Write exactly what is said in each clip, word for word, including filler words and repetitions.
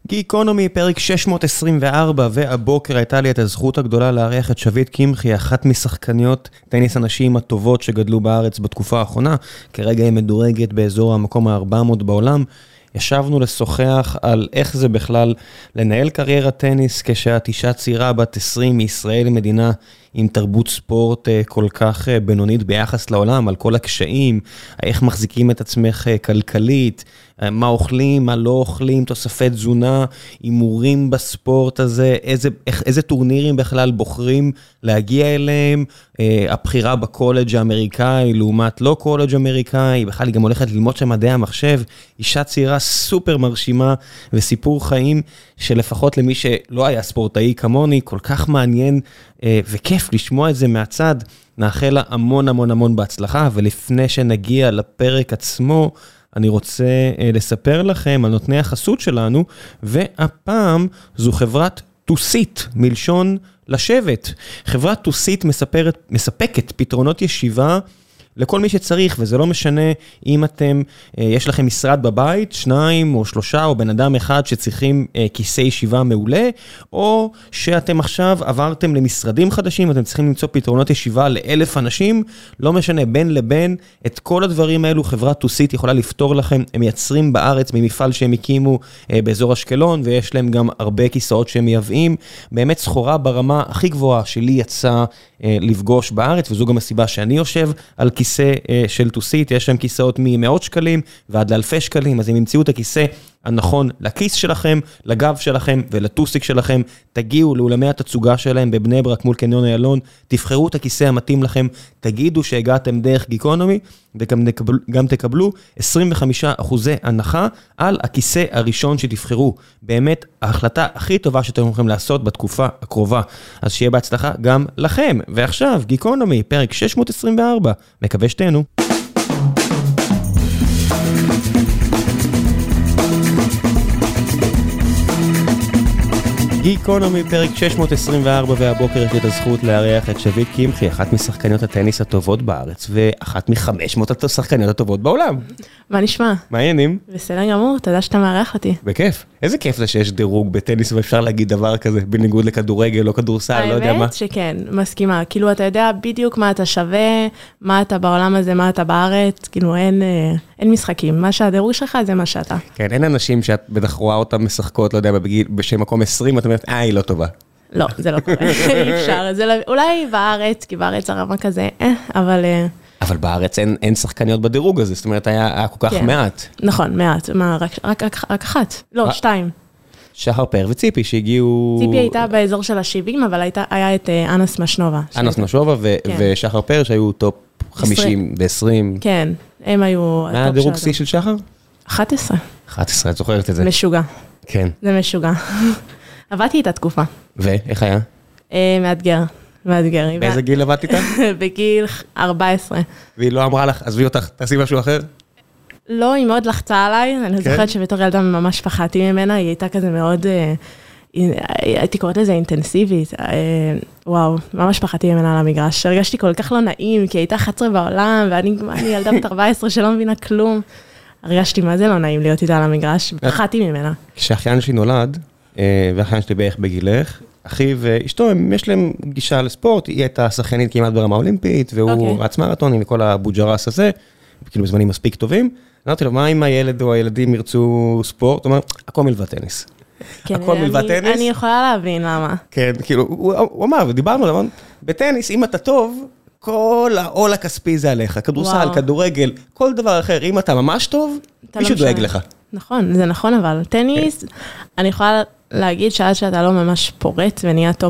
גיקונומי, פרק שש מאות עשרים וארבע, והבוקר הייתה לי את הזכות הגדולה לארח את שביט קמחי, אחת משחקניות טניס הנשים הטובות שגדלו בארץ בתקופה האחרונה, כרגע היא מדורגת באזור המקום ה-ארבע מאות בעולם. ישבנו לשוחח על איך זה בכלל לנהל קריירת טניס, כשאת אישה צעירה בת עשרים מישראל, מדינה עם תרבות ספורט כל כך בינונית ביחס לעולם, על כל הקשיים, איך מחזיקים את עצמך כלכלית, מה אוכלים, מה לא אוכלים, תוספי תזונה, הימורים בספורט הזה, איזה, איזה טורנירים בכלל בוחרים להגיע אליהם, הבחירה בקולג' האמריקאי לעומת לא קולג' אמריקאי, בכלל היא גם הולכת ללמוד שם מדעי המחשב, אישה צעירה סופר מרשימה, וסיפור חיים שלפחות למי שלא היה ספורטאי כמוני, כל כך מעניין וכיף לשמוע את זה מהצד. נאחל לה המון המון המון בהצלחה, ולפני שנגיע לפרק עצמו, אני רוצה לספר לכם על נותני החסות שלנו, והפעם זו חברת טוסיט, מלשון לשבת. חברת טוסיט מספרת, מספקת פתרונות ישיבה לכל מי שצריך, וזה לא משנה אם אתם, יש לכם משרד בבית, שניים או שלושה, או בן אדם אחד שצריכים כיסא ישיבה מעולה, או שאתם עכשיו עברתם למשרדים חדשים, אתם צריכים למצוא פתרונות ישיבה לאלף אנשים, לא משנה, בין לבין, את כל הדברים האלו חברת טוסיט יכולה לפתור לכם, הם מייצרים בארץ ממפעל שהם הקימו באזור אשקלון, ויש להם גם הרבה כיסאות שהם מייבאים, באמת סחורה ברמה הכי גבוהה שלי יצא לפגוש בארץ, וזו גם הסיבה שאני יושב על כיסא של טוסיט, יש שם כיסאות ממאות שקלים ועד לאלפי שקלים, אז אם ימצאו את הכיסא הנכון לכיס שלכם, לגב שלכם ולטוסיק שלכם, תגיעו לאולמי התצוגה שלהם בבני ברק מול קניון איילון, תבחרו את הכיסא המתאים לכם, תגידו שהגעתם דרך גיקונומי, וגם נקבל, גם תקבלו עשרים וחמישה אחוז הנחה על הכיסא הראשון שתבחרו. באמת ההחלטה הכי טובה שאתם יכולים לעשות בתקופה הקרובה. אז שיהיה בהצלחה גם לכם. ועכשיו גיקונומי, פרק שש מאות עשרים וארבע. מקווה שתהנו. גיקונומי, פרק שש מאות עשרים וארבע, והבוקר יש לי את הזכות לארח את שביט קמחי, אחת משחקניות הטניס הטובות בארץ, ואחת מחמש מאות השחקניות הטובות בעולם. מה נשמע? מה העניינים? בסדר גמור, תודה שאתה מארח אותי. בכיף. איזה כיף זה שיש דירוג בטניס, ואפשר להגיד דבר כזה, בניגוד לכדורגל או כדורסל, לא יודע מה. האמת שכן, מסכימה. כאילו, אתה יודע בדיוק מה אתה שווה, מה אתה בעולם הזה, מה אתה בארץ, כאילו, אין, אין משחקים. מה שהדירוג שלך זה מה שאתה. כן, אין אנשים שאת בטח רואה אותם משחקות, לא יודע, בשם מקום עשרים, את אומרת, אה, היא לא טובה. לא, זה לא קורה. אי אפשר. זה לא, אולי בארץ, כי בארץ הרמה כזה, אה, אבל... אבל בארץ אין, אין שחקניות בדירוג הזה, זאת אומרת, היה, היה כל כך כן. מעט. נכון, מעט. מה, רק, רק, רק, רק אחת. לא, שתיים. שחר פאר וציפי שהגיעו... ציפי הייתה באזור של ה-שבעים, אבל הייתה, היה את uh, אנס משנובה. אנס משנובה ו- כן. ושחר פאר שהיו טופ חמישים ועשרים. כן, הם היו... מה הדירוג C של שחר? אחת עשרה. אחת עשרה, את זוכרת את זה. משוגע. כן. זה משוגע. עבדתי איתה תקופה. ואיך היה? מאתגר. מאתגר. באיזה גיל עבדת איתה? בגיל ארבע עשרה. והיא לא אמרה לך, עזבי אותך, תעשי משהו אחר? לא, היא מאוד לחצה עליי, אני זוכרת שבתור ילדה ממש פחדתי ממנה, היא הייתה כזה מאוד, הייתי קוראת לזה אינטנסיבית, וואו, ממש פחדתי ממנה על המגרש, הרגשתי כל כך לא נעים, כי היא הייתה אחת עשרה בעולם, ואני ילדה בת ארבע עשרה שלא מבינה כלום, הרגשתי מה זה לא נעים להיות איתה על המגרש, פחדתי ממנה. כשאחיין שלי נולד, ואחיין שלי בערך בגילך, אחי ואשתו, יש להם גישה לספורט, היא הייתה שחיינית כמעט ברמה אולימפית, והוא רץ מרתונים וכל הבוג'רס הזה, כאילו בזמנים מספיק טובים. אמרתי לו, מה אם הילד או הילדים ירצו ספורט? הוא אומר, הכל מלבד טניס. הכל מלבד טניס. אני יכולה להבין למה. כן, כאילו, הוא אמר, ודיברנו, אמרנו, בטניס, אם אתה טוב, כל העול הכספי זה עליך, כדורסל, כדורגל, כל דבר אחר, אם אתה ממש טוב, מישהו דואג לך. נכון, זה נכון, אבל טניס, אני יכולה להגיד שעד שאתה לא ממש פורט ונהיה טופ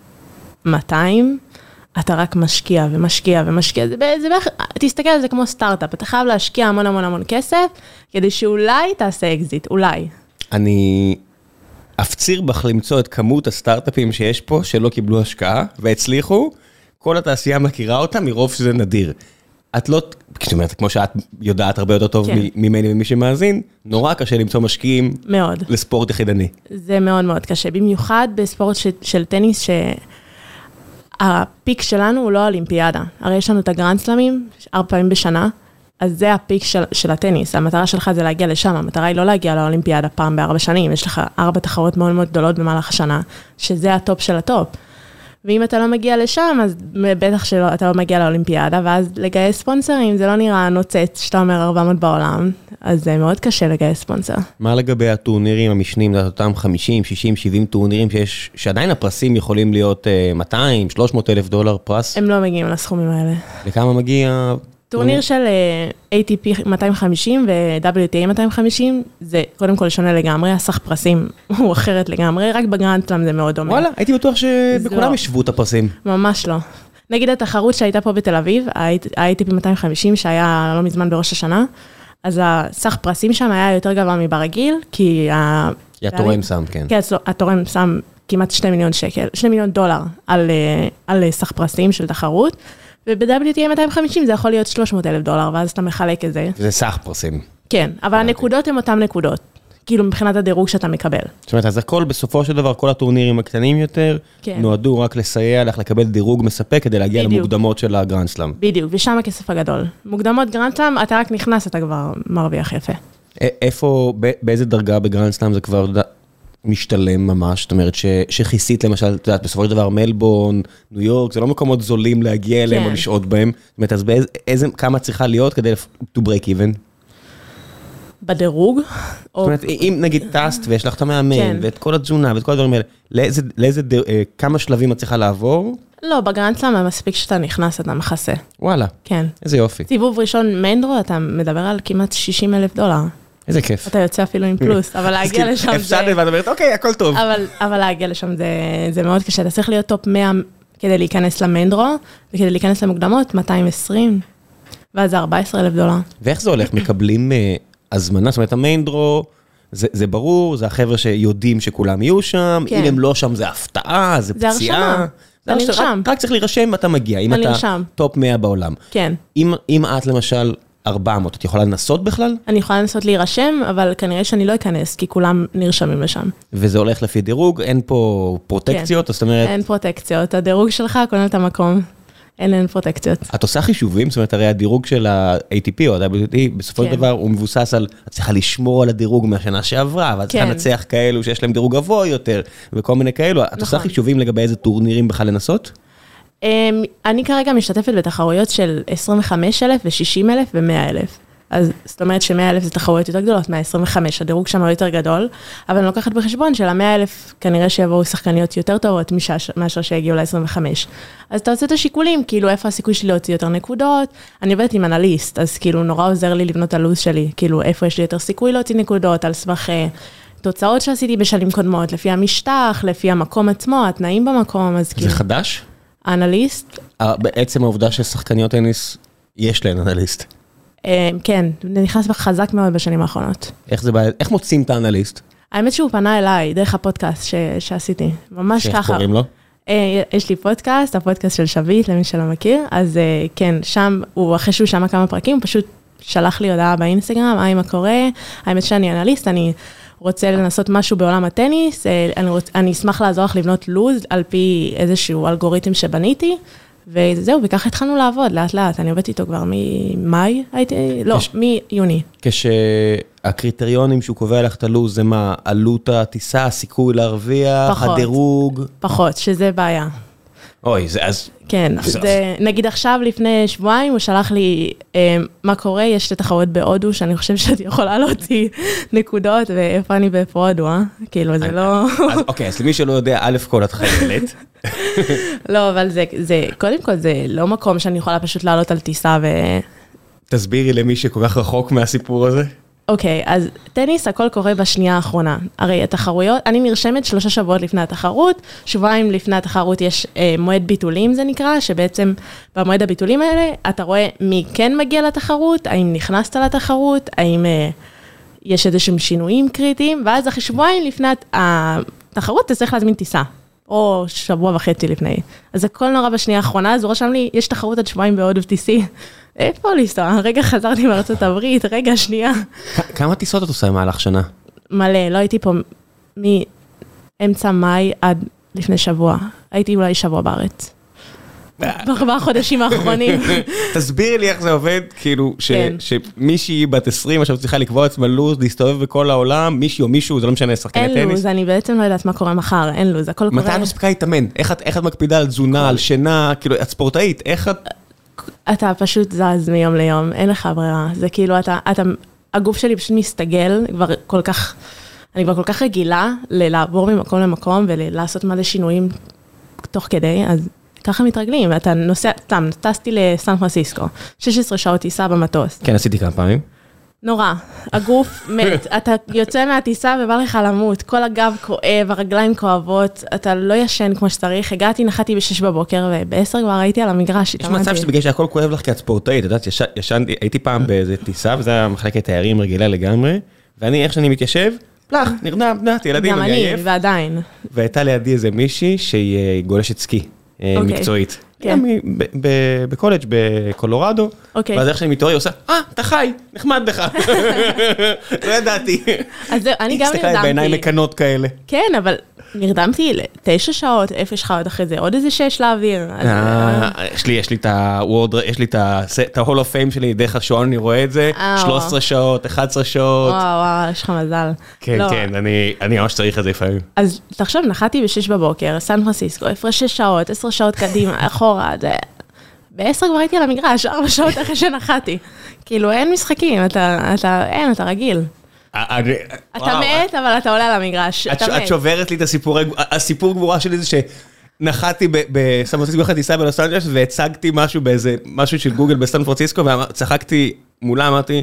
מאתיים, אתה רק משקיע ומשקיע ומשקיע, זה בערך, תסתכל על זה כמו סטארט-אפ, אתה חייב להשקיע המון המון המון כסף, כדי שאולי תעשה אקזיט, אולי. אני אפציר בך למצוא את כמות הסטארט-אפים שיש פה, שלא קיבלו השקעה, והצליחו, כל התעשייה מכירה אותה, מרוב שזה נדיר. את לא, זאת אומרת, כמו שאת יודעת הרבה יותר טוב ממני ומי שמאזין, נורא קשה למצוא משקיעים לספורט יחידני. זה מאוד מאוד קשה, במיוחד בספורט של טניס ש... הפיק שלנו הוא לא אולימפיאדה. הרי יש לנו את הגרנד סלמים, ארבע פעמים בשנה, אז זה הפיק של, של הטניס, המטרה שלך זה להגיע לשם, המטרה היא לא להגיע לאולימפיאדה פעם בארבע שנים, יש לך ארבע תחרות מאוד מאוד גדולות במהלך השנה, שזה הטופ של הטופ. ואם אתה לא מגיע לשם, אז בטח שאתה לא מגיע לאולימפיאדה, ואז לגייס ספונסרים, זה לא נראה נוצץ, שאתה אומר ארבע מאות בעולם, אז זה מאוד קשה לגייס ספונסר. מה לגבי הטורנירים המשנים, אותם חמישים, שישים, שבעים טורנירים, שיש, שעדיין הפרסים יכולים להיות מאתיים, שלוש מאות אלף דולר פרס? הם לא מגיעים לסכומים האלה. לכמה מגיע? טורניר של איי טי פי מאתיים וחמישים ו-דאבליו טי איי מאתיים וחמישים, זה קודם כל שונה לגמרי, הסך פרסים הוא אחרת לגמרי, רק בגרנד סלאם זה מאוד דומה. וואלה, הייתי בטוח שבכולם ישבו את הפרסים. ממש לא. נגיד התחרות שהייתה פה בתל אביב, ה-איי טי פי מאתיים וחמישים, שהיה לא מזמן בראש השנה, אז הסך פרסים שם היה יותר גבוה מברגיל, כי... התורם שם, כן. כן, התורם שם כמעט שני מיליון שקל, שני מיליון דולר על סך פרסים של תחרות, וב-דאבליו טי איי מאתיים וחמישים זה יכול להיות שלוש מאות אלף דולר, ואז אתה מחלק את זה. זה סך פרסים. כן, אבל הנקודות הן אותן נקודות, כאילו מבחינת הדירוג שאתה מקבל. זאת אומרת, אז הכל בסופו של דבר, כל הטורנירים הקטנים יותר, נועדו רק לסייע לך לקבל דירוג מספק, כדי להגיע למוקדמות של הגרנד סלאם. בדיוק, ושם הכסף הגדול. מוקדמות גרנד סלאם, אתה רק נכנס, אתה כבר מרוויח יפה. איפה, באיזה דרגה בגרנד סלאם זה כבר משתלם ממש, זאת אומרת שכיסית למשל, את יודעת, בסופו של דבר מלבורן, ניו יורק, זה לא מקומות זולים להגיע אליהם או לשעות בהם, זאת אומרת, אז באיזה, כמה צריכה להיות כדי to break even? בדירוג? זאת אומרת, אם נגיד טסט ויש לך את המאמן, ואת כל התזונה ואת כל הדברים האלה, לאיזה, כמה שלבים את צריכה לעבור? לא, בגרנד סלאם מספיק שאתה נכנס, אתה מכסה. וואלה. כן. איזה יופי. סיבוב ראשון מיינדרו, אתה מדבר על כמעט שישים אלף דולר. איזה כיף. אתה יוצא אפילו עם פלוס, אבל להגיע לשם זה... הפסדת ואת אומרת, אוקיי, הכל טוב. אבל להגיע לשם זה מאוד קשה. אתה צריך להיות טופ מאה כדי להיכנס למנדרו, וכדי להיכנס למוקדמות, מאתיים ועשרים, ואז זה ארבעה עשר אלף דולר. ואיך זה הולך? מקבלים הזמנה? זאת אומרת, המנדרו, זה ברור, זה החבר'ה שיודעים שכולם יהיו שם, אם הם לא שם זה הפתעה, זה פציעה. זה נרשם. רק צריך להירשם, אתה מגיע, אם אתה טופ מאה בעולם. כן. אם את למשל... ארבע מאות, את יכולה לנסות בכלל? אני יכולה לנסות להירשם, אבל כנראה שאני לא אכנס, כי כולם נרשמים לשם. וזה הולך לפי דירוג, אין פה פרוטקציות, כן. זאת אומרת... אין פרוטקציות, הדירוג שלך קונה את המקום, אין אין פרוטקציות. את עושה חישובים, זאת אומרת, הרי הדירוג של ה-איי טי פי או ה-דאבליו טי איי, בסופו של דבר הוא מבוסס על, את צריכה לשמור על הדירוג מהשנה שעברה, ואת צריכה לנצח כאלו שיש להם דירוג גבוה יותר, וכל מיני כאלו. את עושה חישובים לגבי איזה טורנירים בכלל לנסות? אני כרגע משתתפת בתחרויות של עשרים וחמישה אלף ו-שישים אלף ו-מאה אלף. אז זאת אומרת ש-מאה אלף זה תחרויות יותר גדולות, מאה עשרים וחמש, הדירוג שם הוא יותר גדול, אבל אני לוקחת בחשבון של ה-מאה אלף כנראה שיבואו שחקניות יותר טובות מאשר שיגיעו ל-עשרים וחמש. אז אתה עושה את השיקולים, כאילו איפה הסיכוי שלי להוציא יותר נקודות, אני עובדת עם אנליסט, אז כאילו נורא עוזר לי לבנות הלוז שלי, כאילו איפה יש לי יותר סיכוי להוציא נקודות, על סמך תוצאות שעשיתי בשנים קודמות, לפי המשטח, לפי המקום עצמו, התנאים במקום, אז כאילו... זה חדש? אנליסט. בעצם העובדה ששחקניות טניס, יש להן אנליסט. כן, זה נכנס חזק מאוד בשנים האחרונות. איך זה בעיה? איך מוצאים את האנליסט? האמת שהוא פנה אליי, דרך הפודקאסט שעשיתי. ממש ככה. איך קוראים לו? יש לי פודקאסט, הפודקאסט של שביט, למי שלא מכיר. אז כן, שם, אחרי שהוא שמע כמה פרקים, הוא פשוט שלח לי הודעה באינסטגרם, היי מה קורה, האמת שאני אנליסט, אני... רוצה לנסות משהו בעולם הטניס, אני, רוצ, אני אשמח לעזור לך לבנות לוז על פי איזשהו אלגוריתם שבניתי, וזהו, וכך התחלנו לעבוד לאט לאט, אני עובדת איתו כבר ממאי, הייתי, לא, כש... מיוני. כשהקריטריונים שהוא קובע לך את הלוז, זה מה, עלות הטיסה, הסיכוי להרוויח, פחות, הדירוג? פחות, שזה בעיה. אוי, זה אז... כן, זה, נגיד עכשיו לפני שבועיים, הוא שלח לי מה קורה, יש שתי תחרות בהודו, שאני חושב שאני יכולה להוציא נקודות, ואיפה אני ואיפה הודו, אה? כאילו, זה לא... אוקיי, אז למי שלא יודע, א' כל את חיילת. לא, אבל זה, קודם כל, זה לא מקום שאני יכולה פשוט לעלות על טיסה ו... תסבירי למי שכל כך רחוק מהסיפור הזה. אוקיי, אז טניס הכל קורה בשנייה האחרונה. הרי התחרויות, אני נרשמת שלושה שבועות לפני התחרות, שבועיים לפני התחרות יש אה, מועד ביטולים זה נקרא, שבעצם במועד הביטולים האלה, אתה רואה מי כן מגיע לתחרות, האם נכנסת לתחרות, האם אה, יש איזשהם שינויים קריטיים, ואז אחרי שבועיים לפני התחרות, אתה צריך להזמין טיסה, או שבוע וחצי לפני. אז הכל נורא בשנייה האחרונה, אז הוא רשם לי, יש תחרות עד שבועיים בהודו טיסי. איפה לנסוע? רגע חזרתי מארצות הברית, רגע שנייה. כמה טיסות את עושה במהלך שנה? מלא, לא הייתי פה מאמצע מאי עד לפני שבוע. הייתי אולי שבוע בארץ. בארבעה חודשים האחרונים. תסבירי לי איך זה עובד, כאילו, שמישהי בת עשרים, עכשיו צריכה לקבוע עצמה לוז, להסתובב בכל העולם, מישהי או מישהו, זה לא משנה, שחקני טניס. אין לוז, אני בעצם לא יודעת מה קורה מחר, אין לוז, הכל קורה. מתי את מספיקה להתאמן? איך את מקפידה על תזונה, על שינה, כאילו, את ספורטאית, איך את... אתה פשוט זז מיום ליום, אין לך ברירה, זה כאילו, אתה, הגוף שלי פשוט מסתגל, כבר כל כך, אני כבר כל כך רגילה לעבור ממקום למקום, ולעשות מלא שינויים תוך כדי, אז ככה מתרגלים, אתה נוסע, סתם, טסתי לסן פרנסיסקו, שש עשרה שעות טיסה במטוס. כן, עשיתי כמה פעמים. נורא, הגוף מת, אתה יוצא מהטיסה ובא לך למות, כל הגב כואב, הרגליים כואבות, אתה לא ישן כמו שצריך, הגעתי, נחתי בשש בבוקר, ובעשר כבר הייתי על המגרש, יש מצב שבגלל שהכל כואב לך כאת ספורטאית, את יודעת, ישנתי, הייתי פעם באיזה טיסה, וזה היה מחלקת תיירים רגילה לגמרי, ואני, איך שאני מתיישב, פלח, נרדם, נעת, ילדים, אני עייף. גם אני, ועדיין. והייתה לידי איזה מישהי שהיא גולשת סקי, מקצועית. גם בקולג' בקולורדו, ואז איך שאני מתעורר, היא עושה, אה, אתה חי, נחמד לך. לא ידעתי. אז זהו, אני גם נרדמתי. הסתכלה בעיניים מקנות כאלה. כן, אבל נרדמתי לתשע שעות, אפס שעות אחרי זה, עוד איזה שש לאוויר. יש לי, יש לי את הוורד, יש לי את ה-Hall of Fame שלי, דרך השעון, אני רואה את זה, שלוש עשרה שעות, אחת עשרה שעות. וואו, וואו, יש לך מזל. כן, כן, אני ממש צריך את זה לפעמים. אז תחשוב, נחתי בשש בבוקר, סן פרנסיסקו, הפרש שש שעות, עשר שעות קדימה, אחורה, בעשר כבר הייתי על המגרש, ארבע שעות אחרי שנחתי. כאילו, אין משחקים, אתה, אין, אתה רגיל. אתה מת, אבל אתה עולה על המגרש. את שוברת לי את הסיפור, הסיפור גבורה שלי זה שנחתי בסן פרנסיסקו אחת טיסה בלוס אנג'לס, והצגתי משהו באיזה, משהו של גוגל בסן פרנסיסקו, וצחקתי מולה, אמרתי,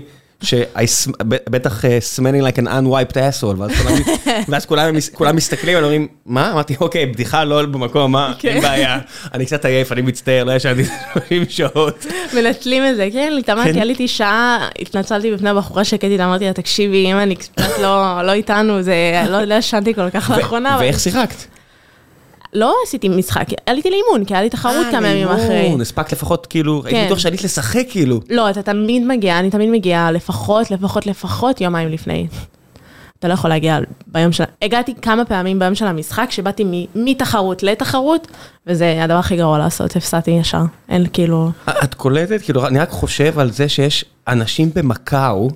שבטח smelling like an unwiped asshole, ואז כולם מסתכלים, ואומרים, מה? אמרתי, אוקיי, בדיחה לא במקום, מה? אין בעיה. אני קצת עייף, אני מצטער, לא ישנתי שלושים שעות. מנצלים את זה, כן, התאמנתי, עליתי שעה, התנצלתי בפני הבחורה שקטית, אמרתי לה, תקשיבי, אם אני קצת לא איתנו, לא ישנתי כל כך לאחרונה. ואיך שיחקת? לא עשיתי משחק, עליתי לאימון, כי היה לי תחרות כמה ימים אחרי. אה, לאימון, הספקת לפחות, כאילו, הייתי בטוח שעלית לשחק, כאילו. לא, אתה תמיד מגיע, אני תמיד מגיעה לפחות, לפחות, לפחות יומיים לפני. אתה לא יכול להגיע ביום של... הגעתי כמה פעמים ביום של המשחק, שבאתי מתחרות לתחרות, וזה הדבר הכי גרוע לעשות, הפסעתי ישר. אין כאילו... את קולטת, כאילו, אני רק חושב על זה שיש אנשים במקאו,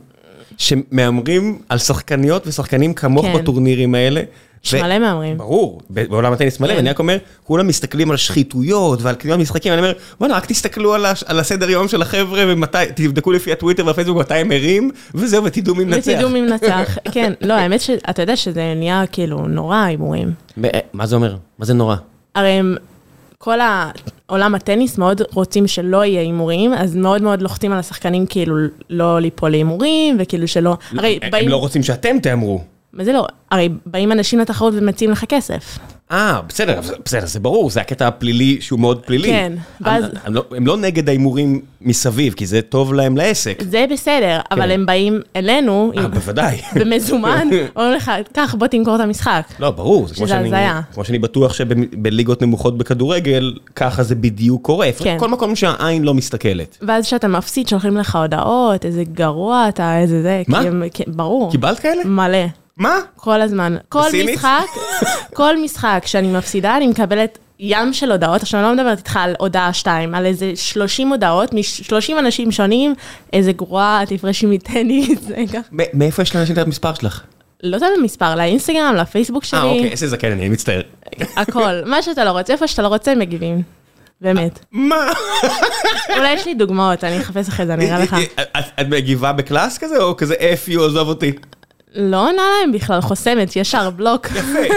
שמאמרים על שחקניות ושחקנים כמוך בטורנירים האלה, יש מלא מאמרים. ברור, בעולם הטניס מלא, ואני רק אומר, כולם מסתכלים על שחיתויות ועל קניות משחקים, אני אומר, בוא'נה, רק תסתכלו על הסדר יום של החבר'ה, ותבדקו לפי הטוויטר והפייסבוק מתי הם מרים, וזהו, ותדעו מי מנצח. ותדעו מי מנצח, כן. לא, האמת שאתה יודע שזה נהיה כאילו נורא הימורים. מה זה אומר? מה זה נורא? הרי כל העולם הטניס מאוד רוצים שלא יהיה הימורים, אז מאוד מאוד לוחצים על השחקנים כאילו לא ליפול להימורים, וכאילו שלא... הם לא רוצים שאתם תאמרו. מה זה לא? הרי באים אנשים לתחרות ומציעים לך כסף. אה, בסדר, בסדר, זה ברור, זה הקטע הפלילי שהוא מאוד פלילי. כן. הם לא נגד ההימורים מסביב, כי זה טוב להם לעסק. זה בסדר, אבל הם באים אלינו, אה, בוודאי. במזומן, אומרים לך, כך, בוא תמכור את המשחק. לא, ברור, זה כמו שאני בטוח שבליגות נמוכות בכדורגל, ככה זה בדיוק קורה. כל מקום שהעין לא מסתכלת. ואז שאתה מפסיד, שולחים לך הודעות, איזה גרוע אתה, איזה זה. מה? ברור. קיבלת כאלה? מלא. מה? כל הזמן. כל משחק, כל משחק שאני מפסידה, אני מקבלת ים של הודעות. עכשיו, אני לא מדברת איתך על הודעה שתיים, על איזה שלושים הודעות, מ-שלושים אנשים שונים, איזה גרועה, תפרשי מטניס, זה ככה. מאיפה יש לאנשים את המספר שלך? לא יודעת מספר, לאינסטגרם, לפייסבוק שלי. אה, אוקיי, איזה זקן, אני מצטער. הכל, מה שאתה לא רוצה, איפה שאתה לא רוצה, מגיבים. באמת. מה? אולי יש לי דוגמאות, אני אחפש אחרי זה, אני אראה לך. את מגיבה בקלאס כזה, או כזה אפי, עוזב אותי? לא עונה להם בכלל, חוסמת, ישר בלוק. יפה.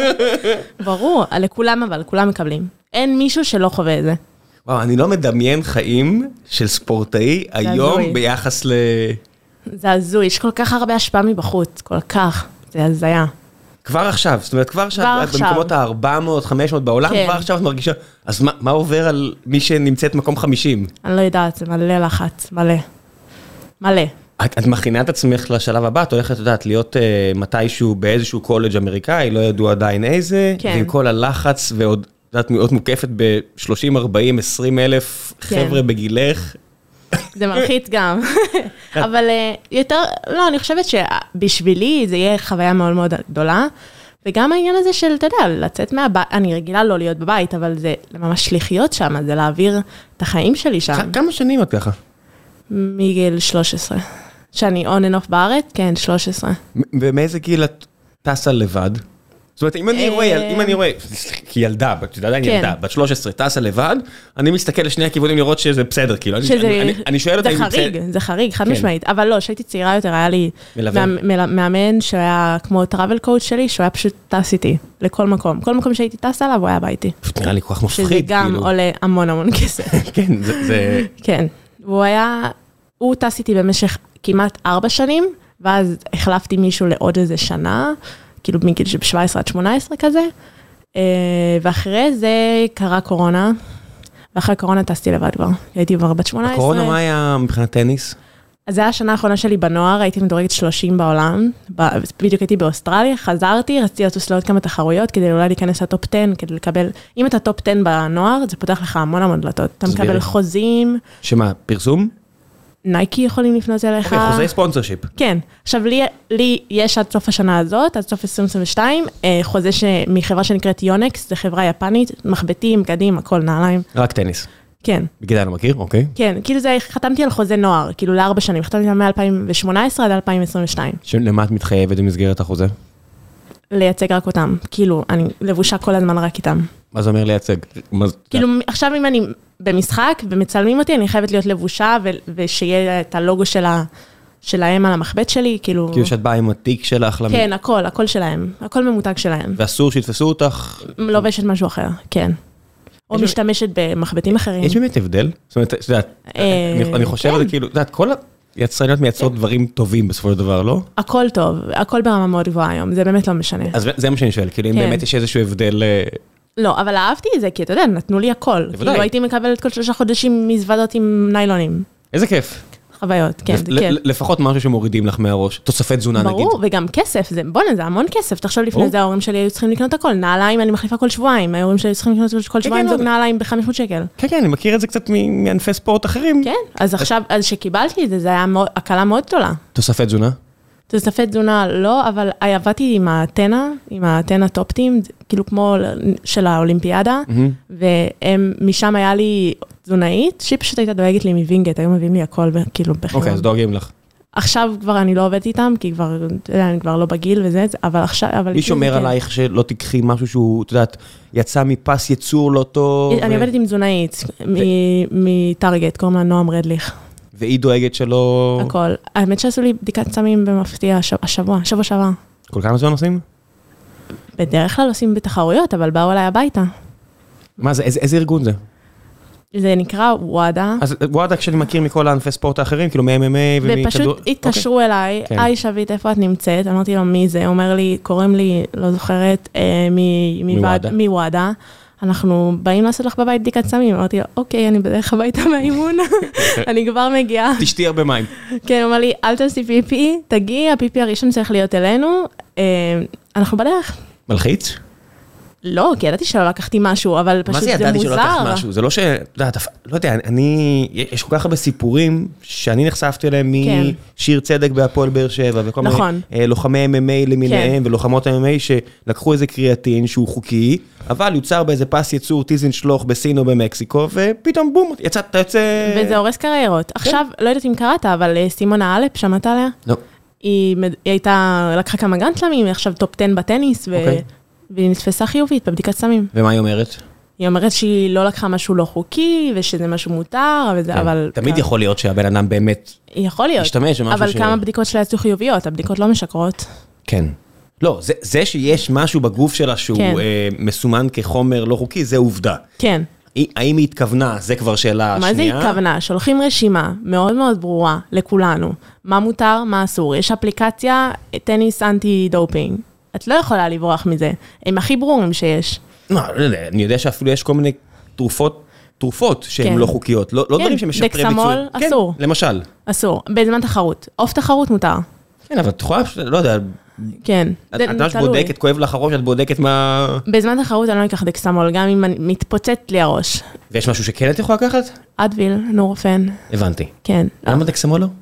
ברור, לכולם אבל, כולם מקבלים. אין מישהו שלא חווה את זה. וואו, אני לא מדמיין חיים של ספורטאי היום ביחס ל... זה הזוי, יש כל כך הרבה השפעה מבחוץ, כל כך, זה הזיה. כבר עכשיו, זאת אומרת, כבר עכשיו, במקומות ה-ארבע מאות חמש מאות בעולם, כבר עכשיו את מרגישה, אז מה עובר על מי שנמצאת מקום חמישים? אני לא יודעת, זה מלא לחץ, מלא. מלא. את מכינה את עצמך לשלב הבא, את הולכת, יודעת, להיות מתישהו באיזשהו קולג' אמריקאי, לא ידעו עדיין איזה, ועם כל הלחץ, ועוד, יודעת, להיות מוקפת ב-שלושים, ארבעים, עשרים אלף חבר'ה בגילך. זה מלחיץ גם. אבל יותר, לא, אני חושבת שבשבילי זה יהיה חוויה מאוד מאוד גדולה, וגם העניין הזה של, אתה יודע, לצאת מהבית, אני רגילה לא להיות בבית, אבל זה ממש לחיות שם, זה להעביר את החיים שלי שם. כמה שנים את ככה? מגיל שלוש עשרה. שאני on and off בארץ, כן, שלוש עשרה. ומאיזה גיל את טסה לבד? זאת אומרת, אם אני רואה, אם אני רואה, כי ילדה, אתה יודע, אני ילדה, בת שלוש עשרה, טסה לבד, אני מסתכל לשני הכיוונים לראות שזה בסדר, כאילו, אני שואל אותה אם זה חריג, זה חריג, חד משמעית, אבל לא, כשהייתי צעירה יותר, היה לי מאמן שהיה כמו טראבל קואוץ' שלי, שהוא היה פשוט טס איתי, לכל מקום, כל מקום שהייתי טסה עליו, הוא היה ביתי. נראה לי כל כך מפחיד, שזה גם עולה המון המון כסף. כן, זה... כן, והוא היה, הוא טס איתי במשך כמעט ארבע שנים, ואז החלפתי מישהו לעוד איזה שנה, כאילו מגיל שבע עשרה עד שמונה עשרה כזה, ואחרי זה קרה קורונה, ואחרי קורונה טסתי לבד כבר, הייתי כבר בת שמונה עשרה. הקורונה מה היה מבחינת טניס? אז זה היה השנה האחרונה שלי בנוער, הייתי מדורגת שלושים בעולם, בדיוק הייתי באוסטרליה, חזרתי, רציתי לטוס לעוד כמה תחרויות, כדי אולי להיכנס לטופ עשר, כדי לקבל, אם אתה טופ עשר בנוער, זה פותח לך המון המון דלתות, אתה מקבל חוזים. שמה, פרסום? נייקי יכולים לפנות אליך. אוקיי, חוזי ספונסרשיפ. כן. עכשיו, לי, לי יש עד סוף השנה הזאת, עד סוף עשרים עשרים ושתיים, חוזה מחברה שנקראת יונקס, זה חברה יפנית, מחבטים, בגדים, הכל, נעליים. רק טניס. כן. בגלל אני מכיר, אוקיי. כן, כאילו זה, חתמתי על חוזה נוער, כאילו לארבע שנים, חתמתי על מ-אלפיים שמונה עשרה עד אלפיים עשרים ושתיים. למה את מתחייבת במסגרת החוזה? לייצג רק אותם, כאילו, אני לבושה כל הזמן רק איתם. מה זה אומר לייצג? כאילו, עכשיו אם אני במשחק ומצלמים אותי, אני חייבת להיות לבושה, ושיהיה את הלוגו שלהם על המחבט שלי, כאילו... כאילו שאת באה עם התיק שלך למי... כן, הכל, הכל שלהם, הכל ממותג שלהם. ואסור שיתפסו אותך... לובשת משהו אחר, כן. או משתמשת במחבטים אחרים. יש באמת הבדל? זאת אומרת, את יודעת, אני חושב על זה כאילו, את יודעת, כל היצרניות מייצרות דברים טובים בסופו של דבר, לא? הכל טוב, הכל ברמה מאוד גבוהה היום, זה באמת לא משנה. אז זה מה שאני שואל, כאילו אם באמת יש איזשהו הבדל... לא, אבל אהבתי את זה, כי אתה יודע, נתנו לי הכל. כאילו הייתי מקבלת כל שלושה חודשים מזוודות עם ניילונים. איזה כיף. חוויות, כן, זה כיף. לפחות משהו שמורידים לך מהראש, תוספת תזונה נגיד. ברור, וגם כסף, בוא'נה, זה המון כסף. תחשוב לפני זה, ההורים שלי היו צריכים לקנות הכל. נעליים, אני מחליפה כל שבועיים. ההורים שלי צריכים לקנות כל שבועיים זוג נעליים ב-חמש מאות שקל. כן, כן, אני מכיר את זה קצת מענפי ספורט אחרים. כן, אז עכשיו, אז שקיבלתי את זה, זה היה הקלה מאוד גדולה. תוספת תזונה? תוספת תזונה לא, אבל עבדתי עם האתנה, עם האתנה טופטים, כאילו כמו של האולימפיאדה, ומשם היה לי תזונאית, שהיא פשוט הייתה דואגת לי מווינגט, היו מביאים לי הכל, כאילו, בחינם. אוקיי, אז דואגים לך. עכשיו כבר אני לא עובדת איתם, כי כבר, אני כבר לא בגיל וזה, אבל עכשיו, אבל... מי שומר עלייך שלא תיקחי משהו שהוא, את יודעת, יצא מפס יצור לא טוב? אני עובדת עם תזונאית, מטארגט, קוראים לה נועם רדליך. והיא דואגת שלא... הכל. האמת שעשו לי בדיקת סמים במפתיע השבוע, שבוע שעבר. כל כמה זמן עושים? בדרך כלל עושים בתחרויות, אבל באו אליי הביתה. מה זה, איזה ארגון זה? זה נקרא וואדה. אז וואדה כשאני מכיר מכל הענפי ספורט האחרים, כאילו מ-אם אם איי ומכדור... ופשוט התקשרו אליי, היי שביט, איפה את נמצאת? אמרתי לו, מי זה? אומר לי, קוראים לי, לא זוכרת, מוואדה. אנחנו באים לעשות לך בבית בדיקת סמים. אמרתי לו, אוקיי, אני בדרך הביתה מהאימון. אני כבר מגיעה. תשתי הרבה מים. כן, הוא אמר לי, אל תעשי פיפי, תגיעי, הפיפי הראשון צריך להיות אלינו. אנחנו בדרך. מלחיץ? לא, כי ידעתי שלא לקחתי משהו, אבל פשוט זה מוזר. מה זה ידעתי שלא לקחת משהו? זה לא ש... לא יודע, אני... יש כל כך הרבה סיפורים שאני נחשפתי אליהם משיר צדק בהפועל באר שבע, וכל מיני לוחמי אם אם איי למיניהם, ולוחמות אם אם איי שלקחו איזה קריאטין שהוא חוקי, אבל יוצר באיזה פס יצור טיזן שלוח בסין או במקסיקו, ופתאום בום, יצאת, אתה יוצא... וזה הורס קריירות. עכשיו, לא יודעת אם קראת, אבל סימונה אלפ, שמעת עליה? לא. היא הייתה, לקחה כמה גנטלמים, היא עכשיו טופ עשר בטניס, והיא נתפסה חיובית בבדיקת סמים. ומה היא אומרת? היא אומרת שהיא לא לקחה משהו לא חוקי, ושזה משהו מותר, אבל... תמיד יכול להיות שהבן אדם באמת... יכול להיות. ישתמש במשהו ש... אבל כמה בדיקות שלה יצאו חיוביות, הבדיקות לא משקרות. כן. לא, זה שיש משהו בגוף שלה שהוא מסומן כחומר לא חוקי, זה עובדה. כן. האם היא התכוונה? זה כבר שאלה שנייה. מה זה התכוונה? שולחים רשימה מאוד מאוד ברורה לכולנו. מה מותר, מה אסור. יש אפליקציה, טניס אנטי דופינג. את לא יכולה לברוח מזה. הם הכי ברורים שיש. לא, לא יודע, אני יודע שאפילו יש כל מיני תרופות, תרופות שהן לא חוקיות. לא דברים שמשפרי ביצוע. דקסמול, אסור. כן, למשל. אסור. בזמן תחרות. אוף תחרות מותר. כן, אבל את יכולה, לא יודע. כן. את ממש בודקת, כואב לך הראש, את בודקת מה... בזמן תחרות אני לא אקח דקסמול, גם אם מתפוצץ לי הראש. ויש משהו שכן את יכולה לקחת? אדוויל, נורופן. הבנתי. כן. למה דקסמול לא?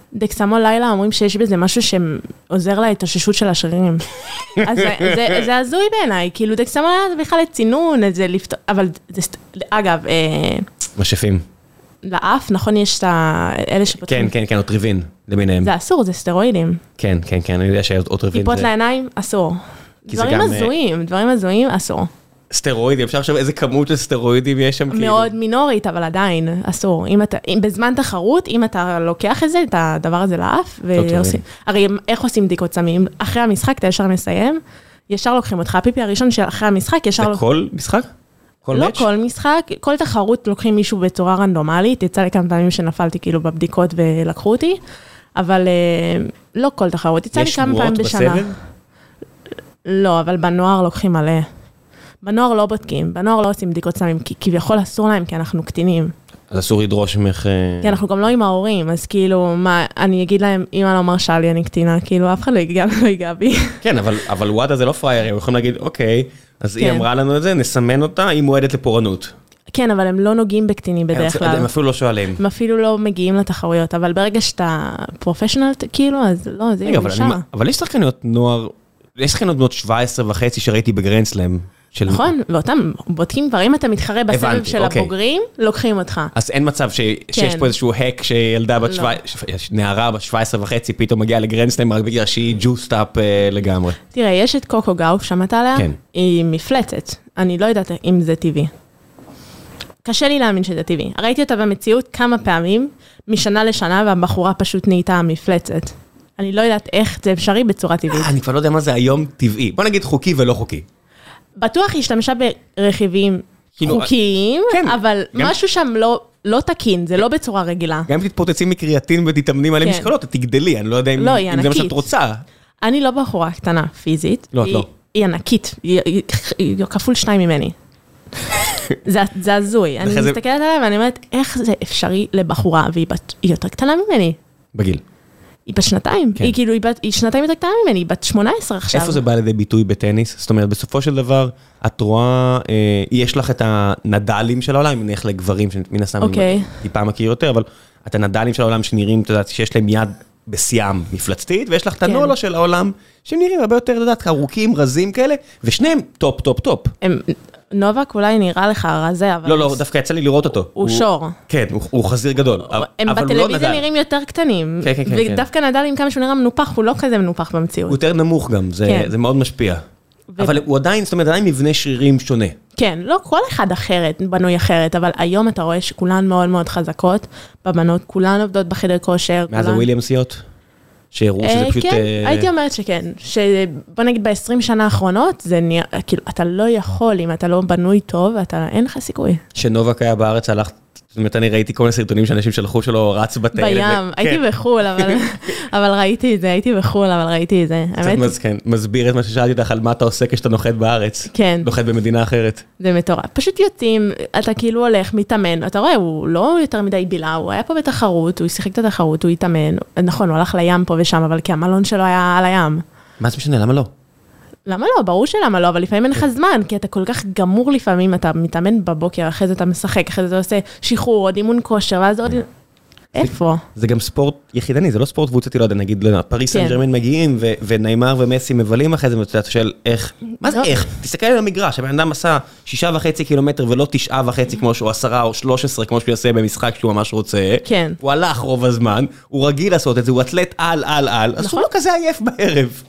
דקסמול לילה אומרים שיש בזה משהו שעוזר להתאוששות של השרירים. אז זה, זה, זה הזוי בעיניי, כאילו דקסמול לילה זה בכלל לצינון, זה לפתור, אבל זה, אגב, משפים. לאף, נכון, יש את האלה שפותחים. כן, כן, כן, אוטריבין, למיניהם. זה אסור, זה סטרואידים. כן, כן, כן, אני יודע שאוטריבין זה... טיפות לעיניים, אסור. דברים הזויים, דברים הזויים, אסור. סטרואידים, אפשר עכשיו איזה כמות של סטרואידים יש שם כאילו? מאוד מינורית, אבל עדיין, אסור. אם אתה, אם בזמן תחרות, אם אתה לוקח את זה, את הדבר הזה לאף, ועושים, הרי איך עושים בדיקות סמים? אחרי המשחק, אתה ישר מסיים, ישר לוקחים אותך, הפיפי הראשון שאחרי המשחק, ישר... זה כל משחק? לא כל משחק, כל תחרות לוקחים מישהו בצורה רנדומלית, יצא לי כמה פעמים שנפלתי כאילו בבדיקות ולקחו אותי, אבל לא כל תחרות, יצא לי כמה פעמים בשנה. יש שבועות בסבב? לא, אבל בנוער לוקחים מלא. בנוער לא בודקים, בנוער לא עושים בדיקות סמים, כי כביכול אסור להם, כי אנחנו קטינים. אז אסור לדרוש ממך... כי אנחנו גם לא עם ההורים, אז כאילו, מה, אני אגיד להם, אמא לא מרשה לי, אני קטינה, כאילו, אף אחד לא ייגע בי. כן, אבל, אבל וואדה זה לא פרייר, הם יכולים להגיד, אוקיי, אז היא אמרה לנו את זה, נסמן אותה, היא מועדת לפורענות. כן, אבל הם לא נוגעים בקטינים בדרך כלל. הם אפילו לא שואלים. הם אפילו לא מגיעים לתחרויות, אבל ברגע שאתה פרופשיונל, כאילו, אז לא, זה יהיה נשאר. אבל יש שחקניות נוער, יש שחקניות בנות שבע עשרה וחצי שראיתי בגרנדסלאם. נכון, ואותם בודקים כבר, אם אתה מתחרה בסבב של הבוגרים, לוקחים אותך. אז אין מצב שיש פה איזשהו הק שילדה בת נערה בת שבע עשרה וחצי, פתאום מגיעה לגרנדסלאם רק בגלל שהיא ג'וסט-אפ לגמרי. תראה, יש את קוקו גאוף, שמעת עליה? כן. היא מפלצת. אני לא יודעת אם זה טבעי. קשה לי להאמין שזה טבעי. ראיתי אותה במציאות כמה פעמים, משנה לשנה, והבחורה פשוט נהייתה מפלצת. אני לא יודעת איך זה אפשרי בצורה טבעית. אני כבר לא יודע מה זה היום טבעי. בוא נגיד חוקי ולא חוקי. בטוח היא השתמשה ברכיבים חוקיים, אבל משהו שם לא תקין, זה לא בצורה רגילה. גם אם תתפוצצי מקריאטין ותתאמנים עליהם משקלות, את תגדלי, אני לא יודע אם זה מה שאת רוצה. אני לא בחורה קטנה פיזית, היא ענקית, היא כפול שניים ממני. זה הזוי, אני מסתכלת עליה ואני אומרת, איך זה אפשרי לבחורה, והיא יותר קטנה ממני. בגיל. היא בת שנתיים, היא כאילו, היא שנתיים יותר קטנה ממני, היא בת שמונה עשרה עכשיו. איפה זה בא לידי ביטוי בטניס? זאת אומרת, בסופו של דבר, את רואה, יש לך את הנדלים של העולם, נניח לגברים, שמן הסתם אני טיפה מכיר יותר, אבל את הנדלים של העולם שנראים, אתה יודעת, שיש להם יד בסיים מפלצתית, ויש לך את הנולו של העולם, שהם נראים הרבה יותר, אתה יודעת, ארוכים, רזים כאלה, ושניהם טופ, טופ, טופ. נובק אולי נראה לך רזה, אבל... לא, לא, דווקא יצא לי לראות אותו. הוא שור. כן, הוא חזיר גדול. הם בטלוויזיה נראים יותר קטנים. כן, כן, כן. ודווקא נדל עם כמה שהוא נראה מנופח, הוא לא כזה מנופח במציאות. הוא יותר נמוך גם, זה מאוד משפיע. אבל הוא עדיין, זאת אומרת, עדיין מבנה שרירים שונה. כן, לא כל אחד אחרת, בנוי אחרת, אבל היום אתה רואה שכולן מאוד מאוד חזקות, בבנות, כולן עובדות בחדר כושר. מאז הוויליאמסיות? שהראו שזה פשוט... כן, הייתי אומרת שכן, שבוא נגיד ב-עשרים שנה האחרונות, זה נראה, כאילו, אתה לא יכול, אם אתה לא בנוי טוב, אין לך סיכוי. שנובק היה בארץ, הלך, זאת אומרת, אני ראיתי כל מיני סרטונים שאנשים שלחו שלו רץ בטיילת. בים, הייתי בחול, אבל ראיתי את זה, הייתי בחול, אבל ראיתי את זה. קצת מסביר את מה ששאלתי אותך, על מה אתה עושה כשאתה נוחת בארץ. כן. נוחת במדינה אחרת. זה מטורף. פשוט יוצאים, אתה כאילו הולך, מתאמן, אתה רואה, הוא לא יותר מדי בילה, הוא היה פה בתחרות, הוא שיחק את התחרות, הוא התאמן. נכון, הוא הלך לים פה ושם, אבל כי המלון שלו היה על הים. מה זה משנה, למה לא? למה לא? ברור שלמה לא, אבל לפעמים אין לך זמן, כי אתה כל כך גמור לפעמים, אתה מתאמן בבוקר, אחרי זה אתה משחק, אחרי זה אתה עושה שחרור, עוד אימון כושר, ואז עוד... איפה? זה גם ספורט יחידני, זה לא ספורט קבוצתי, לא יודע, נגיד, פריס סן ז'רמן מגיעים, וניימר ומסי מבלים אחרי זה, ואתה שואל, איך? מה זה איך? תסתכל על המגרש, הבן אדם עשה שישה וחצי קילומטר, ולא תשעה וחצי כמו שהוא עשרה או שלוש עשרה, כמו שהוא יעשה במשחק שהוא ממש רוצה. כן. הוא הלך רוב הזמן, הוא רגיל לעשות את זה, הוא אתלט על, על, על, אז הוא לא כזה עייף בערב.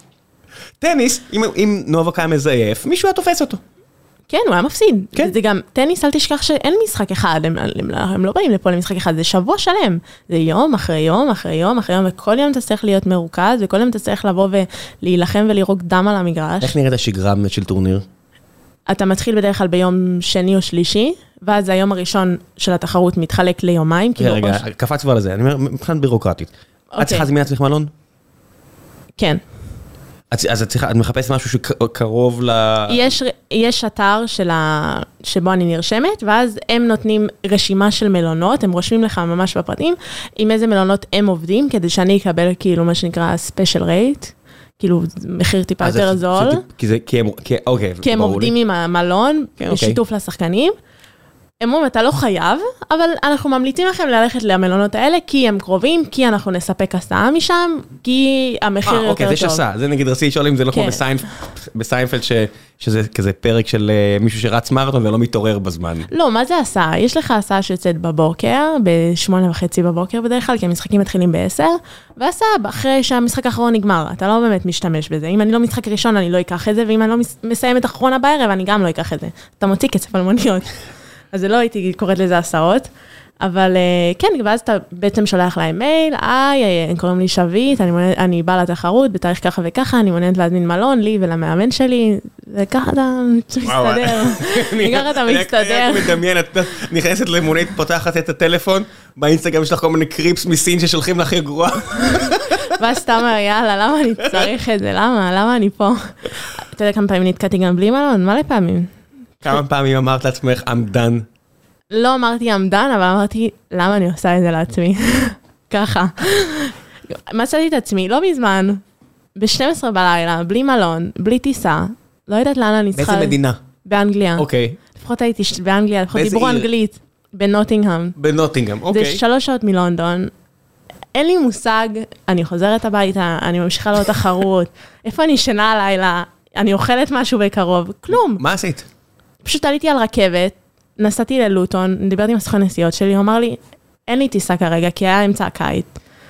טניס, אם, אם נובק היה מזייף, מישהו היה תופס אותו. כן, הוא היה מפסיד. כן. זה גם, טניס, אל תשכח שאין משחק אחד, הם, הם, הם לא באים לפה למשחק אחד, זה שבוע שלם. זה יום אחרי יום, אחרי יום, אחרי יום, וכל יום אתה צריך להיות מרוכז, וכל יום אתה צריך לבוא ולהילחם ולירוק דם על המגרש. איך נראית השגרה של טורניר? אתה מתחיל בדרך כלל ביום שני או שלישי, ואז היום הראשון של התחרות מתחלק ליומיים. רגע, קפץ כבר לזה, אני אומר, מבחינת בירוקרטית. את צריכה להזמין לעצמך מלון? כן. אז את צריכה, את מחפשת משהו שקרוב ל... יש, יש אתר של ה... שבו אני נרשמת, ואז הם נותנים רשימה של מלונות, הם רושמים לך ממש בפרטים, עם איזה מלונות הם עובדים, כדי שאני אקבל כאילו מה שנקרא ספיישל רייט, כאילו מחיר טיפה יותר זול. כי זה, כי הם, אוקיי, כי הם עובדים עם המלון, בשיתוף לשחקנים, הם אומרים, אתה לא חייב, אבל אנחנו ממליצים לכם ללכת למלונות האלה, כי הם קרובים, כי אנחנו נספק הסעה משם, כי המחיר יותר טוב. אוקיי, זה שסע. זה נגיד רציתי לשאול אם זה לא כמו בסיינפלד, שזה כזה פרק של מישהו שרץ מרתון ולא מתעורר בזמן. לא, מה זה הסעה? יש לך הסעה שיוצאת בבוקר, בשמונה וחצי בבוקר בדרך כלל, כי המשחקים מתחילים בעשר, והסעה אחרי שהמשחק האחרון נגמר. אתה לא באמת משתמש בזה. אם אני לא משחק ראשון, אני לא אקח את זה, ואם אני לא מסיים את האחרונה בערב, אני גם לא אקח את זה. אתה מוציא כסף על מוניות. אז לא הייתי קוראת לזה הסעות, אבל כן, ואז אתה בעצם שולח להם מייל, היי, הם קוראים לי שביט, אני, אני באה לתחרות בתאריך ככה וככה, אני מעוניינת להזמין מלון לי ולמאמן שלי, וככה אתה מסתדר, ככה אתה מסתדר. אני מדמיין, את נכנסת למונית, פותחת את הטלפון, באינסטגרם יש לך כל מיני קריפס מסין ששולחים לך גרוע. ואז סתם, יאללה, למה אני צריך את זה? למה? למה אני פה? אתה יודע כמה פעמים נתקעתי גם בלי מלון? מלא פעמים. כמה פעמים אמרת לעצמך, I'm done? לא אמרתי I'm done, אבל אמרתי, למה אני עושה את זה לעצמי? ככה. מצאתי את עצמי, לא מזמן, ב-שתים עשרה בלילה, בלי מלון, בלי טיסה, לא יודעת לאן אני צריכה... באיזה מדינה? באנגליה. אוקיי. לפחות הייתי באנגליה, לפחות דיברו אנגלית, בנוטינגהם. בנוטינגהם, אוקיי. זה שלוש שעות מלונדון. אין לי מושג, אני חוזרת הביתה, אני ממשיכה לו תחרות, איפה אני ישנה הלילה, אני אוכלת משהו בקרוב, כלום. מה עשית? פשוט עליתי על רכבת, נסעתי ללוטון, דיברתי עם הסוכן נסיעות שלי, הוא אמר לי, אין לי טיסה כרגע, כי היה אמצע הקיץ,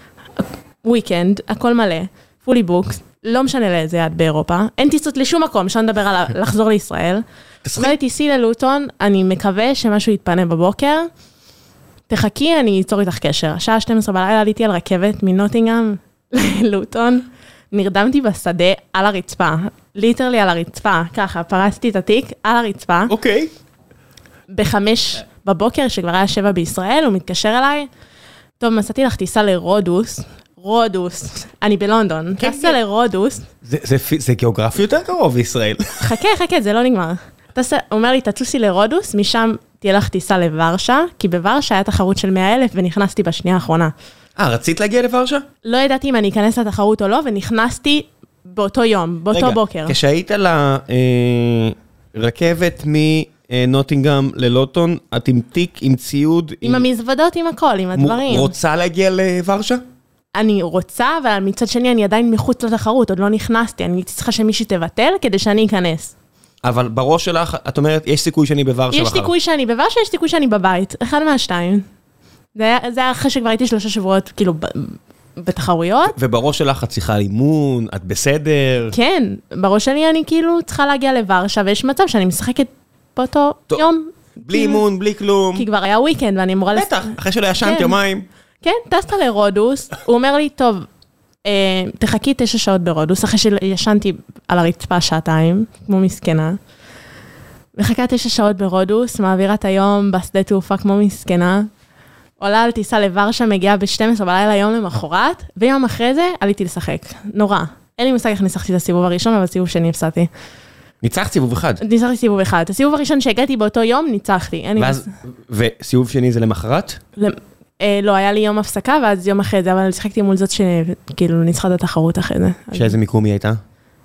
וויקנד, הכל מלא, פולי בוקס, לא משנה לאיזה יד באירופה, אין טיסות לשום מקום, שאני מדבר על לחזור לישראל. אמר לי, טיסי ללוטון, אני מקווה שמשהו יתפנה בבוקר, תחכי, אני אצור איתך קשר. השעה שתים עשרה בלילה עליתי על רכבת מנוטינגהם ללוטון, נרדמתי בשדה על הרצפה, ליטרלי על הרצפה, ככה, פרסתי את התיק על הרצפה. אוקיי. בחמש בבוקר, שכבר היה שבע בישראל, הוא מתקשר אליי, טוב, מסעתי לך טיסה לרודוס, רודוס, אני בלונדון, טסה לרודוס. זה גיאוגרפי יותר קרוב בישראל. חכה, חכה, זה לא נגמר. הוא אומר לי, תטוסי לרודוס, משם תהיה לך טיסה לוורשה, כי בוורשה היה תחרות של מאה אלף, ונכנסתי בשנייה האחרונה. אה, רצית להגיע לוורשה? לא ידעתי אם אני אכנס לתחרות או לא, ונכנסתי באותו יום, באותו בוקר. רגע, כשהיית לרכבת מנוטינגהם ללוטון, את עם תיק, עם ציוד... עם המזוודות, עם הכל, עם הדברים. רוצה להגיע לוורשה? אני רוצה, אבל מצד שני אני עדיין מחוץ לתחרות, עוד לא נכנסתי, אני צריכה שמישהי תבטל כדי שאני אכנס. אבל בראש שלך, את אומרת, יש סיכוי שאני בוורשה מחר. יש סיכוי שאני בוורשה, יש סיכוי שאני בבית, אחד מהשתיים. זה היה אחרי שכבר הייתי שלושה שבועות, כאילו, בתחרויות. ובראש שלך את צריכה אימון, את בסדר? כן, בראש שלי אני כאילו צריכה להגיע לוורשה, ויש מצב שאני משחקת באותו יום. בלי אימון, בלי כלום. כי כבר היה וויקנד, ואני אמורה... בטח, אחרי שלא ישנת יומיים. כן, טסת לרודוס, הוא אומר לי, טוב, תחכי תשע שעות ברודוס, אחרי שישנתי על הרצפה שעתיים, כמו מסכנה. מחכה תשע שעות ברודוס, מעבירה את היום בשדה תעופה כמו מסכנה. עולה על טיסה לוורשה, מגיעה ב-שתים עשרה בלילה יום למחרת, ויום אחרי זה עליתי לשחק. נורא. אין לי מושג איך ניצחתי את הסיבוב הראשון, אבל סיבוב שני הפסעתי. ניצחת סיבוב אחד? ניצחתי סיבוב אחד. הסיבוב הראשון שהגעתי באותו יום, ניצחתי. וסיבוב שני זה למחרת? לא, היה לי יום הפסקה, ואז יום אחרי זה, אבל שיחקתי מול זאת שכאילו ניצחה את התחרות אחרי זה. שאיזה מיקום היא הייתה?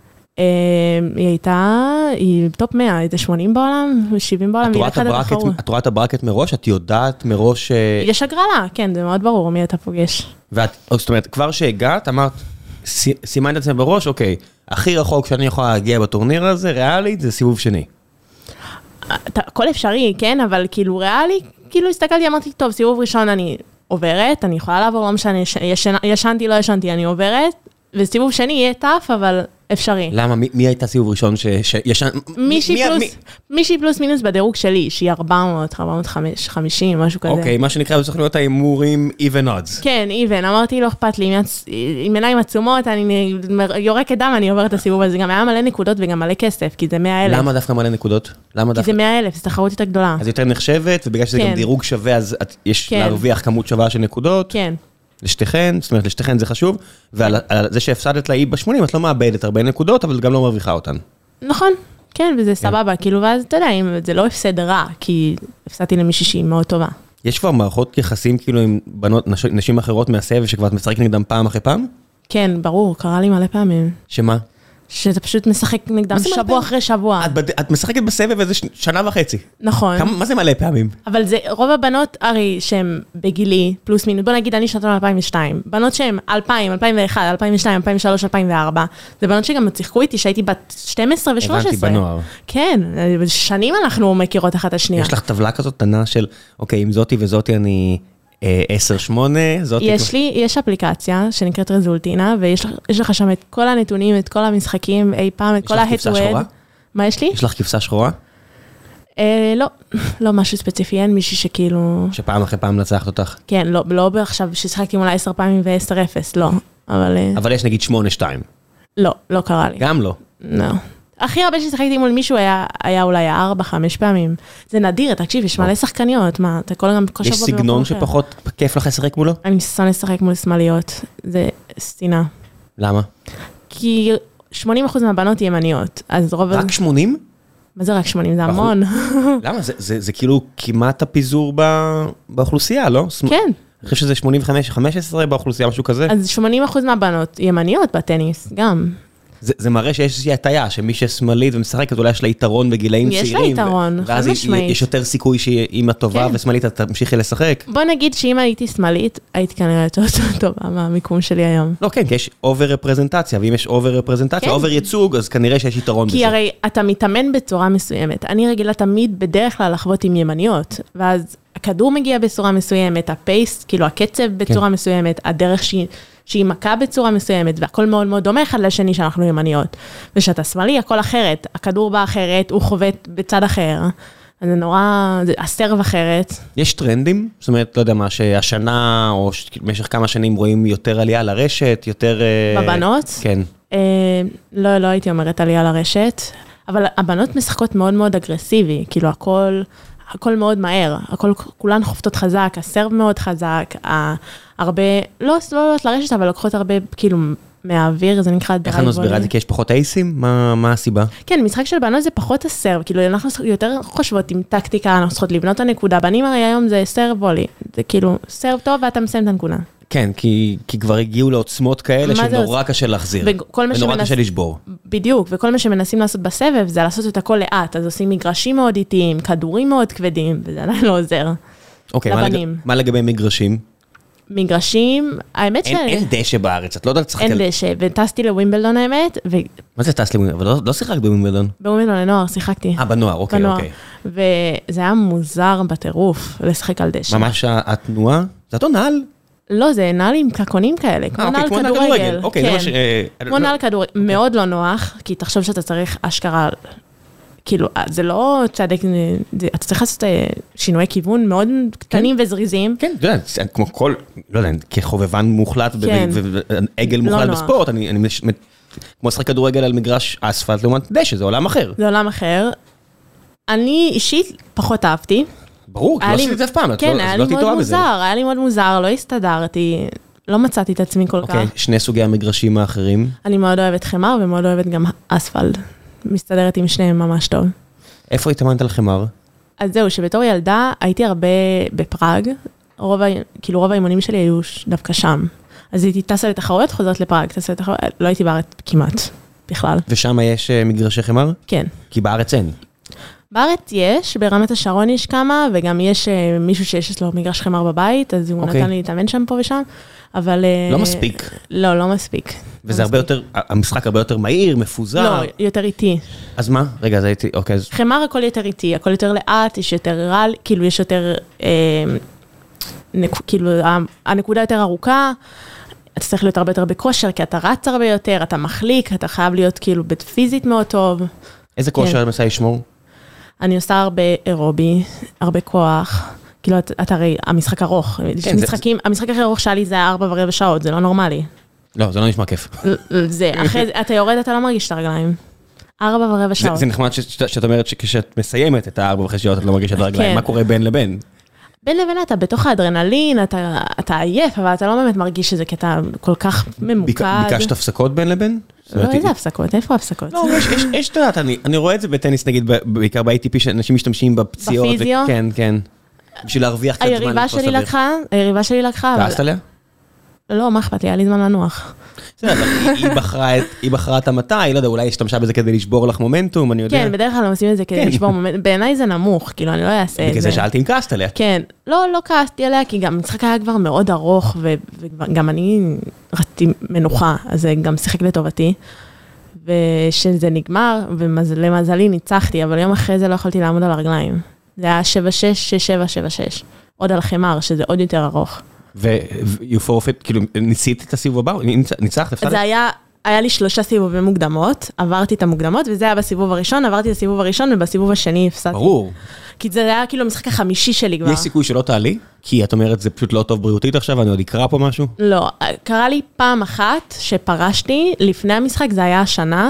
היא הייתה, היא טופ מאה, הייתה שמונים בעולם, שבעים בעולם, והיא לקחה את התחרות. את רואה את הברקט מראש? את יודעת מראש... יש הגרלה, כן, זה מאוד ברור מי אתה פוגש. ואת, זאת אומרת, כבר שהגעת, אמרת, סימנת את זה בראש, אוקיי, הכי רחוק שאני יכולה להגיע בטורניר הזה, ריאלית, זה סיבוב שני. הכל אפשרי, כן, אבל כאילו ריאלי, כאילו הסתכלתי, אמרתי, טוב, סיבוב ראשון אני עוברת, אני יכולה לעבור, לא משנה, ישנתי, לא ישנתי, אני עוברת, וסיבוב שני יהיה טף, אבל אפשרי. למה? מי הייתה סיבוב ראשון שישן... מישהי פלוס מינוס בדירוג שלי, שהיא ארבע מאות, ארבע מאות חמישים, משהו כזה. אוקיי, מה שנקרא בסוכנויות ההימורים even odds. כן, even, אמרתי, לא אכפת לי, עם עיניים עצומות, אני יורקת דם, אני עוברת את הסיבוב הזה, גם היה מלא נקודות וגם מלא כסף, כי זה מאה אלף. למה דווקא מלא נקודות? כי זה מאה אלף, זו תחרות יותר גדולה. אז יותר נחשבת, ובגלל שזה גם דירוג שווה, אז יש להרוויח כמות שווה של נקודות. כן. לשתיכן, זאת אומרת, לשתיכן זה חשוב, ועל זה שהפסדת לה אי ב-שמונים, את לא מאבדת הרבה נקודות, אבל גם לא מרוויחה אותן. נכון, כן, וזה סבבה, כאילו, ואז אתה יודע, זה לא הפסד רע, כי הפסדתי למישהי שהיא מאוד טובה. יש כבר מערכות יחסים, כאילו, עם בנות, נשים אחרות מהסבב, שכבר את משחקת נגדם פעם אחרי פעם? כן, ברור, קרה לי מלא פעמים. שמה? שאתה פשוט משחק נגדם שבוע אחרי שבוע. את משחקת בסבב איזה שנה וחצי. נכון. מה זה מלא פעמים? אבל זה, רוב הבנות, הרי, שהן בגילי, פלוס מינוס, בוא נגיד, אני שנתון אלפיים ושתיים, בנות שהן אלפיים, אלפיים ואחת, אלפיים ושתיים, אלפיים ושלוש, אלפיים וארבע, זה בנות שגם צחקו איתי, שהייתי בת שתים עשרה ו-שלוש עשרה. הבנתי בנוער. כן, שנים אנחנו מכירות אחת השנייה. יש לך טבלה כזאת קטנה של, אוקיי, עם זאתי וזאתי אני עשר שמונה, זאתי... יש לי, יש אפליקציה שנקראת רזולטינה, ויש לך שם את כל הנתונים, את כל המשחקים, אי פעם, את כל ההד-טו-הד. יש לך כבשה שחורה? מה יש לי? יש לך כבשה שחורה? לא, לא משהו ספציפי, אין מישהי שכאילו... שפעם אחרי פעם נצחת אותך? כן, לא, לא עכשיו ששחקתי מולה עשר פעמים ו-עשר אפס, לא, אבל... אבל יש נגיד שמונה שתיים. לא, לא קרה לי. גם לא? לא. הכי הרבה ששחקתי מול מישהו היה, היה אולי ארבע, חמש פעמים. זה נדיר, תקשיב, יש מלא שחקניות, מה, אתה כל גם כל שבוע... יש סגנון שפחות כיף לך לשחק מולו? אני שונא לשחק מול שמאליות, זה סטינה. למה? כי שמונים אחוז מהבנות ימניות, אז רוב... רק שמונים? מה זה רק שמונים? זה המון. למה? זה, זה, זה כאילו כמעט הפיזור באוכלוסייה, לא? כן. אני חושב שזה שמונים וחמש, חמש עשרה באוכלוסייה, משהו כזה. אז שמונים אחוז מהבנות ימניות בטניס, גם. זה, זה מראה שיש איזושהי הטיה, שמי ששמאלית ומשחק, אז אולי יש לה יתרון בגילאים יש צעירים. יש לה יתרון, חד משמעית. ואז יש יותר סיכוי שאם את טובה כן. ושמאלית, את תמשיכי לשחק. בוא נגיד שאם הייתי שמאלית, הייתי כנראה יותר טובה מהמיקום שלי היום. לא, כן, כי יש אובר רפרזנטציה, ואם יש אובר רפרזנטציה, אובר ייצוג, אז כנראה שיש יתרון בזה. כי הרי אתה מתאמן בצורה מסוימת. אני רגילה תמיד בדרך כלל לחוות עם ימניות, ואז הכדור מגיע בצורה מסוימת, הפייס, כאילו הקצב בצורה מסוימת, הדרך שהיא... שהיא מכה בצורה מסוימת, והכל מאוד מאוד דומה אחד לשני שאנחנו ימניות. ושאתה שמאלי, הכל אחרת. הכדור בא אחרת, הוא חובט בצד אחר. זה נורא, זה הסרב אחרת. יש טרנדים? זאת אומרת, לא יודע מה, שהשנה, או במשך כמה שנים רואים יותר עלייה לרשת, יותר... בבנות? כן. לא, לא הייתי אומרת עלייה לרשת, אבל הבנות משחקות מאוד מאוד אגרסיבי, כאילו הכל... הכל מאוד מהר, הכל, כולן חופטות חזק, הסרב מאוד חזק, הרבה, לא סלולות לרשת, אבל לוקחות הרבה, כאילו, מהאוויר, זה נקרא דרייב. איך אני מסבירה את זה? כי יש פחות אייסים? מה, מה הסיבה? כן, משחק של בנות זה פחות הסרב, כאילו, אנחנו יותר חושבות עם טקטיקה, אנחנו צריכות לבנות את הנקודה, בנים הרי היום זה סרב וולי, זה כאילו, סרב טוב ואתה מסיים את הנקודה. כן, כי, כי כבר הגיעו לעוצמות כאלה שנורא קשה להחזיר, ונורא קשה לשבור. בדיוק, וכל מה שמנסים לעשות בסבב זה לעשות את הכל לאט, אז עושים מגרשים מאוד איטיים, כדורים מאוד כבדים, וזה עדיין לא עוזר. אוקיי, לבנים. מה לגבי מגרשים? מגרשים, האמת ש... אין דשא בארץ, את לא יודעת לשחק... אין דשא, וטסתי לווימבלדון האמת, ו... מה זה טס לווימבלדון? אבל לא שיחקת בווימבלדון. בווימבלדון לנוער, שיחקתי. אה, בנוער, אוקיי, אוקיי. וזה היה מוזר בטירוף, לשחק על דשא. ממש התנועה? זה אותו נעל? לא, זה נעל עם קקונים כאלה, כמו נעל כדורגל. כמו נעל כדורגל, מאוד לא נוח, כי תחשוב שאתה צריך אשכרה, כאילו, זה לא צדק, אתה צריך לעשות שינויי כיוון מאוד קטנים וזריזים. כן, אתה יודע, כמו כל, לא יודע, כחובבן מוחלט ועגל מוחלט בספורט, אני כמו לשחק כדורגל על מגרש אספלט, לעומת דשא, זה עולם אחר. זה עולם אחר. אני אישית פחות אהבתי. ברור, לא עשיתי את זה אף פעם, כן, היה לי מאוד מוזר, היה לי מאוד מוזר, לא הסתדרתי, לא מצאתי את עצמי כל כך. אוקיי, שני סוגי המגרשים האחרים? אני מאוד אוהבת חמר ומאוד אוהבת גם אספלט. מסתדרת עם שניהם ממש טוב. איפה התאמנת על חמר? אז זהו, שבתור ילדה הייתי הרבה בפראג, כאילו רוב האימונים שלי היו דווקא שם. אז הייתי טסה לתחרויות, חוזרת לפראג, טסה לתחרויות, לא הייתי בארץ כמעט, בכלל. ושם יש מגרשי חמר? כן. כי בארץ אין. בארץ יש, ברמת השרון יש כמה, וגם יש מישהו שיש לו מגרש חמר בבית, אז הוא נתן לי להתאמן שם פה ושם, אבל... לא מספיק. לא, לא מספיק. וזה הרבה יותר, המשחק הרבה יותר מהיר, מפוזר. לא, יותר איטי. אז מה? רגע, אז הייתי, אוקיי. חמר הכל יותר איטי, הכל יותר לאט, יש יותר רל, כאילו יש יותר, כאילו הנקודה יותר ארוכה, אתה צריך להיות הרבה יותר בכושר, כי אתה רץ הרבה יותר, אתה מחליק, אתה חייב להיות כאילו פיזית מאוד טוב. איזה כושר את מנסה לשמור? אני עושה הרבה אירובי, הרבה כוח, כאילו, אתה הרי, המשחק ארוך, משחקים, המשחק הכי ארוך שלי זה ארבע ורבע שעות, זה לא נורמלי. לא, זה לא נשמע כיף. זה, אחרי, אתה יורד, אתה לא מרגיש את הרגליים. ארבע ורבע שעות. זה נחמד שאת אומרת שכשאת מסיימת את הארבע וחצי שעות, את לא מרגיש את הרגליים. מה קורה בין לבין? בין לבין אתה בתוך האדרנלין, אתה עייף, אבל אתה לא באמת מרגיש שזה, כי אתה כל כך ממוקד. ביקשת הפסקות בין לבין? לא, איזה הפסקות? איפה הפסקות? לא, יש תדעת, אני רואה את זה בטניס, נגיד, בעיקר ב-איי טי פי, שאנשים משתמשים בפציעות. בפיזיו? כן, כן. בשביל להרוויח קצת זמן. היריבה שלי לקחה, היריבה שלי לקחה. כעסת עליה? לא, מה אכפת לי, היה לי זמן לנוח. היא בחרה את המתי, לא יודע, אולי השתמשה בזה כדי לשבור לך מומנטום, אני יודע. כן, בדרך כלל עושים את זה כדי לשבור מומנטום, בעיניי זה נמוך, כאילו, אני לא אעשה את זה. בגלל זה שאלתי אם כעסת עליה. כן, לא, לא כעסתי עליה, כי גם המשחק היה כבר מאוד ארוך, וגם אני רציתי מנוחה, אז זה גם שיחק לטובתי, ושזה נגמר, ולמזלי ניצחתי, אבל יום אחרי זה לא יכולתי לעמוד על הרגליים. זה היה שבע שש, שש שבע, שבע שש. עוד על חמר, שזה עוד יותר ארוך. ו-you forfeit, כאילו, ניסית את הסיבוב הבא? ניצחת, הפסדת? זה היה, היה לי שלושה סיבובי מוקדמות, עברתי את המוקדמות, וזה היה בסיבוב הראשון, עברתי את הסיבוב הראשון, ובסיבוב השני הפסדתי. ברור. כי זה היה כאילו המשחק החמישי שלי כבר. יש סיכוי שלא תעלי? כי את אומרת, זה פשוט לא טוב בריאותית עכשיו, אני עוד אקרא פה משהו? לא, קרה לי פעם אחת שפרשתי, לפני המשחק, זה היה השנה,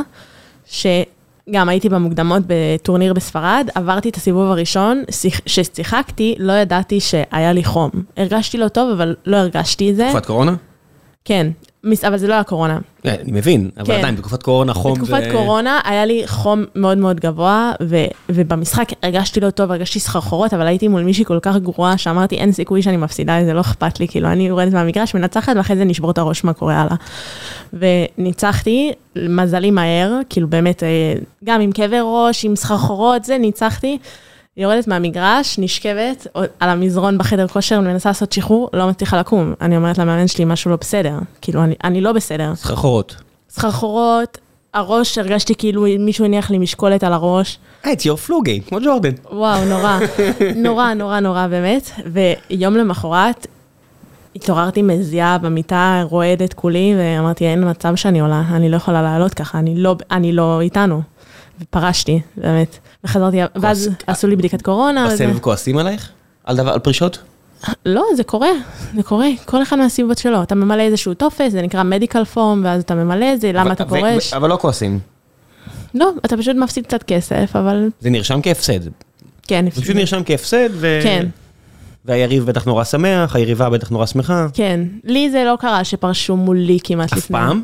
שגם הייתי במוקדמות בטורניר בספרד, עברתי את הסיבוב הראשון, ששיחקתי, לא ידעתי שהיה לי חום. הרגשתי לא טוב, אבל לא הרגשתי את זה. תקופת קורונה? כן, אבל זה לא היה קורונה. אני מבין, אבל עדיין, בתקופת קורונה חום... בתקופת קורונה היה לי חום מאוד מאוד גבוה, ובמשחק הרגשתי לא טוב, הרגשתי סחרחורות, אבל הייתי מול מישהי כל כך גרועה, שאמרתי, אין סיכוי שאני מפסידה, זה לא אכפת לי, כאילו, אני יורדת מהמגרש, מנצחת, ואחרי זה נשבור את הראש מה קורה הלאה. וניצחתי, מזלי מהר, כאילו באמת, גם עם כאבי ראש, עם סחרחורות, זה ניצחתי. יורדת מהמגרש, נשכבת על המזרון בחדר כושר, ומנסה לעשות שחרור, לא מצליחה לקום. אני אומרת למאמן שלי, משהו לא בסדר. כאילו, אני, אני לא בסדר. סחרחורות. סחרחורות, הראש, הרגשתי כאילו מישהו הניח לי משקולת על הראש. It's your flu game, כמו ג'ורדן. וואו, נורא. נורא, נורא, נורא, באמת. ויום למחרת, התעוררתי מזיעה במיטה, רועדת כולי, ואמרתי, אין מצב שאני עולה, אני לא יכולה לעלות ככה, אני לא, אני לא איתנו. ופרשתי, באמת. וחזרתי, ואז עשו לי בדיקת קורונה. בסבב כועסים עלייך? על דבר, על פרישות? לא, זה קורה, זה קורה. כל אחד מהסיבות שלו. אתה ממלא איזשהו טופס, זה נקרא מדיקל פורם, ואז אתה ממלא את זה, למה אתה פורש. אבל לא כועסים. לא, אתה פשוט מפסיד קצת כסף, אבל... זה נרשם כהפסד. כן. זה פשוט נרשם כהפסד, ו... כן. והיריב בטח נורא שמח, היריבה בטח נורא שמחה. כן. לי זה לא קרה שפרשו מולי כמעט לפני. אף פעם?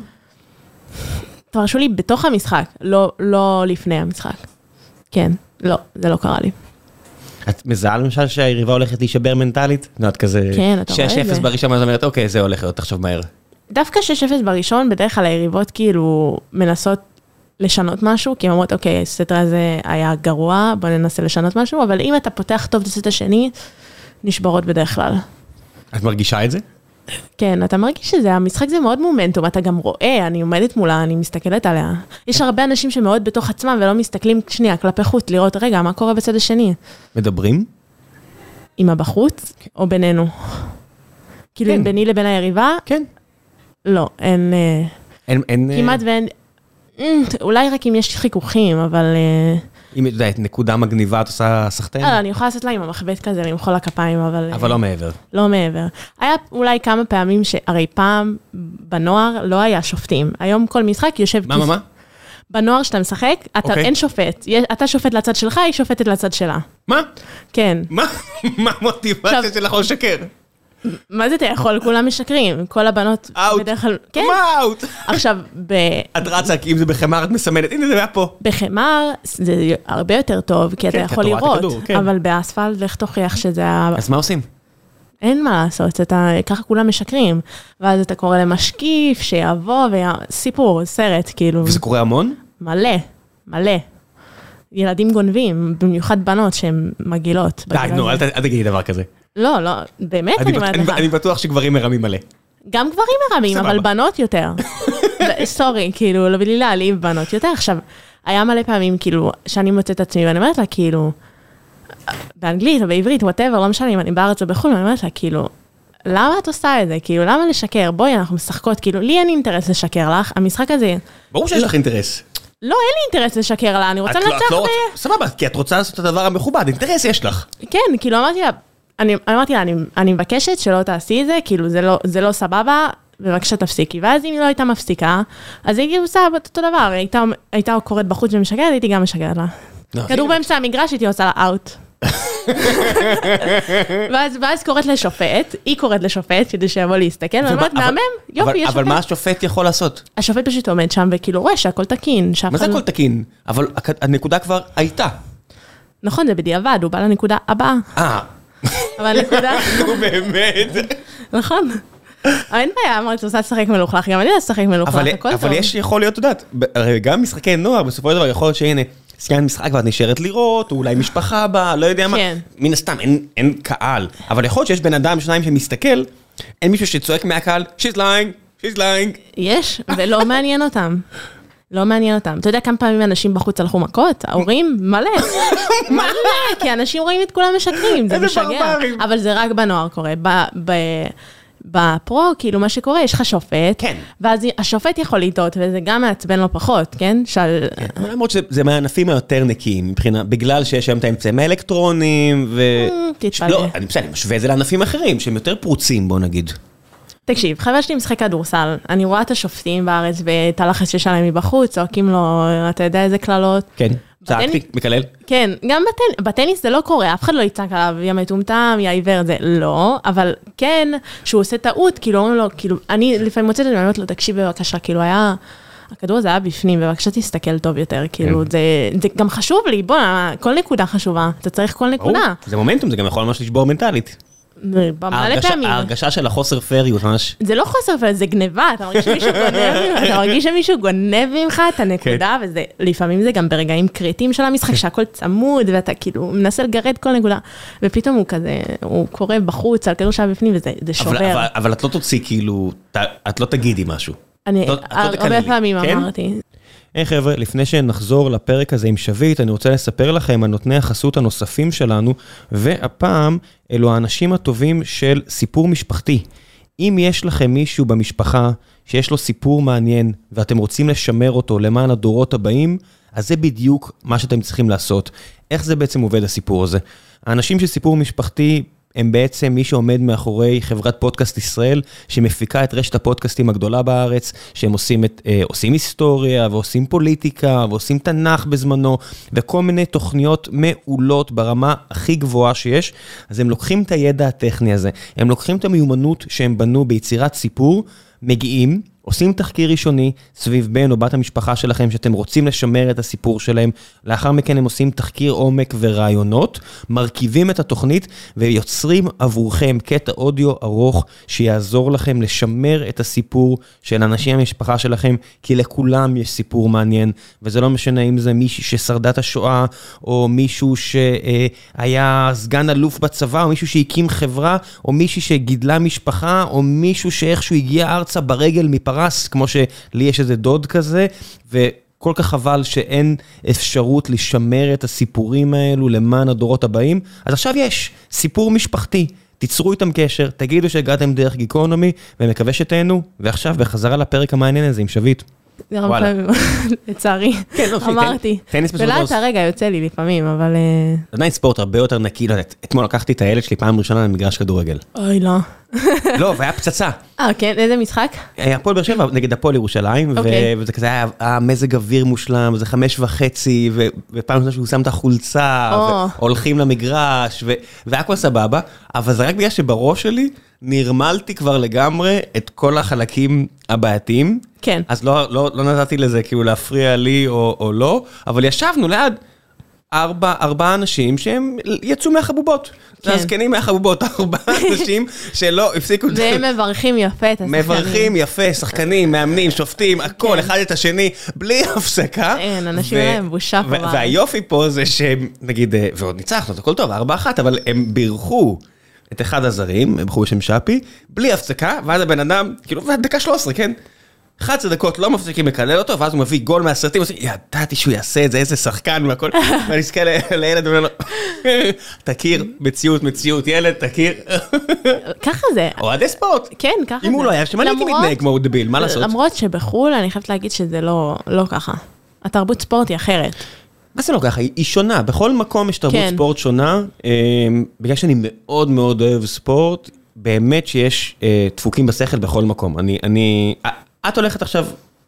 פרשו לי בתוך המשחק, לא, לא לפני המשחק. כן, לא, זה לא קרה לי. את מזהה למשל שהיריבה הולכת להישבר מנטלית? את כזה... כן, אתה רואה את זה. שש אפס בראשון, אז אומרת, אוקיי, זה הולך להיות עכשיו מהר. דווקא שש אפס בראשון, בדרך כלל היריבות כאילו מנסות לשנות משהו, כי הן אומרות, אוקיי, הסט הזה היה גרוע, בוא ננסה לשנות משהו, אבל אם אתה פותח טוב את הסט השני, נשברות בדרך כלל. את מרגישה את זה? כן, אתה מרגיש שזה, המשחק זה מאוד מומנטום, אתה גם רואה, אני עומדת מולה, אני מסתכלת עליה. יש הרבה אנשים שמאוד בתוך עצמם ולא מסתכלים שנייה, כלפי חוץ, לראות, רגע, מה קורה בצד השני? מדברים? עם הבחוץ או בינינו? כאילו, עם ביני לבין היריבה? כן. לא, אין... אין... כמעט ואין... אולי רק אם יש חיכוכים, אבל... אם את יודעת, נקודה מגניבה, את עושה סחטן? לא, אני יכולה לעשות לה עם המחבט כזה, עם חול הכפיים, אבל... אבל לא מעבר. לא מעבר. היה אולי כמה פעמים שהרי פעם בנוער לא היה שופטים. היום כל משחק יושב... מה, מה, מה? בנוער שאתה משחק, אין שופט. אתה שופט לצד שלך, היא שופטת לצד שלה. מה? כן. מה? מה המוטיבציה שלך לשקר? מה זה אתה יכול? כולם משקרים. כל הבנות... אאוט. כן. מה אאוט? עכשיו, ב... את רצה, כי אם זה בחמר, את מסמנת. הנה, זה היה פה. בחמר זה הרבה יותר טוב, כי אתה יכול לראות. אבל באספלט, ואיך תוכיח שזה... אז מה עושים? אין מה לעשות, אתה, ככה כולם משקרים. ואז אתה קורא למשקיף, שיבוא, וסיפור, סרט, כאילו... וזה קורה המון? מלא, מלא. ילדים גונבים, במיוחד בנות שהן מגילות. די, נו, אל תגידי דבר כזה. לא, לא, באמת אני אומרת לך. אני בטוח שגברים מרמים מלא. גם גברים מרמים, אבל בנות יותר. סורי, כאילו, לא בלי להעליב בנות יותר. עכשיו, היה מלא פעמים, כאילו, שאני מוצאת עצמי, ואני אומרת לה, כאילו, באנגלית או בעברית, whatever, לא משנה אם אני בארץ או בחו"ל, ואני אומרת לה, כאילו, למה את עושה את זה? כאילו, למה לשקר? בואי, אנחנו משחקות, כאילו, לי אין אינטרס לשקר לך, המשחק הזה... ברור שיש לך אינטרס. לא, אין לי אינטרס לשקר לה, אני רוצה לנצח ב... סבבה, כי את רוצה לעשות את הדבר המכובד, אינטרס יש לך. כן, כאילו, אמרתי לה, אני אמרתי לה, אני מבקשת שלא תעשי את זה, כאילו, זה לא סבבה, בבקשה תפסיקי. ואז אם היא לא הייתה מפסיקה, אז היא עושה אותו דבר, הייתה קוראת בחוץ ומשקרת, הייתי גם משקרת לה. כדור באמצע המגרש, הייתי עושה לה אאוט. ואז קוראת לשופט, היא קוראת לשופט, כדי שיבוא להסתכל, ואומרת, מהמם, יופי, יש שופט. אבל מה השופט יכול לעשות? השופט פשוט עומד שם, וכאילו רואה שהכל תקין. מה זה הכל תקין? אבל הנקודה כבר הייתה. נכון, זה בדיעבד, הוא בא לנקודה הבאה. אה. אבל הנקודה... נו, באמת. נכון. אין בעיה, אמרת, אתה רוצה לשחק מלוכלך, גם אני רוצה לשחק מלוכלך, הכל טוב. אבל יש יכול להיות, יודעת, גם משחקי נוער, בסופו של דבר יכול להיות שהנה, סיימת משחק ואת נשארת לראות, או אולי משפחה בה, לא יודע מה, מן הסתם, אין קהל, אבל יכול להיות שיש בן אדם, שניים שמסתכל, אין מישהו שצועק מהקהל, she's lying, she's lying. יש, ולא מעניין אותם. לא מעניין אותם. אתה יודע כמה פעמים אנשים בחוץ הלכו מכות? ההורים מלא. מלא, כי אנשים רואים את כולם משקרים, זה משגע. אבל זה רק בנוער קורה. בפרו, כאילו מה שקורה, יש לך שופט, ואז השופט יכול לטעות, וזה גם מעצבן לו פחות, כן? למרות שזה מהענפים היותר נקיים, מבחינה, בגלל שיש שם את האמצעים האלקטרונים, ו... לא, אני משווה את זה לענפים אחרים, שהם יותר פרוצים, בוא נגיד. תקשיב, חבר שלי משחק כדורסל, אני רואה את השופטים בארץ ואת הלחץ שיש עליהם מבחוץ, צועקים לו, אתה יודע איזה כללות. כן, צעקתי, מקלל. כן, גם בטניס זה לא קורה, אף אחד לא יצעק עליו, יא מטומטם, יא עיוור, זה לא, אבל כן, שהוא עושה טעות, כאילו אומרים לו, כאילו, אני לפעמים מוצאת את זה, אני אומרת לו, תקשיב בבקשה, כאילו היה, הכדור הזה היה בפנים, בבקשה תסתכל טוב יותר, כאילו, זה גם חשוב לי, בוא, כל נקודה חשובה, אתה צריך כל נקודה. זה מומנטום, זה גם יכול ממש לשבור מנטלית. ההרגשה של החוסר פריות ממש. זה לא חוסר פריות, זה גניבה, אתה מרגיש שמישהו גונב ממך, אתה מרגיש שמישהו גונב ממך את הנקודה, ולפעמים זה גם ברגעים קריטיים של המשחק, שהכל צמוד, ואתה כאילו מנסה לגרד כל נקודה, ופתאום הוא כזה, הוא קורא בחוץ על כדור שעה בפנים, וזה שובר. אבל את לא תוציא כאילו, את לא תגידי משהו. אני הרבה פעמים אמרתי. היי חבר'ה, לפני שנחזור לפרק הזה עם שביט, אני רוצה לספר לכם על נותני החסות הנוספים שלנו, והפעם אלו האנשים הטובים של סיפור משפחתי. אם יש לכם מישהו במשפחה שיש לו סיפור מעניין, ואתם רוצים לשמר אותו למען הדורות הבאים, אז זה בדיוק מה שאתם צריכים לעשות. איך זה בעצם עובד הסיפור הזה? האנשים של סיפור משפחתי הם בעצם מי שעומד מאחורי חברת פודקאסט ישראל, שמפיקה את רשת הפודקאסטים הגדולה בארץ, שהם עושים, את, אה, עושים היסטוריה, ועושים פוליטיקה, ועושים תנ"ך בזמנו, וכל מיני תוכניות מעולות ברמה הכי גבוהה שיש. אז הם לוקחים את הידע הטכני הזה, הם לוקחים את המיומנות שהם בנו ביצירת סיפור, מגיעים, עושים תחקיר ראשוני סביב בן או בת המשפחה שלכם, שאתם רוצים לשמר את הסיפור שלהם, לאחר מכן הם עושים תחקיר עומק ורעיונות, מרכיבים את התוכנית ויוצרים עבורכם קטע אודיו ארוך שיעזור לכם לשמר את הסיפור של אנשים המשפחה שלכם, כי לכולם יש סיפור מעניין, וזה לא משנה אם זה מישהו ששרדת השואה, או מישהו שהיה סגן אלוף בצבא, או מישהו שהקים חברה, או מישהו שגידלה משפחה, או מישהו שאיכשהו הגיע ארצה ברגל מפרס, כמו שלי יש איזה דוד כזה, וכל כך חבל שאין אפשרות לשמר את הסיפורים האלו למען הדורות הבאים. אז עכשיו יש סיפור משפחתי, תיצרו איתם קשר, תגידו שהגעתם דרך גיקונומי, ומקווה שתהנו, ועכשיו בחזרה לפרק המעניין הזה עם שביט. לצערי, אמרתי. ולאט הרגע יוצא לי לפעמים, אבל... עדיין ספורט הרבה יותר נקי, אתמול לקחתי את הילד שלי פעם ראשונה למגרש כדורגל. אוי, לא. לא, והיה פצצה. אה, כן, איזה משחק? הפועל באר שבע נגד הפועל ירושלים, וזה כזה היה מזג אוויר מושלם, וזה חמש וחצי, ופעם ראשונה שהוא שם את החולצה, והולכים למגרש, והכל סבבה, אבל זה רק בגלל שבראש שלי נרמלתי כבר לגמרי את כל החלקים הבעייתיים. כן. אז לא, לא, לא נתתי לזה כאילו להפריע לי או, או לא, אבל ישבנו ליד ארבע, ארבעה אנשים שהם יצאו מהחבובות. כן. הזקנים מהחבובות, ארבעה אנשים שלא הפסיקו... והם מברכים יפה את השחקנים. מברכים יפה, שחקנים, מאמנים, שופטים, הכל, אחד את השני, בלי הפסקה. אין, אנשים להם בושה פה. והיופי פה זה שהם, נגיד, ועוד ניצחנו, הכל טוב, ארבע אחת, אבל הם בירכו את אחד הזרים, הם בחרו בשם שפי, בלי הפסקה, ואז הבן אדם, כאילו, דקה שלוש עשרה, כן? אחת עשרה דקות לא מפסיקים לקלל אותו, ואז הוא מביא גול מהסרטים, ועושה, ידעתי שהוא יעשה את זה, איזה שחקן והכל, ואני אזכה לילד, ואומר לו, תכיר, מציאות, מציאות, ילד, תכיר. ככה זה. אוהדי ספורט. כן, ככה זה. אם הוא לא היה, שמעתי הייתי מתנהג כמו דביל, מה לעשות? למרות שבחול, אני חייבת להגיד שזה לא ככה. התרבות ספורט היא אחרת. מה זה לא ככה? היא שונה, בכל מקום יש תרבות ספורט שונה, בגלל שאני מאוד מאוד אוהב ספורט, באמת שיש דפוקים בשכל בכל מקום. אני, אני, את הולכת עכשיו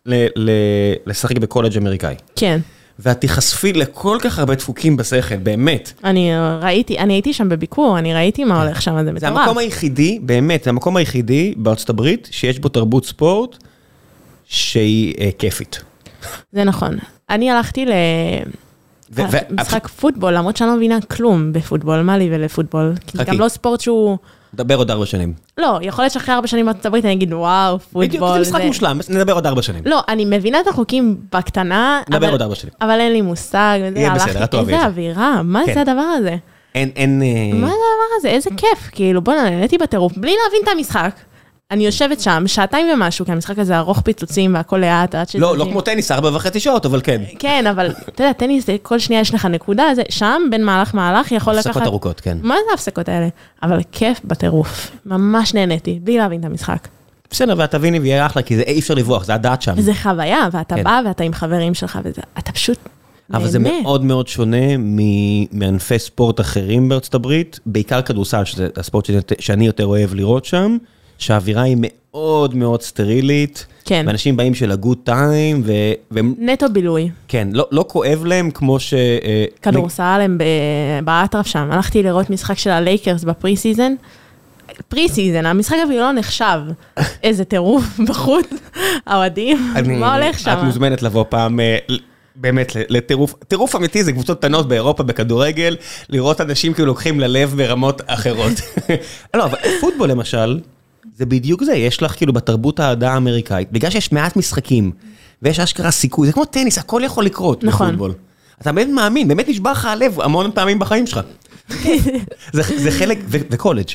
לשחק בקולג' אמריקאי. כן. ואת תחשפי לכל כך הרבה דפוקים בשכל, באמת. אני ראיתי, אני הייתי שם בביקור, אני ראיתי מה הולך שם, זה מטורף. זה המקום היחידי, באמת, זה המקום היחידי בארצות הברית, שיש בו תרבות ספורט, שהיא כיפית. זה נכון. אני הלכתי ל... משחק פוטבול, למרות שאני לא מבינה כלום בפוטבול, מה לי ולפוטבול? כי זה גם לא ספורט שהוא... נדבר עוד ארבע שנים. לא, יכול להיות שאחרי ארבע שנים בארצות הברית, אני אגיד, וואו, פוטבול. בדיוק, זה משחק מושלם, נדבר עוד ארבע שנים. לא, אני מבינה את החוקים בקטנה, נדבר עוד ארבע שנים. אבל אין לי מושג. יהיה בסדר, את תאהבי את זה. איזה אווירה, מה זה הדבר הזה? אין, אין... מה זה הדבר הזה? איזה כיף, כאילו, בוא נהניתי בטירוף, בלי להבין את המשחק. אני יושבת שם, שעתיים ומשהו, כי המשחק הזה ארוך פיצוצים והכל לאט, עד שזה... לא, לא כמו טניס, ארבע וחצי שעות, אבל כן. כן, אבל, אתה יודע, טניס, כל שנייה יש לך נקודה, זה שם, בין מהלך מהלך, יכול לקחת... הפסקות ארוכות, כן. מה זה ההפסקות האלה? אבל כיף בטירוף. ממש נהניתי, בלי להבין את המשחק. בסדר, ואתה תביני ויהיה אחלה, כי זה אי אפשר לברוח, זה הדעת שם. וזה חוויה, ואתה בא ואתה עם חברים שלך, ואתה פשוט נהנה. אבל זה מאוד מאוד שונה מענפי ספורט אחרים בארצות הברית, בעיקר כדורסל, שזה הספורט שאני יותר אוהב לראות שם, שהאווירה היא מאוד מאוד סטרילית, כן. ואנשים באים של הגוד טיים, ו... נטו בילוי. כן, לא, לא כואב להם כמו ש... כדורסל הם באטרף שם, הלכתי לראות משחק של הלייקרס בפרי סיזן, פרי סיזן, המשחק אפילו לא נחשב, איזה טירוף בחוץ, האוהדים, מה הולך שם? את מוזמנת לבוא פעם... באמת, לטירוף, טירוף אמיתי זה קבוצות קטנות באירופה בכדורגל, לראות אנשים כאילו לוקחים ללב ברמות אחרות. לא, אבל פוטבול למשל, זה בדיוק זה, יש לך כאילו בתרבות העדה האמריקאית, בגלל שיש מעט משחקים, ויש אשכרה סיכוי, זה כמו טניס, הכל יכול לקרות בפוטבול. אתה באמת מאמין, באמת נשבע לך הלב המון פעמים בחיים שלך. זה חלק, וקולג'.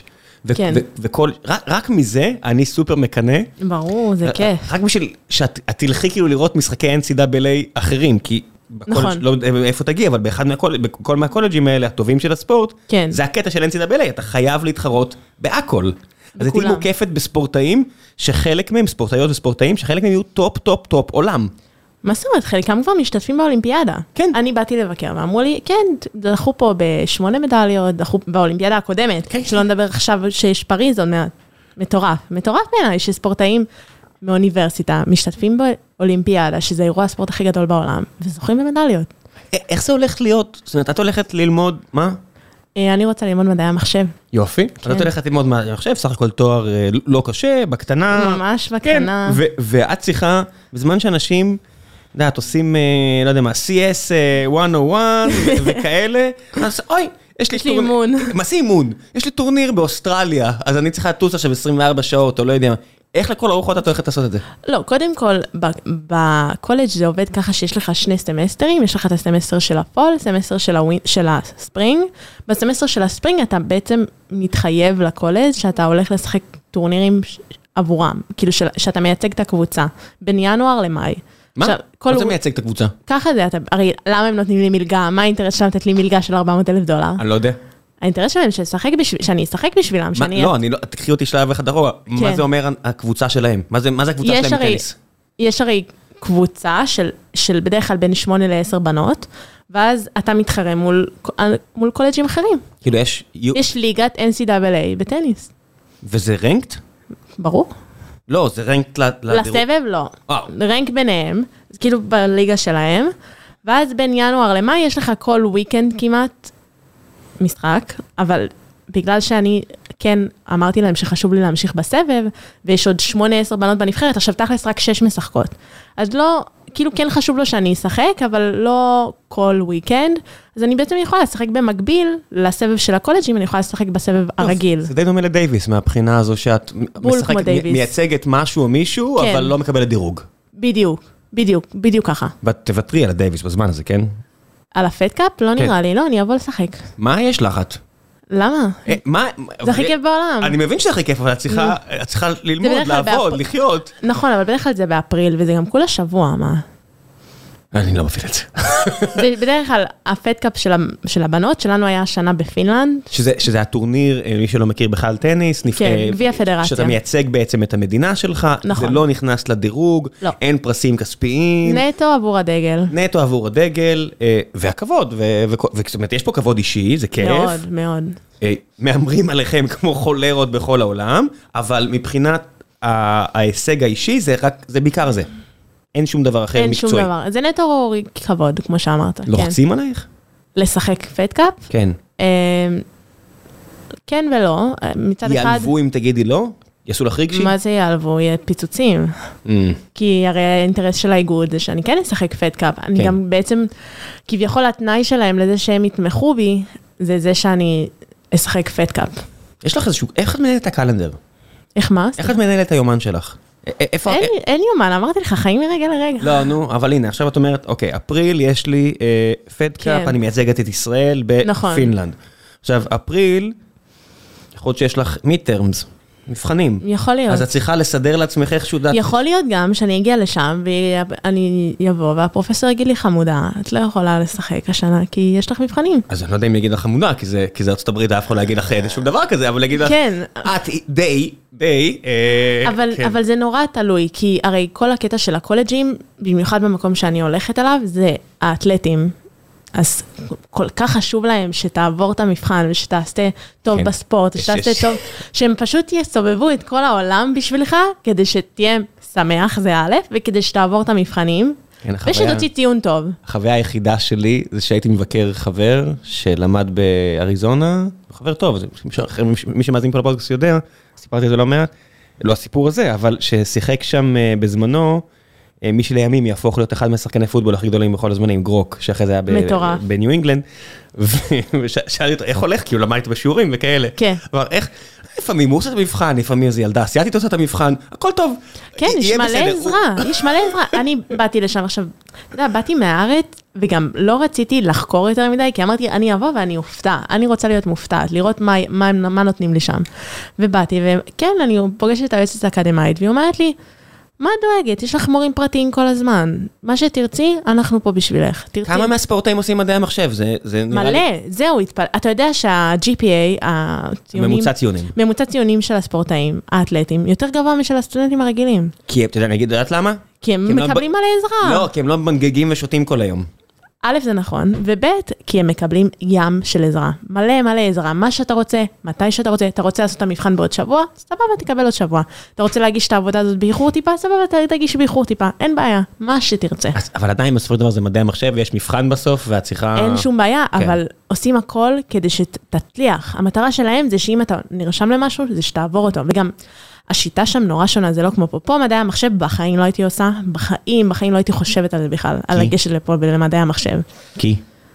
רק מזה אני סופר מקנה. ברור, זה כיף. רק בשביל שאת תלכי כאילו לראות משחקי אן סי דאבל איי אחרים, כי בקולג' לא יודע איפה תגיע, אבל באחד בכל מהקולג'ים האלה, הטובים של הספורט, זה הקטע של אן סי דאבל איי, אתה חייב להתחרות בהכל. אז זה תהיה מוקפת בספורטאים, שחלק מהם, ספורטאיות וספורטאים, שחלק מהם יהיו טופ, טופ, טופ עולם. מה זאת אומרת? חלקם כבר משתתפים באולימפיאדה. כן. אני באתי לבקר, ואמרו לי, כן, דחו פה בשמונה מדליות, דחו באולימפיאדה הקודמת, כן, שלא נדבר עכשיו שיש פריז עוד מעט. מטורף. מטורף בעיניי שספורטאים מאוניברסיטה משתתפים באולימפיאדה, שזה אירוע הספורט הכי גדול בעולם, וזוכים במדליות. איך זה הולך להיות? זאת אומרת, את הולכת ללמוד, מה? אני רוצה ללמוד מדעי המחשב. יופי. כן. את הולכת ללמוד מדעי המחשב, סך הכל תואר לא קשה, בקטנה. ממש בקטנה. כן. ואת צריכה, בזמן שאנשים, יודעת, עושים, לא יודע מה, סי אס מאה ואחת וכאלה, אז אוי, יש לי אימון. מה זה אימון? יש לי טורניר באוסטרליה, אז אני צריכה לטוס עכשיו עשרים וארבע שעות, או לא יודע מה. איך לכל הרוחות את הולכת לעשות את זה? לא, קודם כל, בקולג' זה עובד ככה שיש לך שני סמסטרים, יש לך את הסמסטר של הפול, סמסטר של הספרינג. בסמסטר של הספרינג אתה בעצם מתחייב לקולג' שאתה הולך לשחק טורנירים עבורם, כאילו שאתה מייצג את הקבוצה, בין ינואר למאי. מה? מה זה מייצג את הקבוצה? ככה זה, הרי למה הם נותנים לי מלגה? מה האינטרס שלהם לתת לי מלגה של ארבע מאות אלף דולר? אני לא יודע. האינטרס שלהם שאני אשחק בשבילם, שאני... לא, תקחי אותי שלב אחד אחורה. מה זה אומר הקבוצה שלהם? מה זה הקבוצה שלהם בטניס? יש הרי קבוצה של בדרך כלל בין שמונה לעשר בנות, ואז אתה מתחרה מול קולג'ים אחרים. כאילו יש... יש ליגת אן סי דאבל איי בטניס. וזה רנקט? ברור. לא, זה רנקט לדירוג. לסבב לא. רנק ביניהם, כאילו בליגה שלהם, ואז בין ינואר למאי יש לך כל וויקנד כמעט משחק, אבל בגלל שאני כן אמרתי להם שחשוב לי להמשיך בסבב, ויש עוד שמונה עשר בנות בנבחרת, עכשיו תכלס רק שש משחקות. אז לא, כאילו כן חשוב לו שאני אשחק, אבל לא כל וויקנד, אז אני בעצם יכולה לשחק במקביל לסבב של הקולג'ים, אני יכולה לשחק בסבב הרגיל. זה די דומה לדייביס, מהבחינה הזו שאת מייצגת משהו או מישהו, אבל לא מקבלת דירוג. בדיוק, בדיוק, בדיוק ככה. ותוותרי על הדייביס בזמן הזה, כן? על הפדקאפ? לא נראה לי, לא, אני אבוא לשחק. מה יש לך את? למה? זה הכי כיף בעולם. אני מבין שזה הכי כיף, אבל את צריכה ללמוד, לעבוד, לחיות. נכון, אבל בדרך כלל זה באפריל, וזה גם כולה שבוע, מה? אני לא מבין את זה. בדרך כלל, הפדקאפ של הבנות שלנו היה שנה בפינלנד. שזה הטורניר, מי שלא מכיר בכלל טניס. כן, גביע פדרציה. שאתה מייצג בעצם את המדינה שלך. זה לא נכנס לדירוג. אין פרסים כספיים. נטו עבור הדגל. נטו עבור הדגל, והכבוד. זאת אומרת, יש פה כבוד אישי, זה כיף. מאוד, מאוד. מאמרים עליכם כמו חולרות בכל העולם, אבל מבחינת ההישג האישי, זה בעיקר זה. אין שום דבר אחר מקצועי. אין שום דבר. זה נטו כבוד, כמו שאמרת. לוחצים עלייך? לשחק פדקאפ? כן. כן ולא. מצד אחד... יעלבו אם תגידי לא? יעשו לך רגשי? מה זה יעלבו? יהיה פיצוצים. כי הרי האינטרס של האיגוד זה שאני כן אשחק פד קאפ. אני גם בעצם, כביכול התנאי שלהם לזה שהם יתמכו בי, זה זה שאני אשחק פד קאפ. יש לך איזשהו, איך את מנהלת את הקלנדר? איך מה? איך את מנהלת את היומן שלך? אין יומן, אמרתי לך, חיים מרגע לרגע. לא, נו, אבל הנה, עכשיו את אומרת, אוקיי, אפריל יש לי פד קאפ, אני מייצגת את ישראל בפינלנד. עכשיו, אפריל, יכול להיות שיש לך מיד-טרמס, מבחנים. יכול להיות. אז את צריכה לסדר לעצמך איכשהו דעת. יכול להיות גם שאני אגיע לשם, ואני אבוא, והפרופסור יגיד לי חמודה, את לא יכולה לשחק השנה, כי יש לך מבחנים. אז אני לא יודע אם יגיד לך חמודה, כי זה ארצות הברית, אף אחד לא יגיד לך שום דבר כזה, אבל יגיד לך, את די, די. אבל זה נורא תלוי, כי הרי כל הקטע של הקולג'ים, במיוחד במקום שאני הולכת אליו, זה האתלטים. אז כל כך חשוב להם שתעבור את המבחן ושתעשה טוב בספורט, שתעשה טוב, שהם פשוט יסובבו את כל העולם בשבילך, כדי שתהיה שמח, זה א', וכדי שתעבור את המבחנים, ושתוציא ציון טוב. החוויה היחידה שלי זה שהייתי מבקר חבר שלמד באריזונה, חבר טוב, מי שמאזין פה לפודקאסט יודע, סיפרתי את זה לא מעט, לא הסיפור הזה, אבל ששיחק שם בזמנו, מי שלימים יהפוך להיות אחד מהשחקני פוטבול הכי גדולים בכל הזמנים, גרוק, שאחרי זה היה בניו אינגלנד, ושאלתי אותו, איך הולך? כי הוא למד איתי בשיעורים וכאלה. כן. אבל איך, לפעמים הוא עושה את המבחן, לפעמים איזו ילדה, אסיאתית עושה את המבחן, הכל טוב. כן, יש מלא עזרה, יש מלא עזרה. אני באתי לשם עכשיו, אתה יודע, באתי מהארץ, וגם לא רציתי לחקור יותר מדי, כי אמרתי, אני אבוא ואני אופתע, אני רוצה להיות מופתעת, לראות מה, מה, מה נותנים לי שם. ובאתי, וכן, אני פוגשת את היועצת האקדמאית, והיא אומרת לי, מה דואגת? יש לך מורים פרטיים כל הזמן. מה שתרצי, אנחנו פה בשבילך. כמה מהספורטאים עושים מדעי המחשב? זה נראה לי... מלא, זהו, אתה יודע שה-ג'י פי איי, ממוצע ציונים. ממוצע ציונים של הספורטאים, האתלטים, יותר גבוה משל הסטודנטים הרגילים. כי, אתה יודע, אני אגיד, יודעת למה? כי הם מקבלים מלא עזרה. לא, כי הם לא מנגגים ושותים כל היום. א', זה נכון, וב', כי הם מקבלים ים של עזרה. מלא מלא עזרה. מה שאתה רוצה, מתי שאתה רוצה, אתה רוצה לעשות את המבחן בעוד שבוע, סבבה, תקבל עוד שבוע. אתה רוצה להגיש את העבודה הזאת באיחור טיפה, סבבה, תגיש באיחור טיפה. אין בעיה, מה שתרצה. אבל עדיין בסופו של דבר זה מדעי המחשב, ויש מבחן בסוף, ואת צריכה... אין שום בעיה, אבל עושים הכל כדי שתצליח. המטרה שלהם זה שאם אתה נרשם למשהו, זה שתעבור אותו. וגם השיטה שם נורא שונה, זה לא כמו פה. פה מדעי המחשב בחיים לא הייתי עושה, בחיים, בחיים לא הייתי חושבת על זה בכלל, על לגשת לפה למדעי המחשב. כי?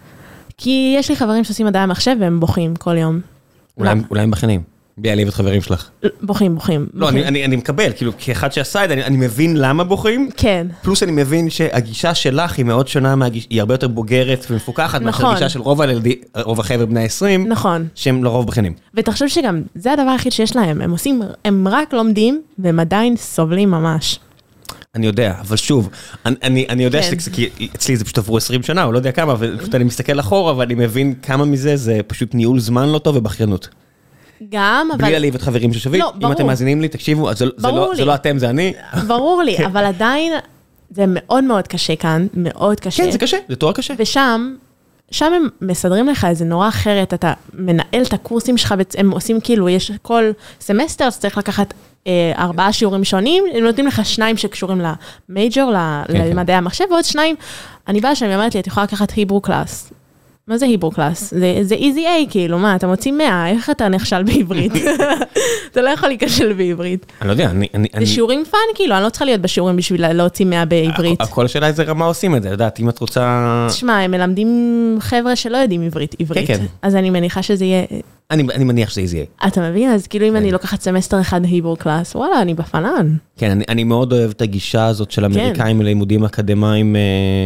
כי יש לי חברים שעושים מדעי המחשב והם בוכים כל יום. אולי הם בחנים. ביעליב את חברים שלך. בוכים, בוכים. לא, אני מקבל, כאילו, כאחד שעשה את זה, אני מבין למה בוכים. כן. פלוס אני מבין שהגישה שלך היא מאוד שונה, היא הרבה יותר בוגרת ומפוקחת, מאשר הגישה של רוב החבר'ה בני עשרים. נכון. שהם לרוב בחנים. ותחשוב שגם, זה הדבר היחיד שיש להם, הם עושים, הם רק לומדים, והם עדיין סובלים ממש. אני יודע, אבל שוב, אני, אני יודע שאצלי זה פשוט עברו עשרים שנה, או לא יודע כמה, ופשוט אני מסתכל אחורה, ואני מבין כמה מזה זה פשוט ניהול זמן לא טוב ובחיינות. גם, אבל... בלי להעליב את חברים ששווים, לא, אם אתם מאזינים לי, תקשיבו, אז זה, זה, לא, זה לא אתם, זה אני. ברור לי, אבל עדיין זה מאוד מאוד קשה כאן, מאוד קשה. כן, זה קשה, זה תואר קשה. ושם, שם הם מסדרים לך איזה נורא אחרת, אתה מנהל את הקורסים שלך, הם עושים כאילו, יש כל סמסטר, אז צריך לקחת אה, ארבעה שיעורים שונים, הם נותנים לך שניים שקשורים למייג'ור, כן, למדעי כן. המחשב, ועוד שניים, אני באה שאני אומרת לי, את יכולה לקחת היברו קלאס. מה זה היברו קלאס? זה איזי איי, כאילו, מה, אתה מוציא מאה, איך אתה נכשל בעברית? אתה לא יכול להיכשל בעברית. אני לא יודע, אני... זה שיעורים פאן, כאילו, אני לא צריכה להיות בשיעורים בשביל להוציא מאה בעברית. הכל השאלה איזה רמה עושים את זה, לדעת, אם את רוצה... תשמע, הם מלמדים חבר'ה שלא יודעים עברית, עברית. אז אני מניחה שזה יהיה... אני מניח שזה איזי איי. אתה מבין? אז כאילו, אם אני לוקחת סמסטר אחד היברו קלאס, וואלה, אני בפנן. כן, אני מאוד אוהב את הגישה הזאת של אמריקאים ללימודים אקדמיים.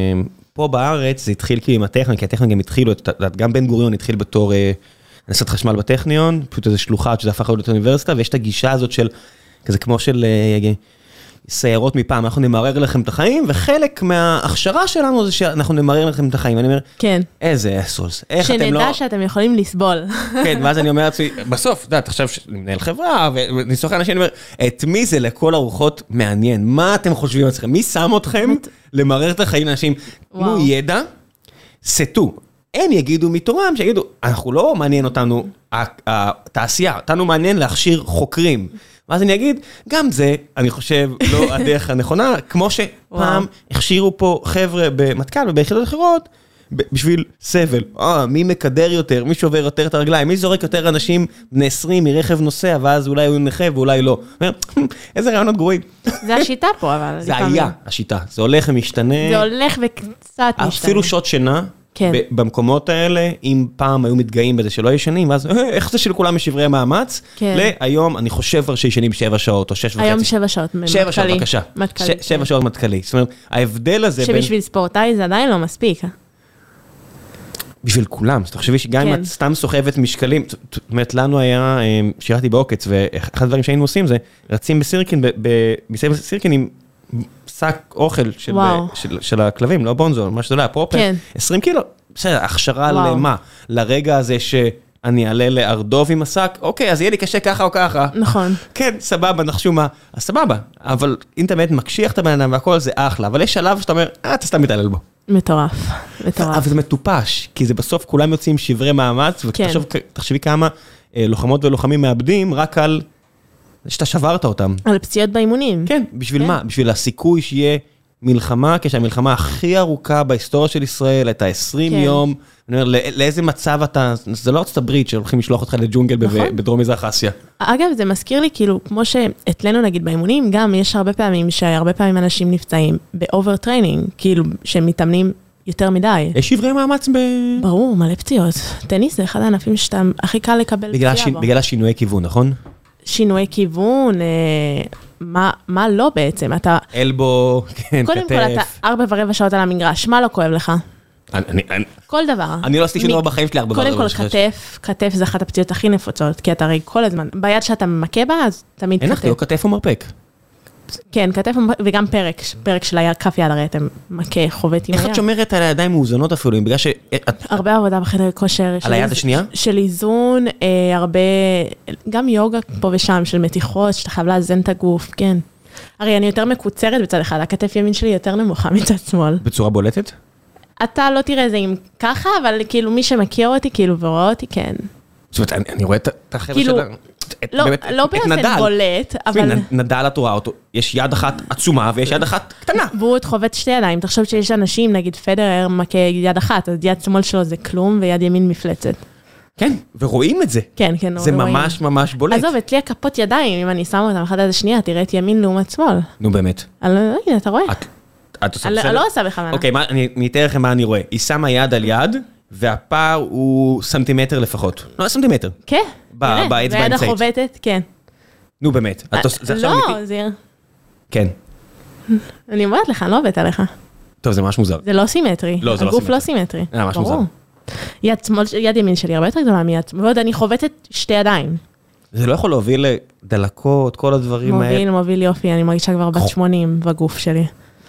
פה בארץ זה התחיל כאילו עם הטכניון, כי הטכניון גם התחילו, גם בן גוריון התחיל בתור הנדסת חשמל בטכניון, פשוט איזו שלוחה שזה הפך להיות אוניברסיטה, ויש את הגישה הזאת של, כזה כמו של סיירות מפעם, אנחנו נמרר לכם את החיים, וחלק מההכשרה שלנו זה שאנחנו נמרר לכם את החיים, ואני אומר, כן. איזה אסולס, איך אתם לא... שנדע שאתם יכולים לסבול. כן, ואז אני אומר לעצמי, בסוף, אתה יודע, עכשיו אני מנהל חברה, וניסוח האנשים, אני אומר, את מי זה לכל ארוחות מעניין? מה אתם חושבים על אצלכם? מי שם אתכם למרר את החיים לאנשים? תנו ידע, סטו. הם יגידו מתורם, שיגידו, אנחנו לא מעניין אותנו, התעשייה, אותנו מעניין להכשיר חוקרים. ואז אני אגיד, גם זה, אני חושב, לא הדרך הנכונה, כמו שפעם הכשירו פה חבר'ה במטכ"ל וביחידות אחרות, בשביל סבל. אה, מי מקדר יותר, מי שובר יותר את הרגליים, מי זורק יותר אנשים בני עשרים מרכב נוסע, ואז אולי הוא נכה ואולי לא. איזה רעיונות גרועים. זה השיטה פה, אבל... זה היה השיטה. זה הולך ומשתנה. זה הולך וקצת משתנה. אפילו שעות שינה. כן. במקומות האלה, אם פעם היו מתגאים בזה שלא ישנים, אז איך זה שלכולם יש שברי מאמץ? כן. להיום, אני חושב כבר שישנים שבע שעות או שש וחצי. היום שבע שעות מתקלי. שבע שעות, בבקשה. מתקלי. ש- שבע שעות מתקלי. זאת אומרת, ההבדל הזה בין... שבשביל ספורטאי זה עדיין לא מספיק. בשביל כולם. אז תחשבי שגם כן. אם את סתם סוחבת משקלים, זאת אומרת, לנו היה, שירתי בעוקץ, ואחד הדברים שהיינו עושים זה, רצים בסירקין, מסביב סירקין עם שק אוכל של, של, של הכלבים, לא בונזו, מה שזה לא היה, פרופר, כן. עשרים קילו, בסדר, הכשרה וואו. למה? לרגע הזה שאני אעלה לארדוב עם השק, אוקיי, אז יהיה לי קשה ככה או ככה. נכון. כן, סבבה, נחשו מה, אז סבבה, אבל אם אתה באמת מקשיח את הבן אדם והכל זה אחלה, אבל יש שלב שאתה אומר, אה, אתה סתם מתעלל בו. מטורף, מטורף. אבל זה מטופש, כי זה בסוף כולם יוצאים שברי מאמץ, ותחשבי כמה לוחמות ולוחמים מאבדים רק על... שאתה שברת אותם. על פציעות באימונים. כן, בשביל מה? בשביל הסיכוי שיהיה מלחמה, כשהמלחמה הכי ארוכה בהיסטוריה של ישראל, הייתה עשרים יום, אני אומר, לאיזה מצב אתה, זה לא ארצות הברית שהולכים לשלוח אותך לג'ונגל בדרום מזרח אסיה. אגב, זה מזכיר לי, כאילו, כמו שאתלנו נגיד באימונים, גם יש הרבה פעמים, שהרבה פעמים אנשים נפצעים באובר טריינינג, כאילו, שהם מתאמנים יותר מדי. יש שברי מאמץ ב... ברור, מלא פציעות. טניס זה אחד הענפים שאתה הכי קל לקבל פציעה בו. בגלל השינויי כיוון, נכון? שינוי כיוון, מה, מה לא בעצם? אתה... אלבו, כן, קודם כתף. כל, אתה ארבע ורבע שעות על המגרש, מה לא כואב לך? אני, אני, כל דבר. אני לא עשיתי שום דבר בחיים שלי ארבע ורבע. קודם כל, כתף, כתף זה אחת הפציעות הכי נפוצות, כי אתה הרי כל הזמן, ביד שאתה ממכה בה, אז תמיד כתף. אין לך, כתף או מרפק? כן, כתף וגם פרק, פרק של כף יד, הרי אתם מכה, חובט עם היד. איך את שומרת על הידיים מאוזנות אפילו, בגלל ש... הרבה עבודה בחדר כושר. על היד השנייה? של איזון, הרבה, גם יוגה פה ושם, של מתיחות, שאתה חייב לאזן את הגוף, כן. הרי אני יותר מקוצרת בצד אחד, הכתף ימין שלי יותר נמוכה מצד שמאל. בצורה בולטת? אתה לא תראה זה עם ככה, אבל כאילו מי שמכיר אותי, כאילו ורואה אותי, כן. זאת אומרת, אני רואה את החבר'ה שלה... לא, לא באופן בולט, אבל... נדל את רואה אותו, יש יד אחת עצומה ויש יד אחת קטנה. והוא עוד חובט שתי ידיים, תחשוב שיש אנשים, נגיד פדרר מכה יד אחת, אז יד שמאל שלו זה כלום ויד ימין מפלצת. כן, ורואים את זה. כן, כן, זה ממש ממש בולט. עזוב, אצלי הכפות ידיים, אם אני שמה אותם אחת עד השנייה, תראה את ימין לעומת שמאל. נו באמת. הנה, אתה רואה? את עושה בסדר? לא עושה בכוונה. אוקיי, אני אתאר לכם מה אני רואה. היא שמה יד על יד, והפער הוא סנטימטר לפחות. לא, סנטימטר. כן. באצבע האמצעית. והיד החובטת, כן. נו באמת. לא, זה... כן. אני אומרת לך, אני לא עובדת עליך. טוב, זה ממש מוזר. זה לא סימטרי. לא, זה לא הגוף לא סימטרי. זה ממש מוזר. יד שמאל, יד ימין שלי הרבה יותר גדולה מיד, ועוד אני חובטת שתי ידיים. זה לא יכול להוביל לדלקות, כל הדברים האלה. מוביל, מוביל יופי, אני מרגישה כבר בת שמונים בגוף שלי.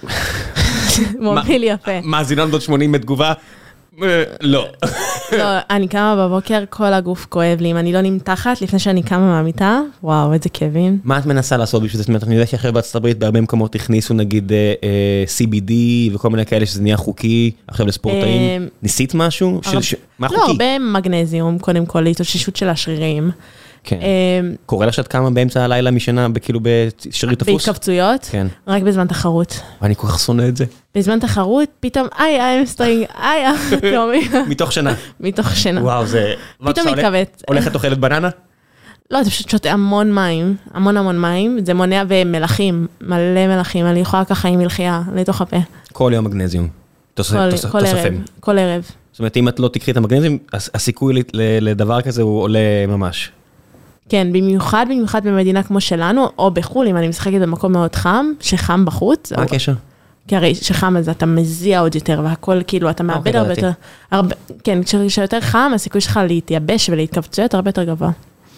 מוביל יפה. מאזינות בת שמונים בתגובה? לא. לא, אני קמה בבוקר, כל הגוף כואב לי, אם אני לא נמתחת, לפני שאני קמה מהמיטה, וואו, איזה כאבים. מה את מנסה לעשות בשביל זה? זאת אומרת, אני יודע שאחרי בארצות הברית, בהרבה מקומות הכניסו נגיד סי בי די וכל מיני כאלה שזה נהיה חוקי, עכשיו לספורטאים. ניסית משהו? מה חוקי? לא, הרבה מגנזיום, קודם כל, להתאוששות של השרירים. כן. קורה לך שאת קמה באמצע הלילה משנה, כאילו בשריר תפוס? בהתכווצויות? כן. רק בזמן תחרות. ואני כל כך שונא את זה. בזמן תחרות, פתאום, איי, האמסטרינג, איי, מתוך שנה. מתוך שנה. וואו, זה... פתאום מתכווץ. הולכת אוכלת בננה? לא, אתה פשוט שותה המון מים, המון המון מים, זה מונע ומלחים, מלא מלחים, אני יכולה ככה עם מלחייה לתוך הפה. כל יום מגנזיום. כל ערב, כל ערב. זאת אומרת, אם את לא תקחי את המגנזיום, הסיכוי לדבר כזה הוא עולה ממש. כן, במיוחד, במיוחד במדינה כמו שלנו, או בחול, אם אני משחקת במקום מאוד חם, שחם בחוץ. מה הקשר? כי הרי שחם אז אתה מזיע עוד יותר, והכל כאילו, אתה מאבד הרבה יותר, כן, כשיותר חם, הסיכוי שלך להתייבש ולהתכווצויות הרבה יותר גבוה.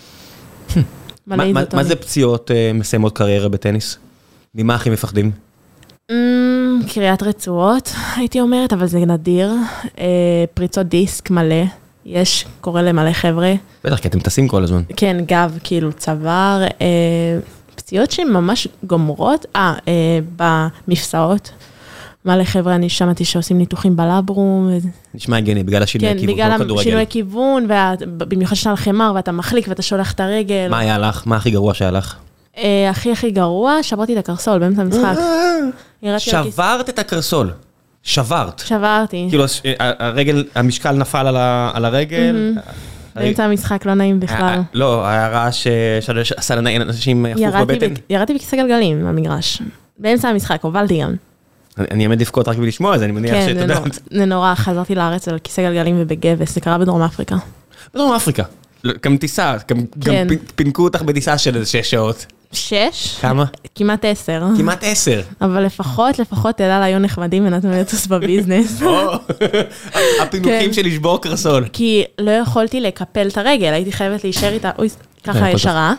מה זה פציעות מסיימות קריירה בטניס? ממה הכי מפחדים? קריאת רצועות, הייתי אומרת, אבל זה נדיר. פריצות דיסק מלא. יש, קורא למלא חבר'ה. בטח, כי אתם טסים כל הזמן. כן, גב, כאילו צוואר, פציעות שהן ממש גומרות, אה, במפסעות. מלא חבר'ה, אני שמעתי שעושים ניתוחים בלברום. נשמע הגיוני, בגלל השינוי כיוון, כן, בגלל השינוי כיוון, במיוחד שאתה על חמר, ואתה מחליק ואתה שולח את הרגל. מה היה לך? מה הכי גרוע שהיה לך? הכי הכי גרוע, שברתי את הקרסול באמצע המשחק. שברת את הקרסול. שברת. שברתי. כאילו, הרגל, המשקל נפל על הרגל. באמצע המשחק לא נעים בכלל. לא, ההערה שעשה לנעים אנשים הפוך בבטן. ירדתי בכיסא גלגלים במגרש. באמצע המשחק, הובלתי גם. אני עמד לפקוד רק בלשמוע, אז אני מניח שאתה יודע. כן, זה נורא, חזרתי לארץ על כיסא גלגלים ובגבס, זה קרה בדרום אפריקה. בדרום אפריקה. גם טיסה, גם פינקו אותך בטיסה של איזה שש שעות. שש? כמה? כמעט עשר. כמעט עשר. אבל לפחות, לפחות אלה היו נחמדים ונתנו לטוס בביזנס. הפינוקים של לשבור קרסול. כי לא יכולתי לקפל את הרגל, הייתי חייבת להישאר איתה, אוי, ככה ישרה,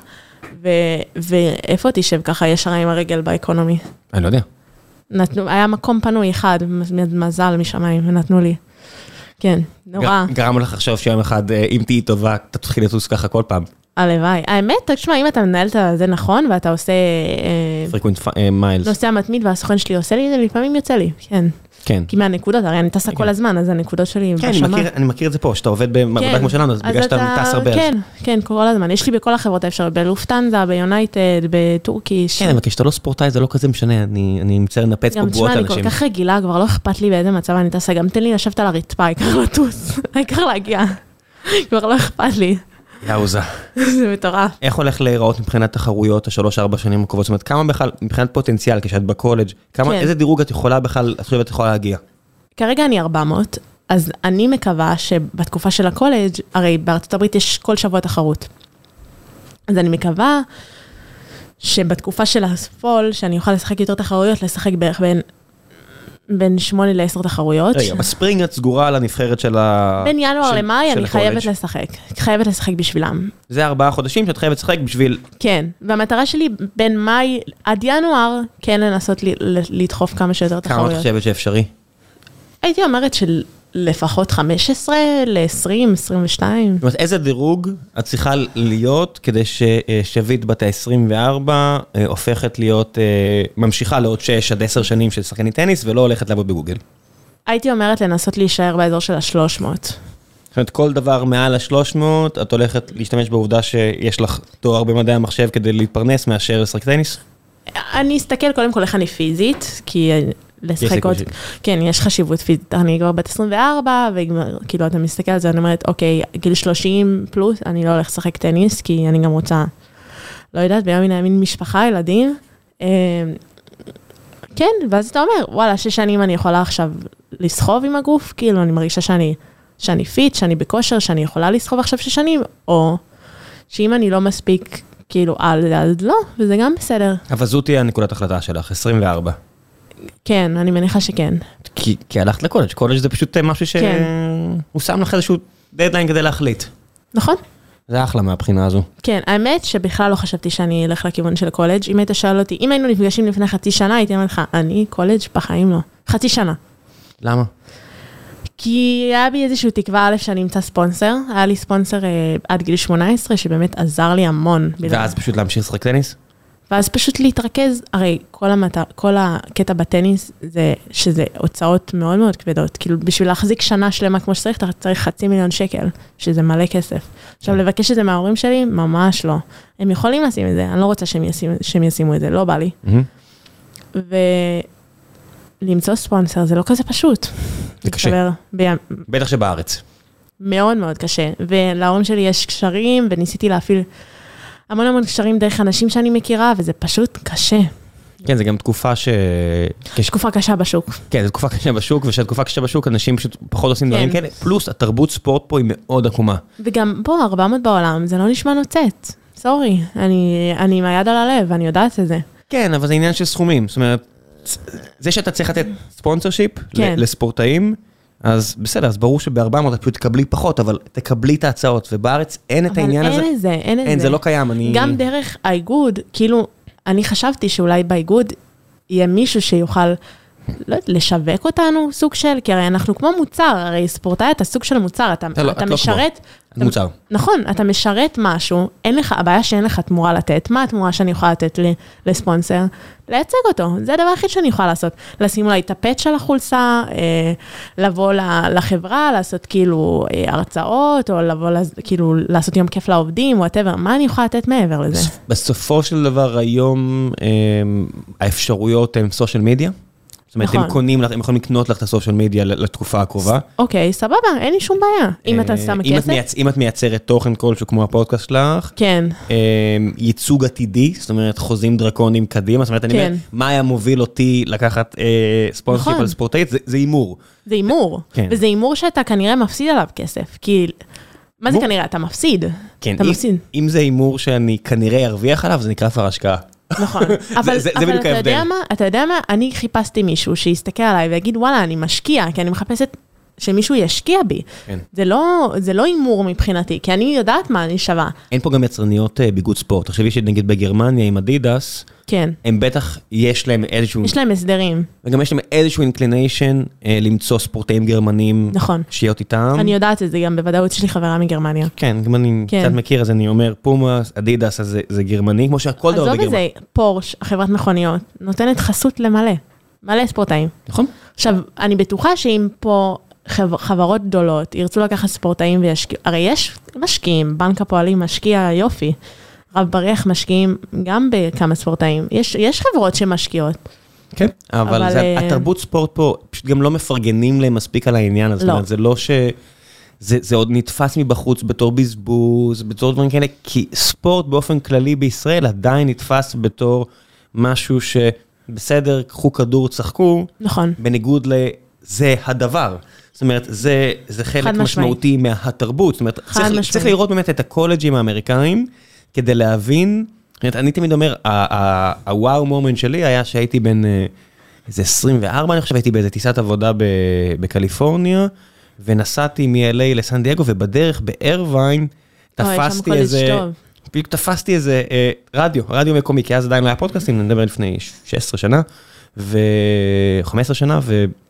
ואיפה תשב ככה ישרה עם הרגל באקונומי? אני לא יודע. נתנו, היה מקום פנוי אחד, מזל משמיים, ונתנו לי. כן, נורא. גרם לך עכשיו שיום אחד, אם תהי טובה, אתה תתחיל לטוס ככה כל פעם. הלוואי. האמת, תשמע, אם אתה מנהל את זה נכון, ואתה עושה... פריקוונט מיילס. נוסע מתמיד, והסוכן שלי עושה לי, זה לפעמים יוצא לי, כן. כן. כי מהנקודות, הרי אני טסה כל הזמן, אז הנקודות שלי בשמה. כן, אני מכיר את זה פה, שאתה עובד בעבודה כמו שלנו, אז בגלל שאתה טס הרבה. כן, כן, כל הזמן. יש לי בכל החברות האפשריות, בלופטנזה, ביונייטד, בטורקיש. כן, אבל כשאתה לא ספורטאי, זה לא כזה משנה, אני מצטער לנפץ פה בועות אנשים. גם תשמע, אני כל כך רגילה, כבר לא אכפת לי באיזה מצב אני טסה, גם תן לי לשבת על הרצפה, העיקר לטוס, העיקר להגיע. כבר לא אכפת לי. יאוזה. זה מטורף. איך הולך להיראות מבחינת תחרויות השלוש ארבע שנים הקרובות? זאת אומרת, כמה בכלל, מבחינת פוטנציאל, כשאת בקולג', כמה, איזה דירוג את יכולה בכלל, את חושבת יכולה להגיע? כרגע אני ארבע מאות, אז אני מקווה שבתקופה של הקולג', הרי בארצות הברית יש כל שבוע תחרות. אז אני מקווה שבתקופה של הספול, שאני אוכל לשחק יותר תחרויות, לשחק בערך בין... בין שמונה לעשר תחרויות. רגע, בספרינג את סגורה על הנבחרת של ה... בין ינואר למאי אני חייבת לשחק. חייבת לשחק בשבילם. זה ארבעה חודשים שאת חייבת לשחק בשביל... כן, והמטרה שלי בין מאי עד ינואר, כן לנסות לדחוף כמה שיותר תחרויות. כמה את חושבת שאפשרי? הייתי אומרת של לפחות חמש עשרה ל-עשרים, עשרים ושתיים. זאת אומרת, איזה דירוג את צריכה להיות כדי ששבית בת ה-עשרים וארבע הופכת להיות, ממשיכה לעוד שש עד עשר שנים של שחקנית טניס ולא הולכת לעבוד בגוגל? הייתי אומרת לנסות להישאר באזור של ה-שלוש מאות. זאת אומרת, כל דבר מעל ה-שלוש מאות, את הולכת להשתמש בעובדה שיש לך תואר במדעי המחשב כדי להתפרנס מאשר לשחק טניס? אני אסתכל קודם כל איך אני פיזית, כי... לשחק עוד, כן, יש חשיבות פיזית, אני כבר בת עשרים וארבע, וכאילו אתה מסתכל על זה, אני אומרת, אוקיי, גיל שלושים פלוס, אני לא הולך לשחק טניס, כי אני גם רוצה, לא יודעת, ביום מן הימין משפחה, ילדים, כן, ואז אתה אומר, וואלה, שש שנים אני יכולה עכשיו לסחוב עם הגוף, כאילו, אני מרגישה שאני, שאני פיט, שאני בכושר, שאני יכולה לסחוב עכשיו שש שנים, או שאם אני לא מספיק, כאילו, על, אז לא, וזה גם בסדר. אבל זו תהיה הנקודת החלטה שלך, עשרים וארבע. כן, אני מניחה שכן. כי, כי הלכת לקולג', קולג' זה פשוט משהו שהוא כן. שם לך איזשהו דדליין כדי להחליט. נכון. זה אחלה מהבחינה הזו. כן, האמת שבכלל לא חשבתי שאני אלך לכיוון של קולג'. אם היית שואל אותי, אם היינו נפגשים לפני חצי שנה, הייתי אומרת לך, אני קולג' בחיים לא. חצי שנה. למה? כי היה בי איזשהו תקווה א' שאני אמצא ספונסר. היה לי ספונסר אה, עד גיל שמונה עשרה, שבאמת עזר לי המון. ואז פשוט להמשיך לשחק טניס? ואז פשוט להתרכז, הרי כל, המת... כל הקטע בטניס זה שזה הוצאות מאוד מאוד כבדות, כאילו בשביל להחזיק שנה שלמה כמו שצריך, אתה צריך חצי מיליון שקל, שזה מלא כסף. עכשיו לבקש את זה מההורים שלי, ממש לא. הם יכולים לשים את זה, אני לא רוצה שהם ישימו, שהם ישימו את זה, לא בא לי. Mm-hmm. ולמצוא ספונסר זה לא כזה פשוט. זה קשה. ב... בטח שבארץ. מאוד מאוד קשה, ולהורים שלי יש קשרים, וניסיתי להפעיל... המון המון קשרים דרך אנשים שאני מכירה, וזה פשוט קשה. כן, זה גם תקופה ש... תקופה קשה בשוק. כן, זו תקופה קשה בשוק, ושתקופה קשה בשוק, אנשים פשוט פחות עושים דברים כאלה, פלוס התרבות ספורט פה היא מאוד עקומה. וגם פה, ארבע מאות בעולם, זה לא נשמע נוצאת. סורי, אני, אני עם היד על הלב, אני יודעת את זה. כן, אבל זה עניין של סכומים. זאת אומרת, זה שאתה צריך לתת ספונסרשיפ לספורטאים, אז בסדר, אז ברור שב-ארבע מאות את פשוט תקבלי פחות, אבל תקבלי את ההצעות, ובארץ אין את העניין הזה. אבל אין את זה, אין את זה. אין, זה לא קיים, אני... גם דרך האיגוד, כאילו, אני חשבתי שאולי באיגוד יהיה מישהו שיוכל לא, לשווק אותנו, סוג של, כי הרי אנחנו כמו מוצר, הרי ספורטאי אתה סוג של מוצר, אתה, לא, אתה לא משרת... אתה, מוצר. נכון, אתה משרת משהו, אין לך, הבעיה שאין לך תמורה לתת, מה התמורה שאני יכולה לתת לי, לספונסר? לייצג אותו, זה הדבר הכי שאני יכולה לעשות. לשים אולי את הפט של החולסה, אה, לבוא לחברה, לעשות כאילו אה, הרצאות, או לבוא כאילו לעשות יום כיף לעובדים, whatever, מה אני יכולה לתת מעבר לזה? בסופו של דבר היום, אה, האפשרויות הן סושיאל מדיה? זאת אומרת, הם קונים לך, הם יכולים לקנות לך את הסושיאל מדיה לתקופה הקרובה. אוקיי, סבבה, אין לי שום בעיה. אם אתה שם כסף. אם את מייצרת תוכן כלשהו כמו הפודקאסט שלך. כן. ייצוג עתידי, זאת אומרת, חוזים דרקונים קדימה, זאת אומרת, אני אומר, מה היה מוביל אותי לקחת ספונסרשיפ על ספורטאית? זה הימור. זה הימור. וזה הימור שאתה כנראה מפסיד עליו כסף, כי... מה זה כנראה? אתה מפסיד. כן, אם זה הימור שאני כנראה ארוויח עליו, זה נקרא כבר השקעה. נכון, אבל אתה יודע מה, אתה יודע מה, אני חיפשתי מישהו שיסתכל עליי ויגיד, וואלה, אני משקיע, כי אני מחפשת שמישהו ישקיע בי. זה לא, זה לא אימור מבחינתי, כי אני יודעת מה אני שווה. אין פה גם יצרניות ביגוד ספורט. תחשבי שנגיד בגרמניה עם אדידס, כן. הם בטח, יש להם איזשהו... יש להם הסדרים. וגם יש להם איזשהו אינקליניישן למצוא ספורטאים גרמנים. נכון. שיות איתם. אני יודעת את זה גם בוודאות שלי חברה מגרמניה. כן, גם אני קצת מכיר, אז אני אומר, פומה, אדידס, אז זה גרמני, כמו שהכל דבר בגרמניה. עזוב את זה, פורש, חברת מכוניות, נותנת חסות למלא. מלא ספורטאים. נכון. עכשיו, אני בטוחה שאם פה חברות גדולות ירצו לקחת ספורטאים וישקיעו, הרי יש משקיעים, בנק הפועלים משקיע יופי. רב בריח משקיעים גם בכמה ספורטאים. יש, יש חברות שמשקיעות. כן, אבל, אבל זה, התרבות ספורט פה, פשוט גם לא מפרגנים להם מספיק על העניין הזה. לא. זאת אומרת, זה לא ש... זה, זה עוד נתפס מבחוץ בתור בזבוז, בתור דברים כאלה, כי ספורט באופן כללי בישראל עדיין נתפס בתור משהו שבסדר, קחו כדור, צחקו. נכון. בניגוד לזה הדבר. זאת אומרת, זה, זה חלק משמעותי מהתרבות. זאת אומרת, צריך, צריך לראות באמת את הקולג'ים האמריקאים, כדי להבין, אני תמיד אומר, הוואו מומנט שלי היה שהייתי בין איזה עשרים וארבע, אני חושב, הייתי באיזה טיסת עבודה בקליפורניה, ונסעתי מ-אל איי לסן דייגו, ובדרך בארוויין, תפסתי איזה, בדיוק תפסתי איזה רדיו, רדיו מקומי, כי אז עדיין לא היה פודקאסטים, אני מדבר לפני שש עשרה שנה, ו-חמש עשרה שנה,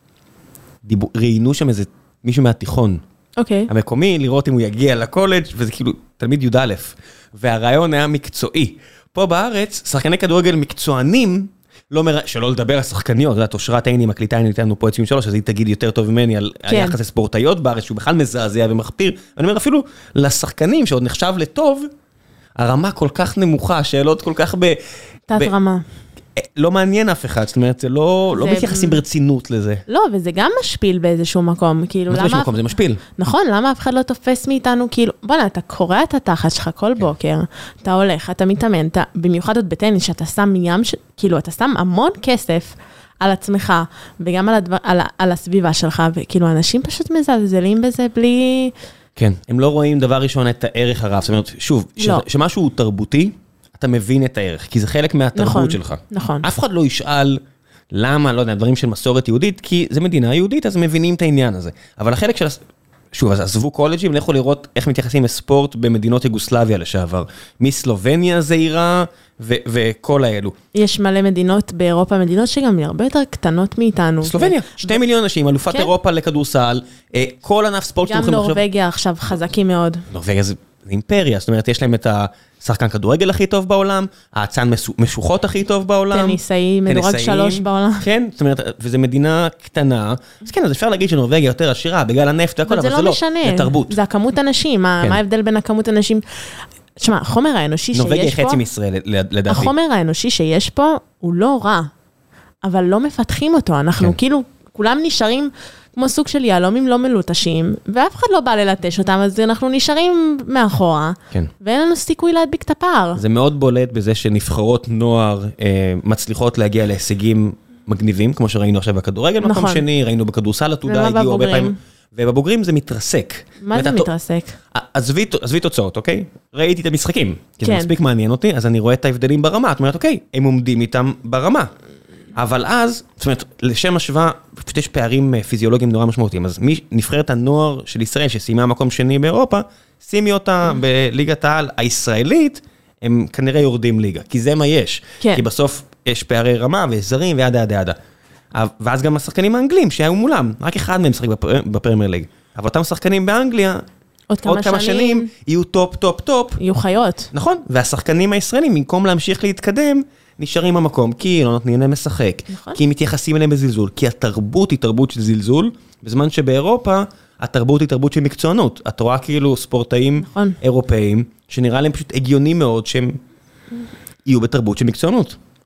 וראיינו שם איזה מישהו מהתיכון, אוקיי. המקומי, לראות אם הוא יגיע לקולג' וזה כאילו תלמיד י' א', והרעיון היה מקצועי. פה בארץ, שחקני כדורגל מקצוענים, לא מר... שלא לדבר על שחקניות, זאת אושרת עיני מקליטה, אני ניתנו פה את שבעים ושלוש, אז היא תגיד יותר טוב ממני על כן. היחס לספורטאיות בארץ, שהוא בכלל מזעזע ומחפיר. ואני אומר, אפילו לשחקנים שעוד נחשב לטוב, הרמה כל כך נמוכה, שאלות כל כך ב... תת ב... רמה. לא מעניין אף אחד, זאת אומרת, זה לא, לא מתייחסים ברצינות לזה. לא, וזה גם משפיל באיזשהו מקום, כאילו, למה... באיזשהו מקום, זה משפיל. נכון, למה אף אחד לא תופס מאיתנו, כאילו, בוא'נה, אתה קורא את התחת שלך כל בוקר, אתה הולך, אתה מתאמן, אתה, במיוחד עוד בטניס, שאתה שם ים, ש... כאילו, אתה שם המון כסף על עצמך, וגם על, הדבר, על, על הסביבה שלך, וכאילו, אנשים פשוט מזלזלים בזה בלי... כן, הם לא רואים דבר ראשון את הערך הרב, זאת אומרת, שוב, לא. ש... שמשהו הוא תרבותי, אתה מבין את הערך, כי זה חלק מהתרבות נכון, שלך. נכון. אף אחד לא ישאל למה, לא יודע, דברים של מסורת יהודית, כי זה מדינה יהודית, אז מבינים את העניין הזה. אבל החלק של... שוב, אז עזבו קולג'ים, לכו לראות איך מתייחסים לספורט במדינות יוגוסלביה לשעבר. מסלובניה זעירה ו- וכל האלו. יש מלא מדינות באירופה, מדינות שגם הרבה יותר קטנות מאיתנו. סלובניה, שתי מיליון אנשים, אלופת אירופה לכדורסל, כל ענף ספורט... גם נורווגיה עכשיו חזקים מאוד. נורווגיה זה אימפריה, זאת אומרת, יש להם את השחקן כדורגל הכי טוב בעולם, האצן משוחות הכי טוב בעולם. טניסאי, מדורג שלוש בעולם. כן, זאת אומרת, וזו מדינה קטנה, אז כן, אז אפשר להגיד שנורווגיה יותר עשירה, בגלל הנפט והכל, אבל זה לא, זה תרבות. זה הכמות אנשים, מה ההבדל בין הכמות אנשים? תשמע, החומר האנושי שיש פה... נורווגיה חצי מישראל, לדעתי. החומר האנושי שיש פה הוא לא רע, אבל לא מפתחים אותו, אנחנו כאילו, כולם נשארים... כמו סוג של יהלומים לא מלוטשים, ואף אחד לא בא ללטש אותם, אז אנחנו נשארים מאחורה, כן. ואין לנו סיכוי להדביק את הפער. זה מאוד בולט בזה שנבחרות נוער אה, מצליחות להגיע להישגים מגניבים, כמו שראינו עכשיו בכדורגל, נכון. מקום שני, ראינו בכדורסל עתודה, הגיעו הרבה פעמים, ובבוגרים זה מתרסק. מה זה מתרסק? עזבי, עזבי תוצאות, אוקיי? ראיתי את המשחקים, כי כן. זה מספיק מעניין אותי, אז אני רואה את ההבדלים ברמה, את אומרת, אוקיי, הם עומדים איתם ברמה. אבל אז, זאת אומרת, לשם השוואה, פשוט יש פערים פיזיולוגיים נורא משמעותיים, אז מי נבחרת הנוער של ישראל, שסיימה מקום שני באירופה, שימי אותה בליגת העל הישראלית, הם כנראה יורדים ליגה, כי זה מה יש. כן. כי בסוף יש פערי רמה וזרים וידה ידה ידה. ואז גם השחקנים האנגלים שהיו מולם, רק אחד מהם שחק בפרמייר ליג. אבל אותם שחקנים באנגליה, עוד כמה, עוד כמה שנים, שנים יהיו טופ, טופ, טופ. יהיו חיות. נכון, והשחקנים הישראלים, במקום להמשיך להתקדם, נשארים במקום, כי לא נותנים להם לשחק, נכון. כי מתייחסים אליהם בזלזול, כי התרבות היא תרבות של זלזול, בזמן שבאירופה, התרבות היא תרבות של מקצוענות. את רואה כאילו ספורטאים נכון. אירופאים, שנראה להם פשוט הגיוני מאוד, שהם יהיו בתרבות של מקצוענות.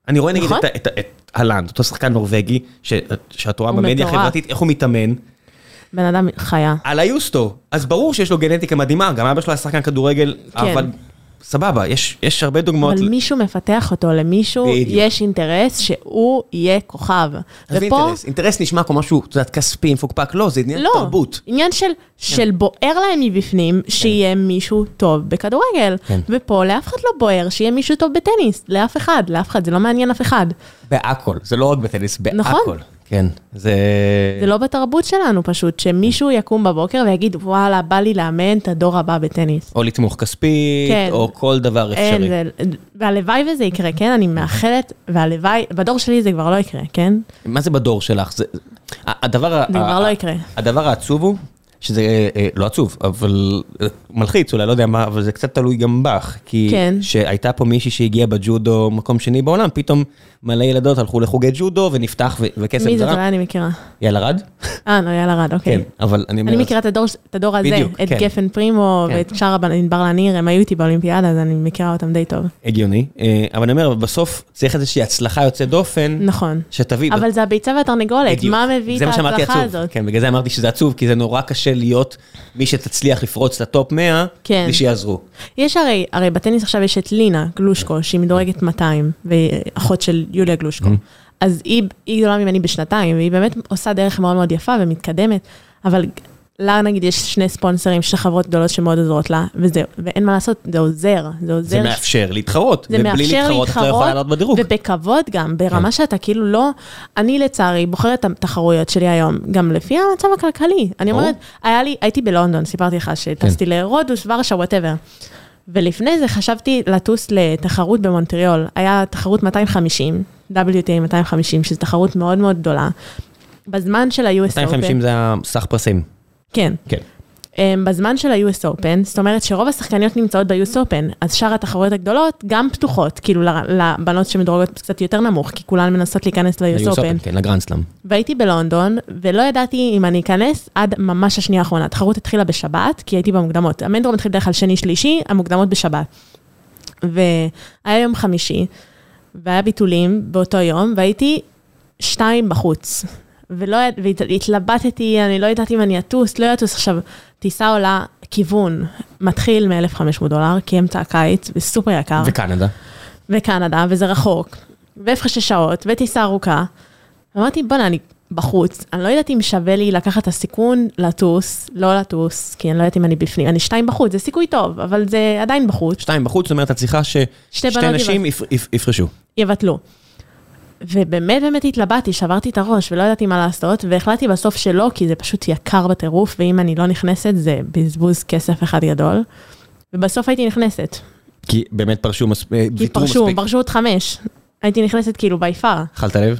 אני רואה נגיד את הלנד, אותו שחקן נורווגי, שאת רואה במדיה החברתית, איך הוא מתאמן. בן אדם חיה. על היוסטו. אז ברור שיש לו גנטיקה מדהימה, גם אבא שלו היה שחקן כדורגל, אבל סבבה, יש, יש הרבה דוגמאות. אבל מישהו מפתח אותו, למישהו יש אינטרס שהוא יהיה כוכב. אז ופה... אינטרס, אינטרס נשמע כמו משהו, את יודעת, כספי, מפוקפק, לא, זה עניין לא, תרבות. עניין של, של בוער להם מבפנים, שיהיה מישהו טוב בכדורגל. ופה לאף אחד לא בוער, שיהיה מישהו טוב בטניס, לאף אחד, לאף אחד, זה לא מעניין אף אחד. בהכל, זה לא רק בטניס, בהכל. נכון. כן, זה... זה לא בתרבות שלנו פשוט, שמישהו יקום בבוקר ויגיד, וואלה, בא לי לאמן את הדור הבא בטניס. או לתמוך כספית, כן. או כל דבר אפשרי. אין, זה, והלוואי וזה יקרה, כן? אני מאחלת, והלוואי, בדור שלי זה כבר לא יקרה, כן? מה זה בדור שלך? זה, הדבר, זה כבר לא יקרה. הדבר העצוב הוא, שזה לא עצוב, אבל מלחיץ, אולי לא יודע מה, אבל זה קצת תלוי גם בך, כי כן. שהייתה פה מישהי שהגיעה בג'ודו מקום שני בעולם, פתאום מלא ילדות הלכו לחוגי ג'ודו ונפתח וכסף זרה. מי זאת? אולי אני מכירה. יאללה רד? אה, לא, יאללה רד, אוקיי. כן, אבל אני אומר... אני מכירה את הדור, את הדור הזה, בדיוק, את כן. גפן פרימו כן. ואת שרה בנבר לניר, הם היו איתי באולימפיאדה, אז אני מכירה אותם די טוב. הגיוני, אבל אני אומר, בסוף צריך איזושהי הצלחה יוצאת דופן. נכון. שתביא... אבל זה הביצה והתרנגולת, מה מביא את ההצלחה הזאת? כן, בגלל זה אמרתי שזה עצוב, כי זה נורא קשה להיות מי שתצליח לפרוץ לטופ מאה, בלי שיעזרו. יש הרי, הרי בטניס עכשיו יש את לינה גלושקו, שהיא מדורגת מאתיים, ואחות של יוליה גלושקו. אז היא, היא גדולה ממני בשנתיים, והיא באמת עושה דרך מאוד מאוד יפה ומתקדמת, אבל לה נגיד יש שני ספונסרים, שתי חברות גדולות שמאוד עוזרות לה, וזה, ואין מה לעשות, זה עוזר, זה עוזר. זה מאפשר להתחרות, ובלי להתחרות אתה לא יכולה לעלות בדירוג. ובכבוד גם, ברמה שאתה כאילו לא, אני לצערי בוחרת את התחרויות שלי היום, גם לפי המצב הכלכלי. אני אומרת, היה לי, הייתי בלונדון, סיפרתי לך שטסתי לרודוס, ורשה, whatever. ולפני זה חשבתי לטוס לתחרות במונטריאול, היה תחרות מאתיים וחמישים, דאבליו טי איי מאתיים וחמישים, שזו תחרות מאוד מאוד גדולה. בזמן של ה-יו אס Open... מאתיים וחמישים זה הסך פרסים. כן. כן. בזמן של ה-יו אס Open, זאת אומרת שרוב השחקניות נמצאות ב-יו אס Open, אז שאר התחרויות הגדולות גם פתוחות, כאילו לבנות שמדורגות קצת יותר נמוך, כי כולן מנסות להיכנס ל-יו אס Open. כן, לגרנד סלאם. והייתי בלונדון, ולא ידעתי אם אני אכנס עד ממש השנייה האחרונה. התחרות התחילה בשבת, כי הייתי במוקדמות. המנדרום התחיל דרך על שני שלישי, המוקדמות בשבת. והיה יום חמישי, והיה ביטולים באותו יום, והייתי שתיים בחוץ. ולא, והתלבטתי, אני לא ידעתי אם אני אטוס, לא אטוס. עכשיו, טיסה עולה כיוון, מתחיל מ-אלף וחמש מאות דולר, כי אמצע הקיץ, וסופר יקר. וקנדה. וקנדה, וזה רחוק. והפרש שעות, וטיסה ארוכה. אמרתי, בוא'נה, אני בחוץ, אני לא יודעת אם שווה לי לקחת את הסיכון לטוס, לא לטוס, כי אני לא יודעת אם אני בפנים, אני שתיים בחוץ, זה סיכוי טוב, אבל זה עדיין בחוץ. שתיים בחוץ, זאת אומרת, את צריכה ששתי נשים יפרשו. יבטלו. ובאמת באמת התלבטתי, שברתי את הראש, ולא ידעתי מה לעשות, והחלטתי בסוף שלא, כי זה פשוט יקר בטירוף, ואם אני לא נכנסת, זה בזבוז כסף אחד גדול, ובסוף הייתי נכנסת. כי באמת פרשו מספיק. כי פרשו, פרשו עוד חמש. הייתי נכנסת כאילו ביפר. אכלת לב?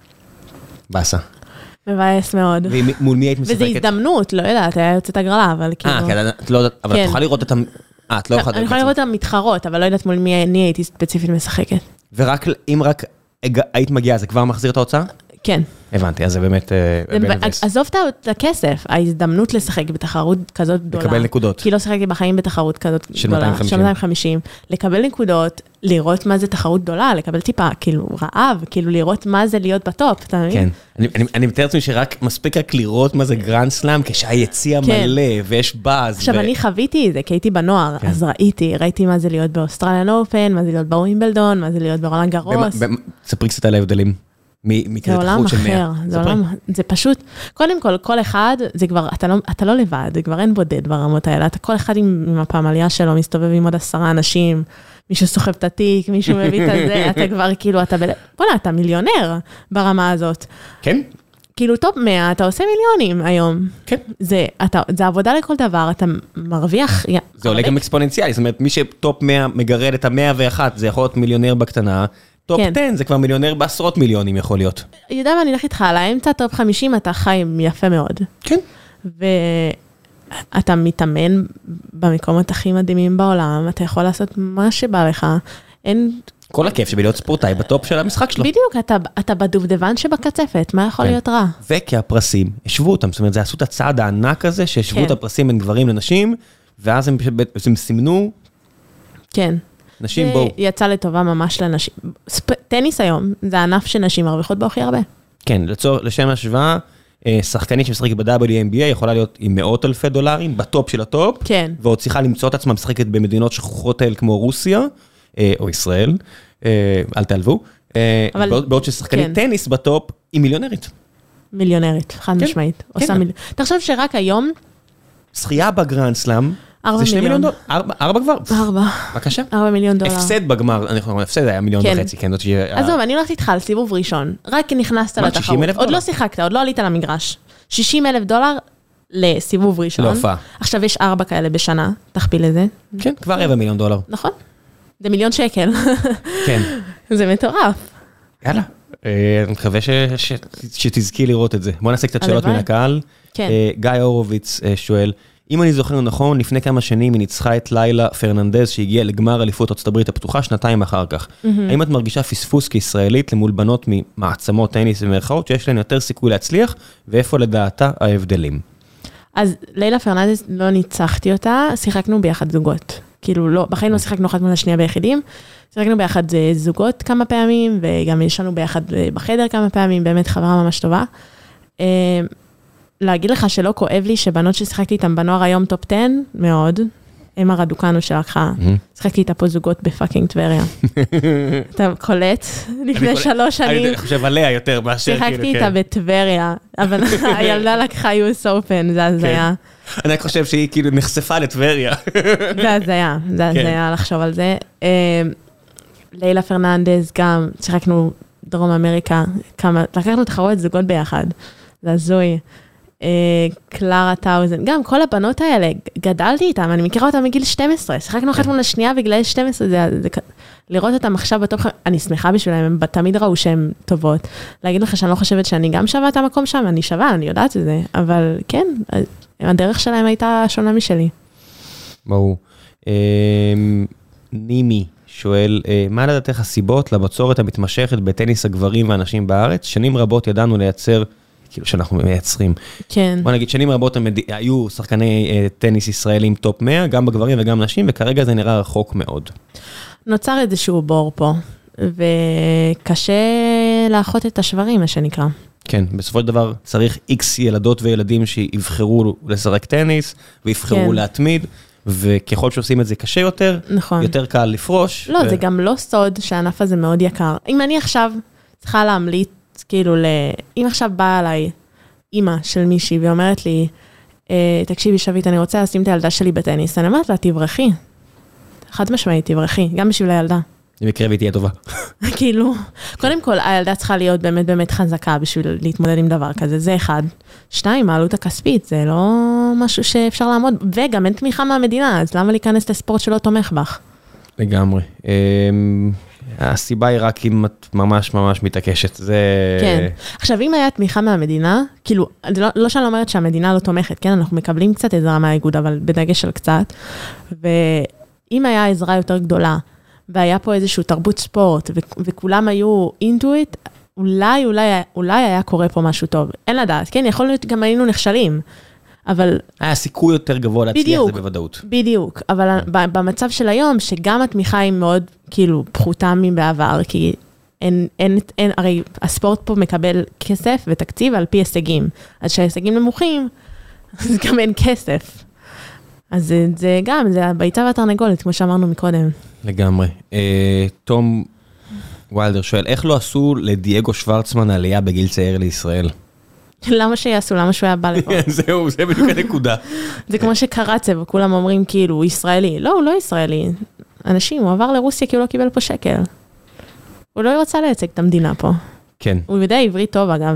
באסה. מבאס מאוד. ומול מי היית משחקת? וזו הזדמנות, לא יודעת, היה יוצאת הגרלה, אבל כאילו... אה, כן, את לא יודעת, אבל את יכולה לראות את ה... אה, את לא יכולה... אני יכולה לראות את המתחרות, אבל לא יודעת מול מי אני הייתי ספציפית משחקת. ורק, אם רק היית מגיעה, זה כבר מחזיר את ההוצאה? כן. הבנתי, אז זה באמת... עזוב את הכסף, ההזדמנות לשחק בתחרות כזאת גדולה. לקבל נקודות. כי לא שחקתי בחיים בתחרות כזאת גדולה. של מאתיים וחמישים. לקבל נקודות, לראות מה זה תחרות גדולה, לקבל טיפה, כאילו, רעב, כאילו, לראות מה זה להיות בטופ, אתה מבין? כן. אני מתאר לעצמי שרק מספיק רק לראות מה זה גרנד סלאם, כשהיציע מלא, ויש באז. עכשיו, אני חוויתי את זה, כי הייתי בנוער, אז ראיתי, ראיתי מה זה להיות באוסטרליאן אופן, מה זה להיות בווימבלדון, מה זה להיות ברולאן גארוס. ספרי קצת על ההבדלים. זה עולם אחר, זה עולם, זה פשוט, קודם כל, כל אחד, זה כבר, אתה לא, אתה לא לבד, זה כבר אין בודד ברמות האלה, אתה כל אחד עם, עם הפעמליה שלו, מסתובב עם עוד עשרה אנשים, מישהו סוחב את התיק, מישהו מביא את זה, אתה כבר כאילו, אתה, בוא נה, אתה מיליונר ברמה הזאת. כן? כאילו, טופ מאה, אתה עושה מיליונים היום. כן. זה, אתה, זה עבודה לכל דבר, אתה מרוויח. זה עולה גם אקספוננציאלי, זאת אומרת, מי שטופ מאה מגרד את ה-מאה ואחת, זה יכול להיות מיליונר בקטנה, טופ עשר זה כבר מיליונר בעשרות מיליונים יכול להיות. יודע מה, אני הולך איתך על האמצע, טופ חמישים, אתה חי יפה מאוד. כן. ואתה מתאמן במקומות הכי מדהימים בעולם, אתה יכול לעשות מה שבא לך, אין... כל הכיף שבלהיות ספורטאי בטופ של המשחק שלו. בדיוק, אתה, אתה בדובדבן שבקצפת, מה יכול להיות רע? וכי הפרסים, השוו אותם, זאת אומרת, זה עשו את הצעד הענק הזה, שהשוו את הפרסים בין גברים לנשים, ואז הם, הם סימנו... כן. נשים בואו. יצא לטובה ממש לנשים. טניס היום, זה הענף שנשים מרוויחות בו הכי הרבה. כן, לשם השוואה, שחקנית שמשחקת ב-דאבליו אן בי איי יכולה להיות עם מאות אלפי דולרים, בטופ של הטופ, כן. ועוד צריכה למצוא את עצמה משחקת במדינות שכוחות האל כמו רוסיה, או ישראל, אל תעלבו, בעוד ששחקנית טניס בטופ היא מיליונרית. מיליונרית, חד משמעית. אתה חושב שרק היום... שחייה בגרנד סלאם, זה שני מיליון דולר. ארבע כבר? ארבע. בבקשה. ארבע מיליון דולר. הפסד בגמר, אני חושב, הפסד היה מיליון וחצי, כן. עזוב, אני הולכת איתך על סיבוב ראשון, רק נכנסת לתחרות. עוד לא שיחקת, עוד לא עלית למגרש. שישים אלף דולר לסיבוב ראשון. להופעה. עכשיו יש ארבע כאלה בשנה, תכפיל לזה. כן, כבר רבע מיליון דולר. נכון. זה מיליון שקל. כן. זה מטורף. יאללה. אני מקווה שתזכי לראות את זה. בוא נעשה קצת שאלות מן הקהל. כן. גיא אורוביץ שואל, אם אני זוכר נכון, לפני כמה שנים היא ניצחה את לילה פרננדז, שהגיעה לגמר אליפות ארצות הברית הפתוחה, שנתיים אחר כך. האם את מרגישה פספוס כישראלית למול בנות ממעצמות טניס ומרכאות, שיש להן יותר סיכוי להצליח, ואיפה לדעתה ההבדלים? אז לילה פרננדז לא ניצחתי אותה, שיחקנו ביחד זוגות. כאילו, לא, בחיים לא שיחקנו אחת מול השנייה ביחידים, שיחקנו ביחד זוגות כמה פעמים, וגם ישנו ביחד בחדר כמה פעמים, באמת חברה ממש טובה. להגיד לך שלא כואב לי שבנות ששיחקתי איתן בנוער היום טופ עשר, מאוד. אמה רדוקנו שלקחה, שיחקתי איתה פה זוגות בפאקינג טבריה. אתה קולט? לפני שלוש שנים. אני חושב עליה יותר מאשר. שיחקתי איתה בטבריה, אבל הילדה לקחה יו אס Open, זה הזיה. אני חושב שהיא כאילו נחשפה לטבריה. זה הזיה, זה הזיה לחשוב על זה. לילה פרננדז גם, שיחקנו דרום אמריקה, לקחנו תחרות זוגות ביחד. זה הזוי. קלרה טאוזן, גם כל הבנות האלה, גדלתי איתן, אני מכירה אותן מגיל שתים עשרה, שיחקנו אחת מול השנייה בגלל שתים עשרה, לראות אותן עכשיו בטופ, אני שמחה בשבילם, הם תמיד ראו שהן טובות. להגיד לך שאני לא חושבת שאני גם שווה את המקום שם, אני שווה, אני יודעת את זה, אבל כן, הדרך שלהם הייתה שונה משלי. ברור. נימי שואל, מה לדעתך הסיבות לבצורת המתמשכת בטניס הגברים והנשים בארץ? שנים רבות ידענו לייצר כאילו שאנחנו מייצרים. כן. בוא נגיד, שנים רבות היו שחקני טניס ישראלים טופ מאה, גם בגברים וגם נשים, וכרגע זה נראה רחוק מאוד. נוצר איזשהו בור פה, וקשה לאחות את השברים, מה שנקרא. כן, בסופו של דבר צריך איקס ילדות וילדים שיבחרו לשחק טניס, ויבחרו כן. להתמיד, וככל שעושים את זה קשה יותר, נכון. יותר קל לפרוש. לא, ו... זה גם לא סוד שהענף הזה מאוד יקר. אם אני עכשיו צריכה להמליץ, כאילו, אם עכשיו באה עליי אימא של מישהי ואומרת לי, תקשיבי שביט, אני רוצה לשים את הילדה שלי בטניס, אני אומרת לה, תברכי. חד משמעית, תברכי, גם בשביל הילדה. זה מקרה והיא תהיה טובה. כאילו, קודם כל, הילדה צריכה להיות באמת באמת חזקה בשביל להתמודד עם דבר כזה, זה אחד. שתיים, העלות הכספית, זה לא משהו שאפשר לעמוד, וגם אין תמיכה מהמדינה, אז למה להיכנס לספורט שלא תומך בך? לגמרי. הסיבה היא רק אם את ממש ממש מתעקשת, זה... כן. עכשיו, אם היה תמיכה מהמדינה, כאילו, לא, לא שאני אומרת שהמדינה לא תומכת, כן, אנחנו מקבלים קצת עזרה מהאיגוד, אבל בדגש של קצת, ואם היה עזרה יותר גדולה, והיה פה איזשהו תרבות ספורט, ו- וכולם היו into it, אולי, אולי, אולי היה קורה פה משהו טוב. אין לדעת, כן, יכול להיות גם היינו נכשלים, אבל... היה סיכוי יותר גבוה להצליח בדיוק, זה בוודאות. בדיוק, אבל במצב של היום, שגם התמיכה היא מאוד, כאילו, פחותה מבעבר, כי אין, אין, אין, הרי הספורט פה מקבל כסף ותקציב על פי הישגים. אז שההישגים נמוכים, אז גם אין כסף. אז זה, זה גם, זה הביצה והתרנגולת, כמו שאמרנו מקודם. לגמרי. אה, תום וילדר שואל, איך לא עשו לדייגו שוורצמן עלייה בגיל צעיר לישראל? למה שיעשו? למה שהוא היה בא לפה? זהו, זה בדיוק הנקודה. זה כמו שקרצב, וכולם אומרים כאילו, הוא ישראלי. לא, הוא לא ישראלי. אנשים, הוא עבר לרוסיה כי הוא לא קיבל פה שקל. הוא לא רוצה לייצג את המדינה פה. כן. הוא יודע עברית טוב, אגב.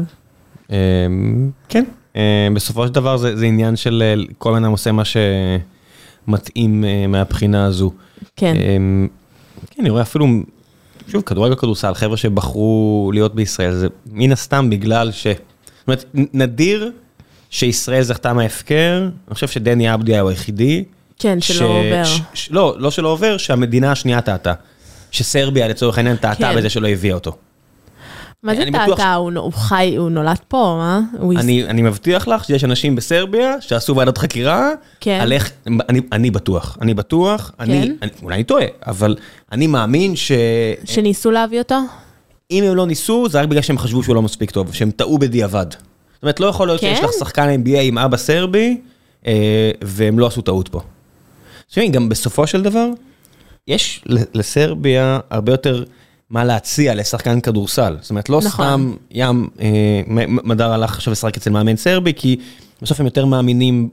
כן. בסופו של דבר זה עניין של כל מיני עושה מה שמתאים מהבחינה הזו. כן. כן, אני רואה אפילו, שוב, כדורגל כדורסל, חבר'ה שבחרו להיות בישראל, זה מן הסתם בגלל ש... זאת אומרת, נדיר שישראל זכתה מההפקר, אני חושב שדני אבדיה הוא היחידי. כן, שלא עובר. לא, לא שלא עובר, שהמדינה השנייה טעתה. שסרביה לצורך העניין טעתה בזה שלא הביאה אותו. מה זה טאטה? הוא חי, הוא נולד פה, מה? אני מבטיח לך שיש אנשים בסרביה שעשו ועדת חקירה, על איך, אני בטוח, אני בטוח, אולי אני טועה, אבל אני מאמין ש... שניסו להביא אותו? אם הם לא ניסו, זה רק בגלל שהם חשבו שהוא לא מספיק טוב, שהם טעו בדיעבד. זאת אומרת, לא יכול להיות שיש לך שחקן אן בי איי עם אבא סרבי, והם לא עשו טעות פה. תשמעי, גם בסופו של דבר, יש לסרביה הרבה יותר מה להציע לשחקן כדורסל. זאת אומרת, לא סתם ים מדר הלך עכשיו לשחק אצל מאמן סרבי, כי בסוף הם יותר מאמינים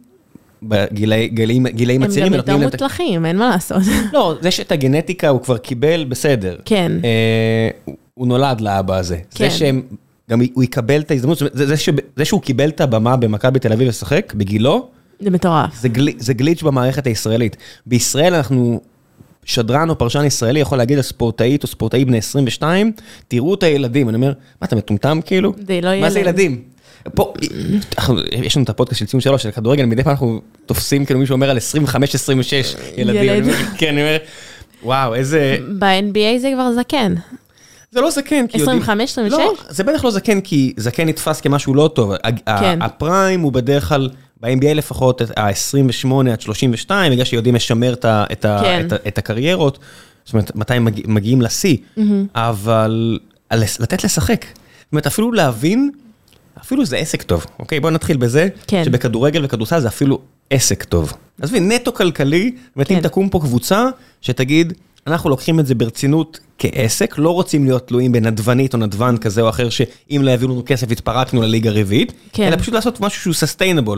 בגילאים הצעירים. הם גם יותר מוצלחים, אין מה לעשות. לא, זה שאת הגנטיקה הוא כבר קיבל, בסדר. כן. הוא נולד לאבא הזה. זה שהם, גם הוא יקבל את ההזדמנות, זה שהוא קיבל את הבמה במכבי בתל אביב לשחק, בגילו, זה מטורף. זה גליץ' במערכת הישראלית. בישראל אנחנו, שדרן או פרשן ישראלי יכול להגיד לספורטאית או ספורטאי בני עשרים ושתיים, תראו את הילדים. אני אומר, מה, אתה מטומטם כאילו? מה זה ילדים? פה, יש לנו את הפודקאסט של ציון שלוש, של כדורגל, מדי פעם אנחנו תופסים כאילו מישהו אומר על עשרים וחמש עשרים ושש ילדים. כן, אני אומר, וואו, איזה... ב-אן בי איי זה כבר זקן. זה לא זקן, כי עשרים וחמש עשרים ושש? לא, זה בטח לא זקן, כי זקן נתפס כמשהו לא טוב. הפריים הוא בדרך כלל, ב-אן בי איי לפחות, ה-עשרים ושמונה עד שלושים ושתיים, בגלל שיודעים לשמר את הקריירות, זאת אומרת, מתי הם מגיעים לשיא, אבל לתת לשחק. זאת אומרת, אפילו להבין, אפילו זה עסק טוב, אוקיי? בואו נתחיל בזה, שבכדורגל וכדורסל זה אפילו עסק טוב. אז נטו כלכלי, אם תקום פה קבוצה, שתגיד, אנחנו לוקחים את זה ברצינות כעסק, לא רוצים להיות תלויים בנדבנית או נדבן כזה או אחר, שאם לא יביאו לנו כסף, התפרקנו לליגה רביעית, אלא פשוט לעשות משהו שהוא sustainable.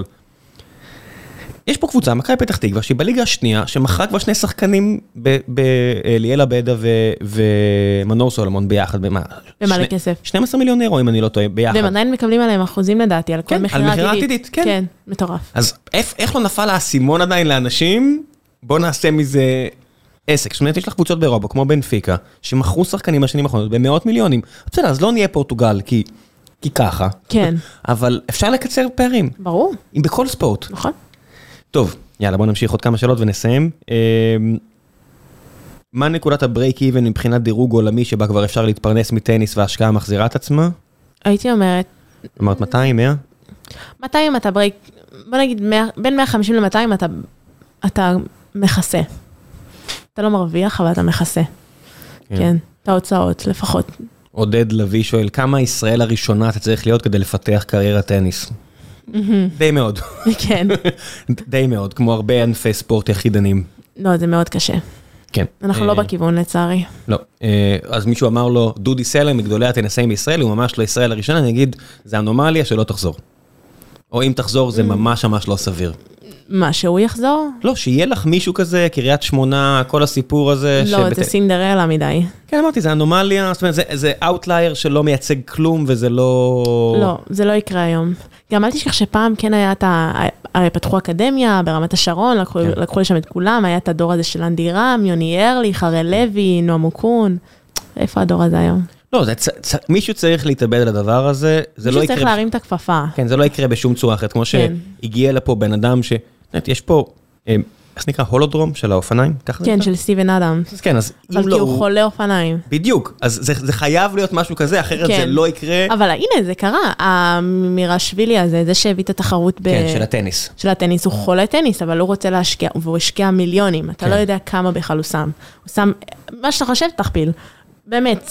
יש פה קבוצה, מכבי פתח תקווה, שהיא בליגה השנייה, שמכרה כבר שני שחקנים ליאל עבדה ומנור סולומון ביחד. במלא כסף. שנים עשר מיליון אירו, אם אני לא טועה, ביחד. והם עדיין מקבלים עליהם אחוזים לדעתי, על כל מכירה עתידית. על מכירה עתידית, כן. כן, מטורף. אז איך לא נפל האסימון עדיין לאנשים? בוא נעשה מזה עסק. זאת אומרת, יש לך קבוצות באירופה, כמו בנפיקה, שמכרו שחקנים בשנים האחרונות במאות מיליונים. בסדר, אז לא נהיה פורטוגל, כי כי ככה. כן. אבל אפשר לקצר פערים. ברור. אם בכל ספורט. נכון. טוב, יאללה, בוא נמשיך עוד כמה שאלות ונסיים. מה נקודת הברייק איבן מבחינת דירוג עולמי שבה כבר אפשר להתפרנס מטניס וההשקעה מחזירה את עצמה? הייתי אומרת... אמרת מאתיים, מאה? מאתיים אתה ברייק, בוא נגיד, בין מאה וחמישים ל-מאתיים אתה, אתה מכסה. אתה לא מרוויח, אבל אתה מכסה. כן. כן, את ההוצאות, לפחות. עודד לוי שואל, כמה ישראל הראשונה אתה צריך להיות כדי לפתח קריירת טניס? די מאוד. כן. די מאוד, כמו הרבה ענפי ספורט יחידנים. לא, זה מאוד קשה. כן. אנחנו לא בכיוון לצערי. לא. אז מישהו אמר לו, דודי סלר מגדולי הטניסאים בישראל, הוא ממש לא ישראל הראשונה, אני אגיד, זה אנומליה שלא תחזור. או אם תחזור, זה ממש ממש לא סביר. מה, שהוא יחזור? לא, שיהיה לך מישהו כזה, קריית שמונה, כל הסיפור הזה. לא, זה סינדרלה מדי. כן, אמרתי, זה אנומליה, זאת אומרת, זה אאוטלייר שלא מייצג כלום, וזה לא... לא, זה לא יקרה היום. גם אל תשכח שפעם כן היה את ה... הרי פתחו אקדמיה, ברמת השרון, לקחו לשם את כולם, היה את הדור הזה של אנדי רם, יוני ארלי, חרל לוי, נועם אוקון. איפה הדור הזה היום? לא, מישהו צריך להתאבד על הדבר הזה, זה לא יקרה... מישהו צריך להרים את הכפפה. כן, זה לא יקרה בשום צורה אחרת, כמו שהגיע לפה בן אדם ש... יש פה, איך נקרא, הולודרום של האופניים? כן, של סטיבן אדמס. כן, אז אם לא... אבל כי הוא חולה אופניים. בדיוק, אז זה חייב להיות משהו כזה, אחרת זה לא יקרה... אבל הנה, זה קרה, המירשווילי הזה, זה שהביא את התחרות ב... כן, של הטניס. של הטניס, הוא חולה טניס, אבל הוא רוצה להשקיע, והוא השקיע מיליונים, אתה לא יודע כמה בכלל הוא שם. הוא שם, מה שאתה חושב, תכפיל. באמת,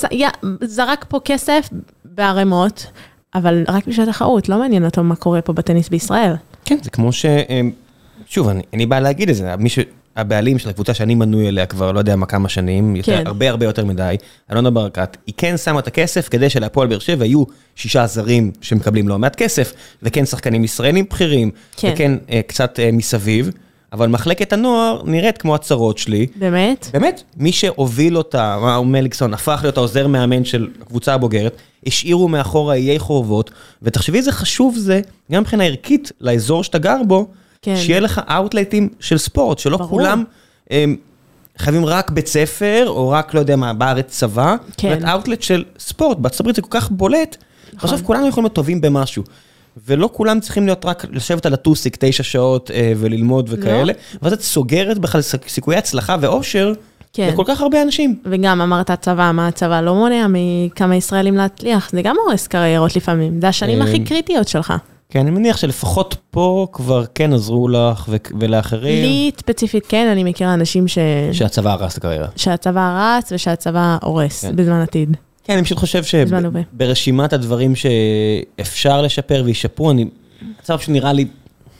זרק פה כסף בערימות, אבל רק בשביל התחרות, לא מעניין אותו מה קורה פה בטניס בישראל. כן, זה כמו ש... שוב, אני, אני בא להגיד את זה, מי ש... הבעלים של הקבוצה שאני מנוי אליה כבר לא יודע מה כמה שנים, יותר, כן. הרבה הרבה יותר מדי, אלונה ברקת, היא כן שמה את הכסף כדי שלהפועל באר שבע יהיו שישה זרים שמקבלים לא מעט כסף, וכן שחקנים ישראלים בכירים, כן. וכן אה, קצת אה, מסביב, אבל מחלקת הנוער נראית כמו הצרות שלי. באמת? באמת. מי שהוביל אותה, מה, מליקסון, הפך להיות העוזר מאמן של הקבוצה הבוגרת, השאירו מאחורה איי חורבות, ותחשבי איזה חשוב זה, גם מבחינה ערכית לאזור שאתה גר בו, כן. שיהיה לך אאוטלייטים של ספורט, שלא ברור. כולם הם, חייבים רק בית ספר, או רק, לא יודע מה, בארץ צבא, כן. זאת אאוטלייט של ספורט, בארצות הברית זה כל כך בולט, נכון. בסוף כולנו יכולים להיות טובים במשהו, ולא כולם צריכים להיות רק לשבת על הטוסיק תשע שעות אה, וללמוד וכאלה, לא. ואז את סוגרת בכלל סיכויי הצלחה ואושר, כן. לכל כך הרבה אנשים. וגם אמרת הצבא, מה הצבא לא מונע מכמה ישראלים להצליח, זה גם הורס קריירות לפעמים, זה השנים הכי קריטיות שלך. כן, אני מניח שלפחות פה כבר כן עזרו לך ולאחרים. לי ספציפית כן, אני מכירה אנשים ש... שהצבא הרס את הקריירה. שהצבא רץ ושהצבא הורס בזמן עתיד. כן, אני פשוט חושב שברשימת הדברים שאפשר לשפר וישפרו, אני... הצבא פשוט נראה לי...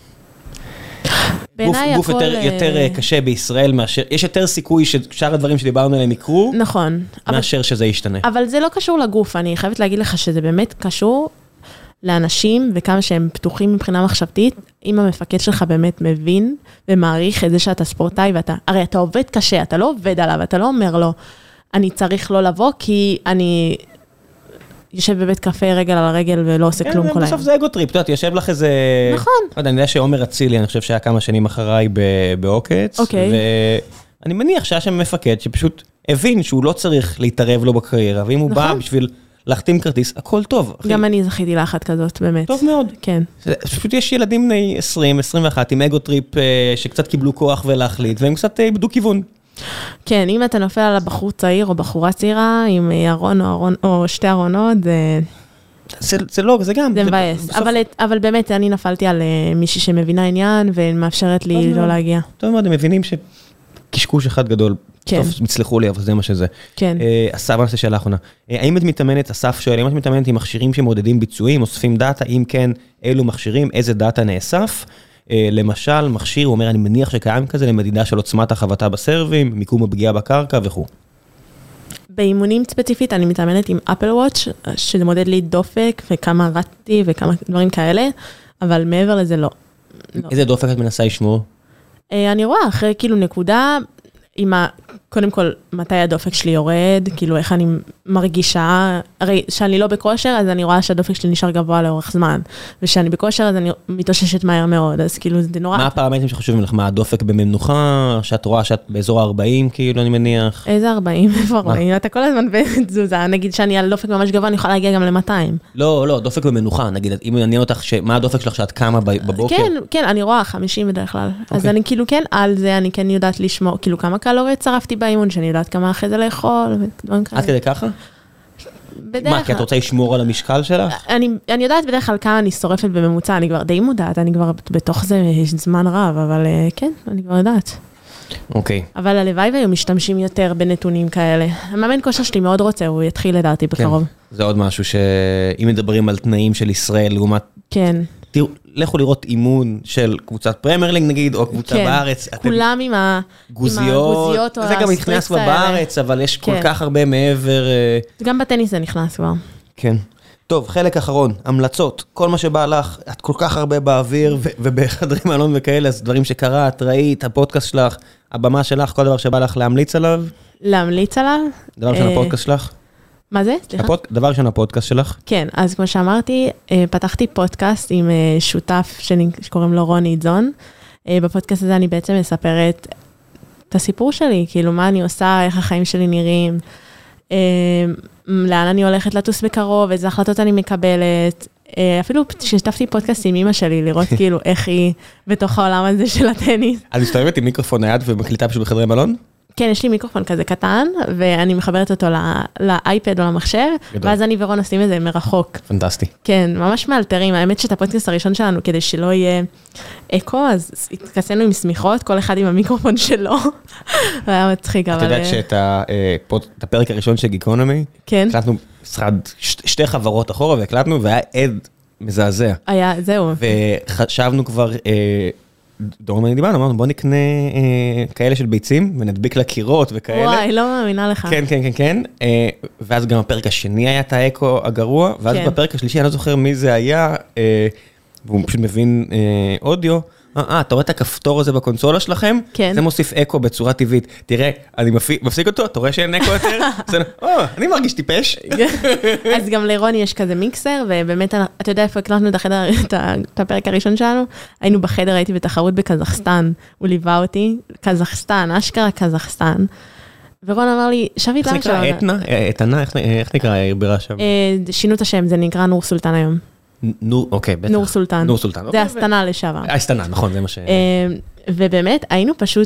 גוף יותר קשה בישראל מאשר... יש יותר סיכוי ששאר הדברים שדיברנו עליהם יקרו. נכון. מאשר שזה ישתנה. אבל זה לא קשור לגוף, אני חייבת להגיד לך שזה באמת קשור... לאנשים, וכמה שהם פתוחים מבחינה מחשבתית, אם המפקד שלך באמת מבין ומעריך את זה שאתה ספורטאי, ואתה, הרי אתה עובד קשה, אתה לא עובד עליו, אתה לא אומר לו, אני צריך לא לבוא, כי אני יושב בבית קפה רגל על הרגל ולא עושה כלום כל היום. בסוף זה אגו טריפ, אתה יודע, יושב לך איזה... נכון. אני יודע שעומר אצילי, אני חושב שהיה כמה שנים אחריי בעוקץ, ואני מניח שהיה שם מפקד שפשוט הבין שהוא לא צריך להתערב לו בקריירה, ואם הוא בא בשביל... להחתים כרטיס, הכל טוב. גם אני זכיתי לאחת כזאת, באמת. טוב מאוד. כן. פשוט יש ילדים בני עשרים, עשרים ואחת, עם אגו טריפ שקצת קיבלו כוח ולהחליט, והם קצת איבדו כיוון. כן, אם אתה נופל על הבחור צעיר או בחורה צעירה, עם ארון או שתי ארונות, זה... זה לא, זה גם. זה מבאס. אבל באמת, אני נפלתי על מישהי שמבינה עניין, ומאפשרת לי לא להגיע. טוב מאוד, הם מבינים שקשקוש אחד גדול. טוב, מצלחו לי, אבל זה מה שזה. כן. אסף, אני חושב שאלה האחרונה. האם את מתאמנת, אסף שואל, האם את מתאמנת עם מכשירים שמודדים ביצועים, אוספים דאטה, אם כן, אילו מכשירים, איזה דאטה נאסף? למשל, מכשיר, הוא אומר, אני מניח שקיים כזה, למדידה של עוצמת החבטה בסרבים, מיקום הפגיעה בקרקע וכו'. באימונים ספציפית, אני מתאמנת עם אפל וואץ', שזה מודד לי דופק, וכמה רצתי, וכמה דברים כאלה, אבל מעבר לזה לא. איזה דופק את מנסה לשמור? אני רואה, אחרי כאילו נקודה, עם ה... קודם כל, מתי הדופק שלי יורד, כאילו איך אני מרגישה, הרי שאני לא בכושר, אז אני רואה שהדופק שלי נשאר גבוה לאורך זמן, ושאני בכושר, אז אני מתאוששת מהר מאוד, אז כאילו זה נורא... מה הפרמטרים שחשובים לך? מה, הדופק במנוחה, שאת רואה שאת באזור ה-ארבעים, כאילו, אני מניח? איזה ארבעים? איפה ארבעים? אתה כל הזמן בתזוזה, נגיד שאני על דופק ממש גבוה, אני יכולה להגיע גם ל-מאתיים. לא, לא, דופק במנוחה, נגיד, אם מעניין אותך, מה הדופק שלך שאת קמה בבוקר? כן, כן, אני רואה חמישים בדרך כלל. אז אני כאילו כן על זה, אני כן יודעת לשמור, כאילו כמה קלוריות צרפתי באימון, שאני יודעת כמה אחרי זה לאכול, ודברים כאלה. עד כדי ככה? מה, כי את רוצה לשמור על המשקל שלך? אני, אני יודעת בדרך כלל כמה אני שורפת בממוצע, אני כבר די מודעת, אני כבר בתוך זה זמן רב, אבל כן, אני כבר יודעת. אוקיי. אבל הלוואי והיו משתמשים יותר בנתונים כאלה. המאמן כושר שלי מאוד רוצה, הוא יתחיל לדעתי בקרוב. כן, זה עוד משהו שאם מדברים על תנאים של ישראל, לעומת... כן. תראו, לכו לראות אימון של קבוצת פרמייר ליג נגיד, או קבוצה בארץ. כולם עם הגוזיות או זה גם נכנס כבר בארץ, אבל יש כל כך הרבה מעבר... גם בטניס זה נכנס כבר. כן. טוב, חלק אחרון, המלצות. כל מה שבא לך, את כל כך הרבה באוויר, ובחדרים מלון וכאלה, אז דברים שקראת, ראית, הפודקאסט שלך, הבמה שלך, כל דבר שבא לך להמליץ עליו? להמליץ עליו? דבר ראשון הפודקאסט שלך? מה זה? סליחה? דבר ראשון הפודקאסט שלך? כן, אז כמו שאמרתי, פתחתי פודקאסט עם שותף שקוראים לו רוני אידזון. בפודקאסט הזה אני בעצם מספרת את הסיפור שלי, כאילו מה אני עושה, איך החיים שלי נראים, לאן אני הולכת לטוס בקרוב, איזה החלטות אני מקבלת. אפילו ששתפתי פודקאסט עם אמא שלי, לראות כאילו איך היא בתוך העולם הזה של הטניס. את מסתובבת עם מיקרופון נייד ומקליטה פשוט בחדרי מלון? כן, יש לי מיקרופון כזה קטן, ואני מחברת אותו לאייפד או למחשב, ואז אני ורון עושים את זה מרחוק. פנטסטי. כן, ממש מאלתרים. האמת שאת הפודקאסט הראשון שלנו, כדי שלא יהיה אקו, אז התכנסנו עם סמיכות, כל אחד עם המיקרופון שלו. היה מצחיק, אבל... את יודעת שאת הפרק הראשון של גיקונומי, הקלטנו שתי חברות אחורה, והקלטנו, והיה עד מזעזע. היה, זהו. וחשבנו כבר... דורון אני דיברנו, אמרנו בוא נקנה כאלה של ביצים ונדביק לקירות וכאלה. וואי, לא מאמינה לך. כן, כן, כן, כן. ואז גם הפרק השני היה את האקו הגרוע, ואז בפרק השלישי אני לא זוכר מי זה היה, והוא פשוט מבין אודיו. אה, אתה רואה את הכפתור הזה בקונסולה שלכם? כן. זה מוסיף אקו בצורה טבעית. תראה, אני מפסיק אותו, אתה רואה שאין אקו יותר? או, אני מרגיש טיפש. אז גם לרוני יש כזה מיקסר, ובאמת, אתה יודע איפה הקלטנו את הפרק הראשון שלנו? היינו בחדר, הייתי בתחרות בקזחסטן, הוא ליווה אותי, קזחסטן, אשכרה קזחסטן. ורון אמר לי, שווית למה שלנו. איך נקרא? אתנה? אתנה? איך נקרא העיר שם? שינו את השם, זה נקרא נור סולטן היום. נור, אוקיי, בטח. נור סולטן. נור סולטן. זה הסטנה לשעבר. הסטנה, נכון, זה מה ש... ובאמת, היינו פשוט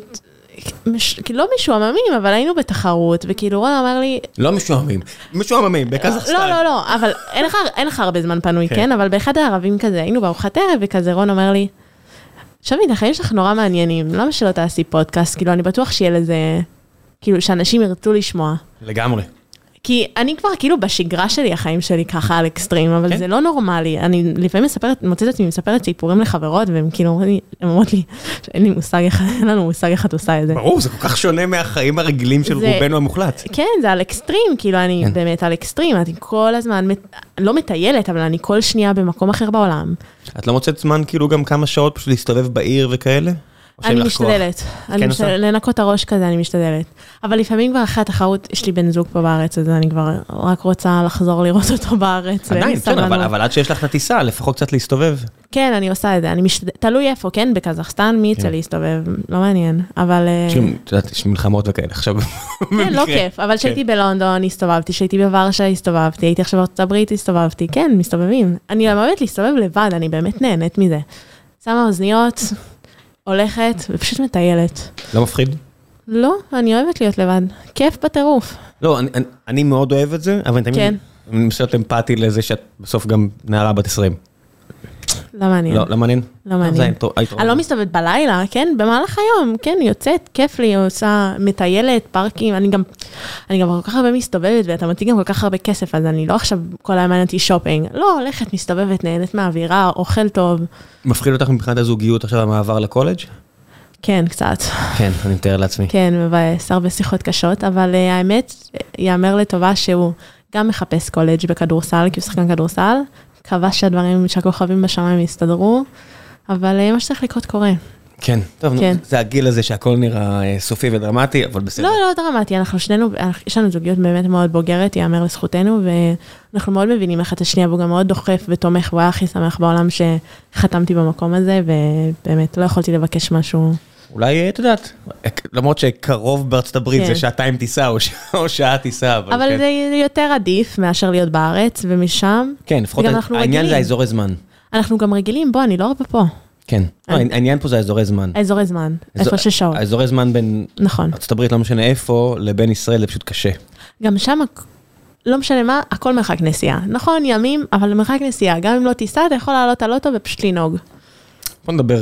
לא משועממים, אבל היינו בתחרות, וכאילו רון אמר לי... לא משועממים, משועממים, בקזחסטן. לא, לא, לא, אבל אין לך הרבה זמן פנוי, כן? אבל באחד הערבים כזה, היינו בארוחת ערב, וכזה רון אומר לי, שווית, החיים שלך נורא מעניינים, למה שלא תעשי פודקאסט? כאילו, אני בטוח שיהיה לזה, כאילו, שאנשים ירצו לשמוע. לגמרי. כי אני כבר כאילו בשגרה שלי, החיים שלי ככה על אקסטרים, אבל זה לא נורמלי. אני לפעמים מספרת, מוצאת אותי מספרת סיפורים לחברות, והם כאילו אומרות לי, שאין לי מושג איך, אין לנו מושג איך את עושה את זה. ברור, זה כל כך שונה מהחיים הרגילים של רובנו המוחלט. כן, זה על אקסטרים, כאילו אני באמת על אקסטרים, אני כל הזמן, לא מטיילת, אבל אני כל שנייה במקום אחר בעולם. את לא מוצאת זמן כאילו גם כמה שעות פשוט להסתובב בעיר וכאלה? אני משתדלת, לנקות הראש כזה אני משתדלת, אבל לפעמים כבר אחרי התחרות, יש לי בן זוג פה בארץ, אז אני כבר רק רוצה לחזור לראות אותו בארץ. עדיין, כן, אבל עד שיש לך נטיסה, לפחות קצת להסתובב. כן, אני עושה את זה, אני משתדלת, תלוי איפה, כן, בקזחסטן, מי יצא להסתובב, לא מעניין, אבל... את יודעת, יש מלחמות וכאלה, עכשיו... כן, לא כיף, אבל שהייתי בלונדון, הסתובבתי, שהייתי בוורשה, הסתובבתי, הייתי עכשיו בארצות הברית, הסתובבתי, כן, מסתובבים. אני אוהבת להסתובב לבד, אני באמת נהנית מזה. שמה אוזניות, הולכת ופשוט מטיילת. לא מפחיד? לא, אני אוהבת להיות לבד. כיף בטירוף. לא, אני, אני מאוד אוהב את זה, אבל אני תמיד מסורת אמפתי לזה שאת בסוף גם נערה בת עשרים. לא מעניין. לא, לא מעניין? לא מעניין. אני לא מסתובבת בלילה, כן? במהלך היום, כן, יוצאת, כיף לי, עושה מטיילת, פארקים, אני גם, אני גם כל כך הרבה מסתובבת, ואתה מציג גם כל כך הרבה כסף, אז אני לא עכשיו כל היום מעניינתי שופינג, לא, הולכת, מסתובבת, נהנית מהאווירה, אוכל טוב. מפחיד אותך מבחינת הזוגיות עכשיו המעבר לקולג'? כן, קצת. כן, אני מתאר לעצמי. כן, מבאס, הרבה שיחות קשות, אבל האמת, יאמר לטובה שהוא גם מחפש קולג' בכדורסל, כי הוא שחקן כדורסל, קבע שהדברים שהכוכבים בשמיים יסתדרו, אבל מה שצריך לקרות קורה. כן, טוב, זה הגיל הזה שהכל נראה סופי ודרמטי, אבל בסדר. לא, לא דרמטי, אנחנו שנינו, יש לנו זוגיות באמת מאוד בוגרת, יאמר לזכותנו, ואנחנו מאוד מבינים איך את השנייה, והוא גם מאוד דוחף ותומך, והוא היה הכי שמח בעולם שחתמתי במקום הזה, ובאמת לא יכולתי לבקש משהו. אולי, את יודעת, למרות שקרוב בארצות הברית זה שעתיים טיסה, או שעה טיסה. אבל זה יותר עדיף מאשר להיות בארץ, ומשם. כן, לפחות העניין זה האזורי זמן. אנחנו גם רגילים, בוא, אני לא הרבה פה. כן, העניין פה זה האזורי זמן. האזורי זמן, איפה ששעות. האזורי זמן בין ארצות הברית, לא משנה איפה, לבין ישראל זה פשוט קשה. גם שם, לא משנה מה, הכל מרחק נסיעה. נכון, ימים, אבל מרחק נסיעה. גם אם לא טיסה, אתה יכול לעלות על אוטו ופשוט לנהוג. בוא נדבר...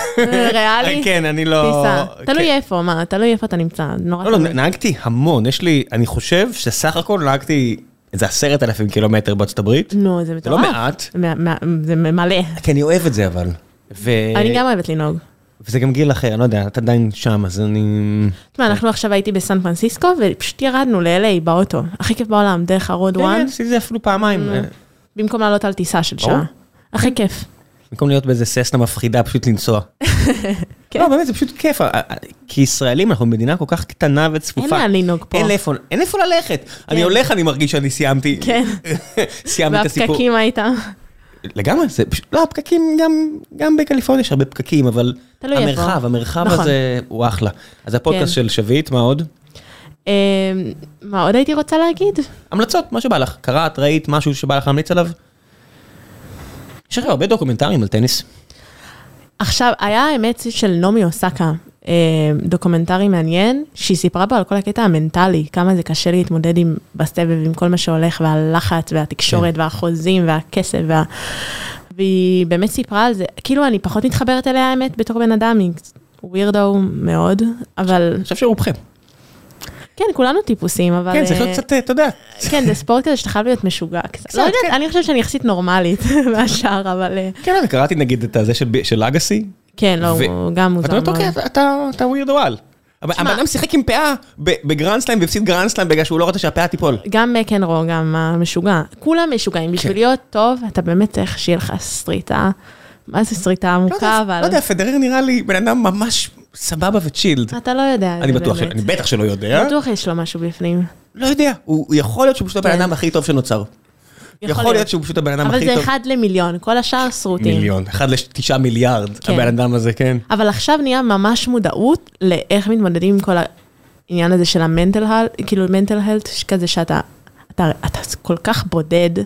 ריאלי? כן, אני לא... טיסה. תלוי איפה, מה? תלוי איפה אתה נמצא. לא, לא, נהגתי המון. יש לי, אני חושב שסך הכל נהגתי איזה עשרת אלפים קילומטר בארצות הברית. נו, זה מטורף. זה לא מעט. זה מלא. כי אני אוהב את זה, אבל. אני גם אוהבת לנהוג. וזה גם גיל אחר, אני לא יודע, אתה עדיין שם, אז אני... תשמע, אנחנו עכשיו הייתי בסן פרנסיסקו, ופשוט ירדנו ל-אל איי באוטו. הכי כיף בעולם, דרך הרוד וואן. כן, עשיתי זה אפילו פעמיים. במקום לעלות על טיסה של שעה. הכי כיף. במקום להיות באיזה ססנה מפחידה, פשוט לנסוע. לא, באמת, זה פשוט כיף. כי ישראלים, אנחנו במדינה כל כך קטנה וצפופה. אין לאן לנהוג פה. אין איפה ללכת. אני הולך, אני מרגיש שאני סיימתי. כן. סיימתי את הסיפור. והפקקים הייתה. לגמרי, זה פשוט, לא, הפקקים גם בקליפורניה יש הרבה פקקים, אבל המרחב, המרחב הזה הוא אחלה. אז הפודקאסט של שביט, מה עוד? מה עוד הייתי רוצה להגיד? המלצות, מה שבא לך. קראת, ראית, משהו שבא לך להמליץ עליו? יש לך הרבה דוקומנטרים על טניס. עכשיו, היה האמת של נעמי אוסקה, דוקומנטרי מעניין, שהיא סיפרה בו על כל הקטע המנטלי, כמה זה קשה להתמודד עם בסבב, עם כל מה שהולך, והלחץ, והתקשורת, והחוזים, והכסף, והיא באמת סיפרה על זה, כאילו אני פחות מתחברת אליה האמת, בתור בן אדם, היא ווירדו מאוד, אבל... אני חושב שרובכם. כן, כולנו טיפוסים, אבל... כן, צריך להיות קצת, אתה יודע. כן, זה ספורט כזה שאתה חייב להיות משוגע. לא יודעת, אני חושבת שאני יחסית נורמלית מהשאר, אבל... כן, אני קראתי נגיד את זה של אגסי. כן, לא, הוא גם מוזר. ואתה אומרת, אוקיי, אתה ווירדואל. הבן אדם שיחק עם פאה בגרנדסלאם, והפסיד גרנדסלאם בגלל שהוא לא רוצה שהפאה תיפול. גם מקנרו, גם המשוגע. כולם משוגעים. בשביל להיות טוב, אתה באמת צריך שיהיה לך סטריטה. מה זה סטריטה עמוקה, אבל... לא יודע, פדרר נראה לי בן אדם ממש סבבה וצ'ילד. אתה לא יודע. אני בטוח, אני בטח שלא יודע. בטוח יש לו משהו בפנים. לא יודע, הוא יכול להיות שהוא פשוט הבן אדם הכי טוב שנוצר. יכול להיות שהוא פשוט הבן אדם הכי טוב. אבל זה אחד למיליון, כל השאר סרוטים. מיליון, אחד לתשעה מיליארד, הבן אדם הזה, כן. אבל עכשיו נהיה ממש מודעות לאיך מתמודדים עם כל העניין הזה של המנטל הלט, כאילו מנטל הלט, כזה שאתה אתה כל כך בודד,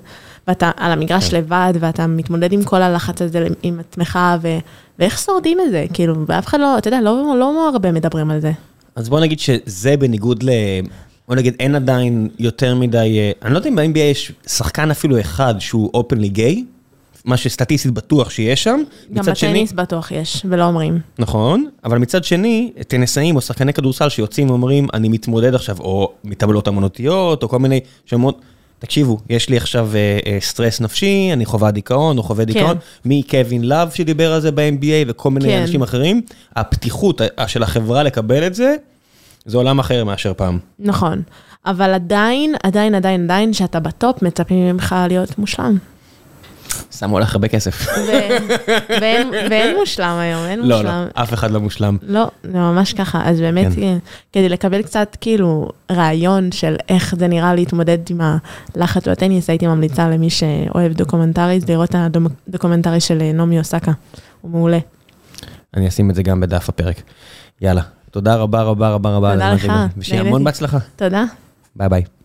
ואתה על המגרש לבד, ואתה מתמודד עם כל הלחץ הזה, עם עצמך, ואיך שורדים את זה? כאילו, ואף אחד לא, אתה יודע, לא הרבה מדברים על זה. אז בוא נגיד שזה בניגוד ל... בוא נגיד, אין עדיין יותר מדי... אני לא יודע אם ב-אן בי איי יש שחקן אפילו אחד שהוא אופנלי גיי, מה שסטטיסטית בטוח שיש שם. גם בטניס בטוח יש, ולא אומרים. נכון, אבל מצד שני, טניסאים או שחקני כדורסל שיוצאים ואומרים, אני מתמודד עכשיו, או מטבלות אמנותיות, או כל מיני שמות, תקשיבו, יש לי עכשיו סטרס נפשי, אני חווה דיכאון, או חווה דיכאון, מקווין לאב שדיבר על זה ב-אן בי איי, וכל מיני אנשים אחרים, הפתיחות של החברה לקבל את זה, זה עולם אחר מאשר פעם. נכון, אבל עדיין, עדיין, עדיין, עדיין, שאתה בטופ, מצפים ממך להיות מושלם. שמו לך הרבה כסף. ואין מושלם היום, אין מושלם. לא, לא, אף אחד לא מושלם. לא, זה ממש ככה. אז באמת, כדי לקבל קצת כאילו רעיון של איך זה נראה להתמודד עם הלחץ בטניס, הייתי ממליצה למי שאוהב דוקומנטריז, לראות את הדוקומנטרי של נעמי אוסקה. הוא מעולה. אני אשים את זה גם בדף הפרק. יאללה. תודה רבה רבה רבה רבה. תודה לך. ושיהיה המון בהצלחה. תודה. ביי ביי.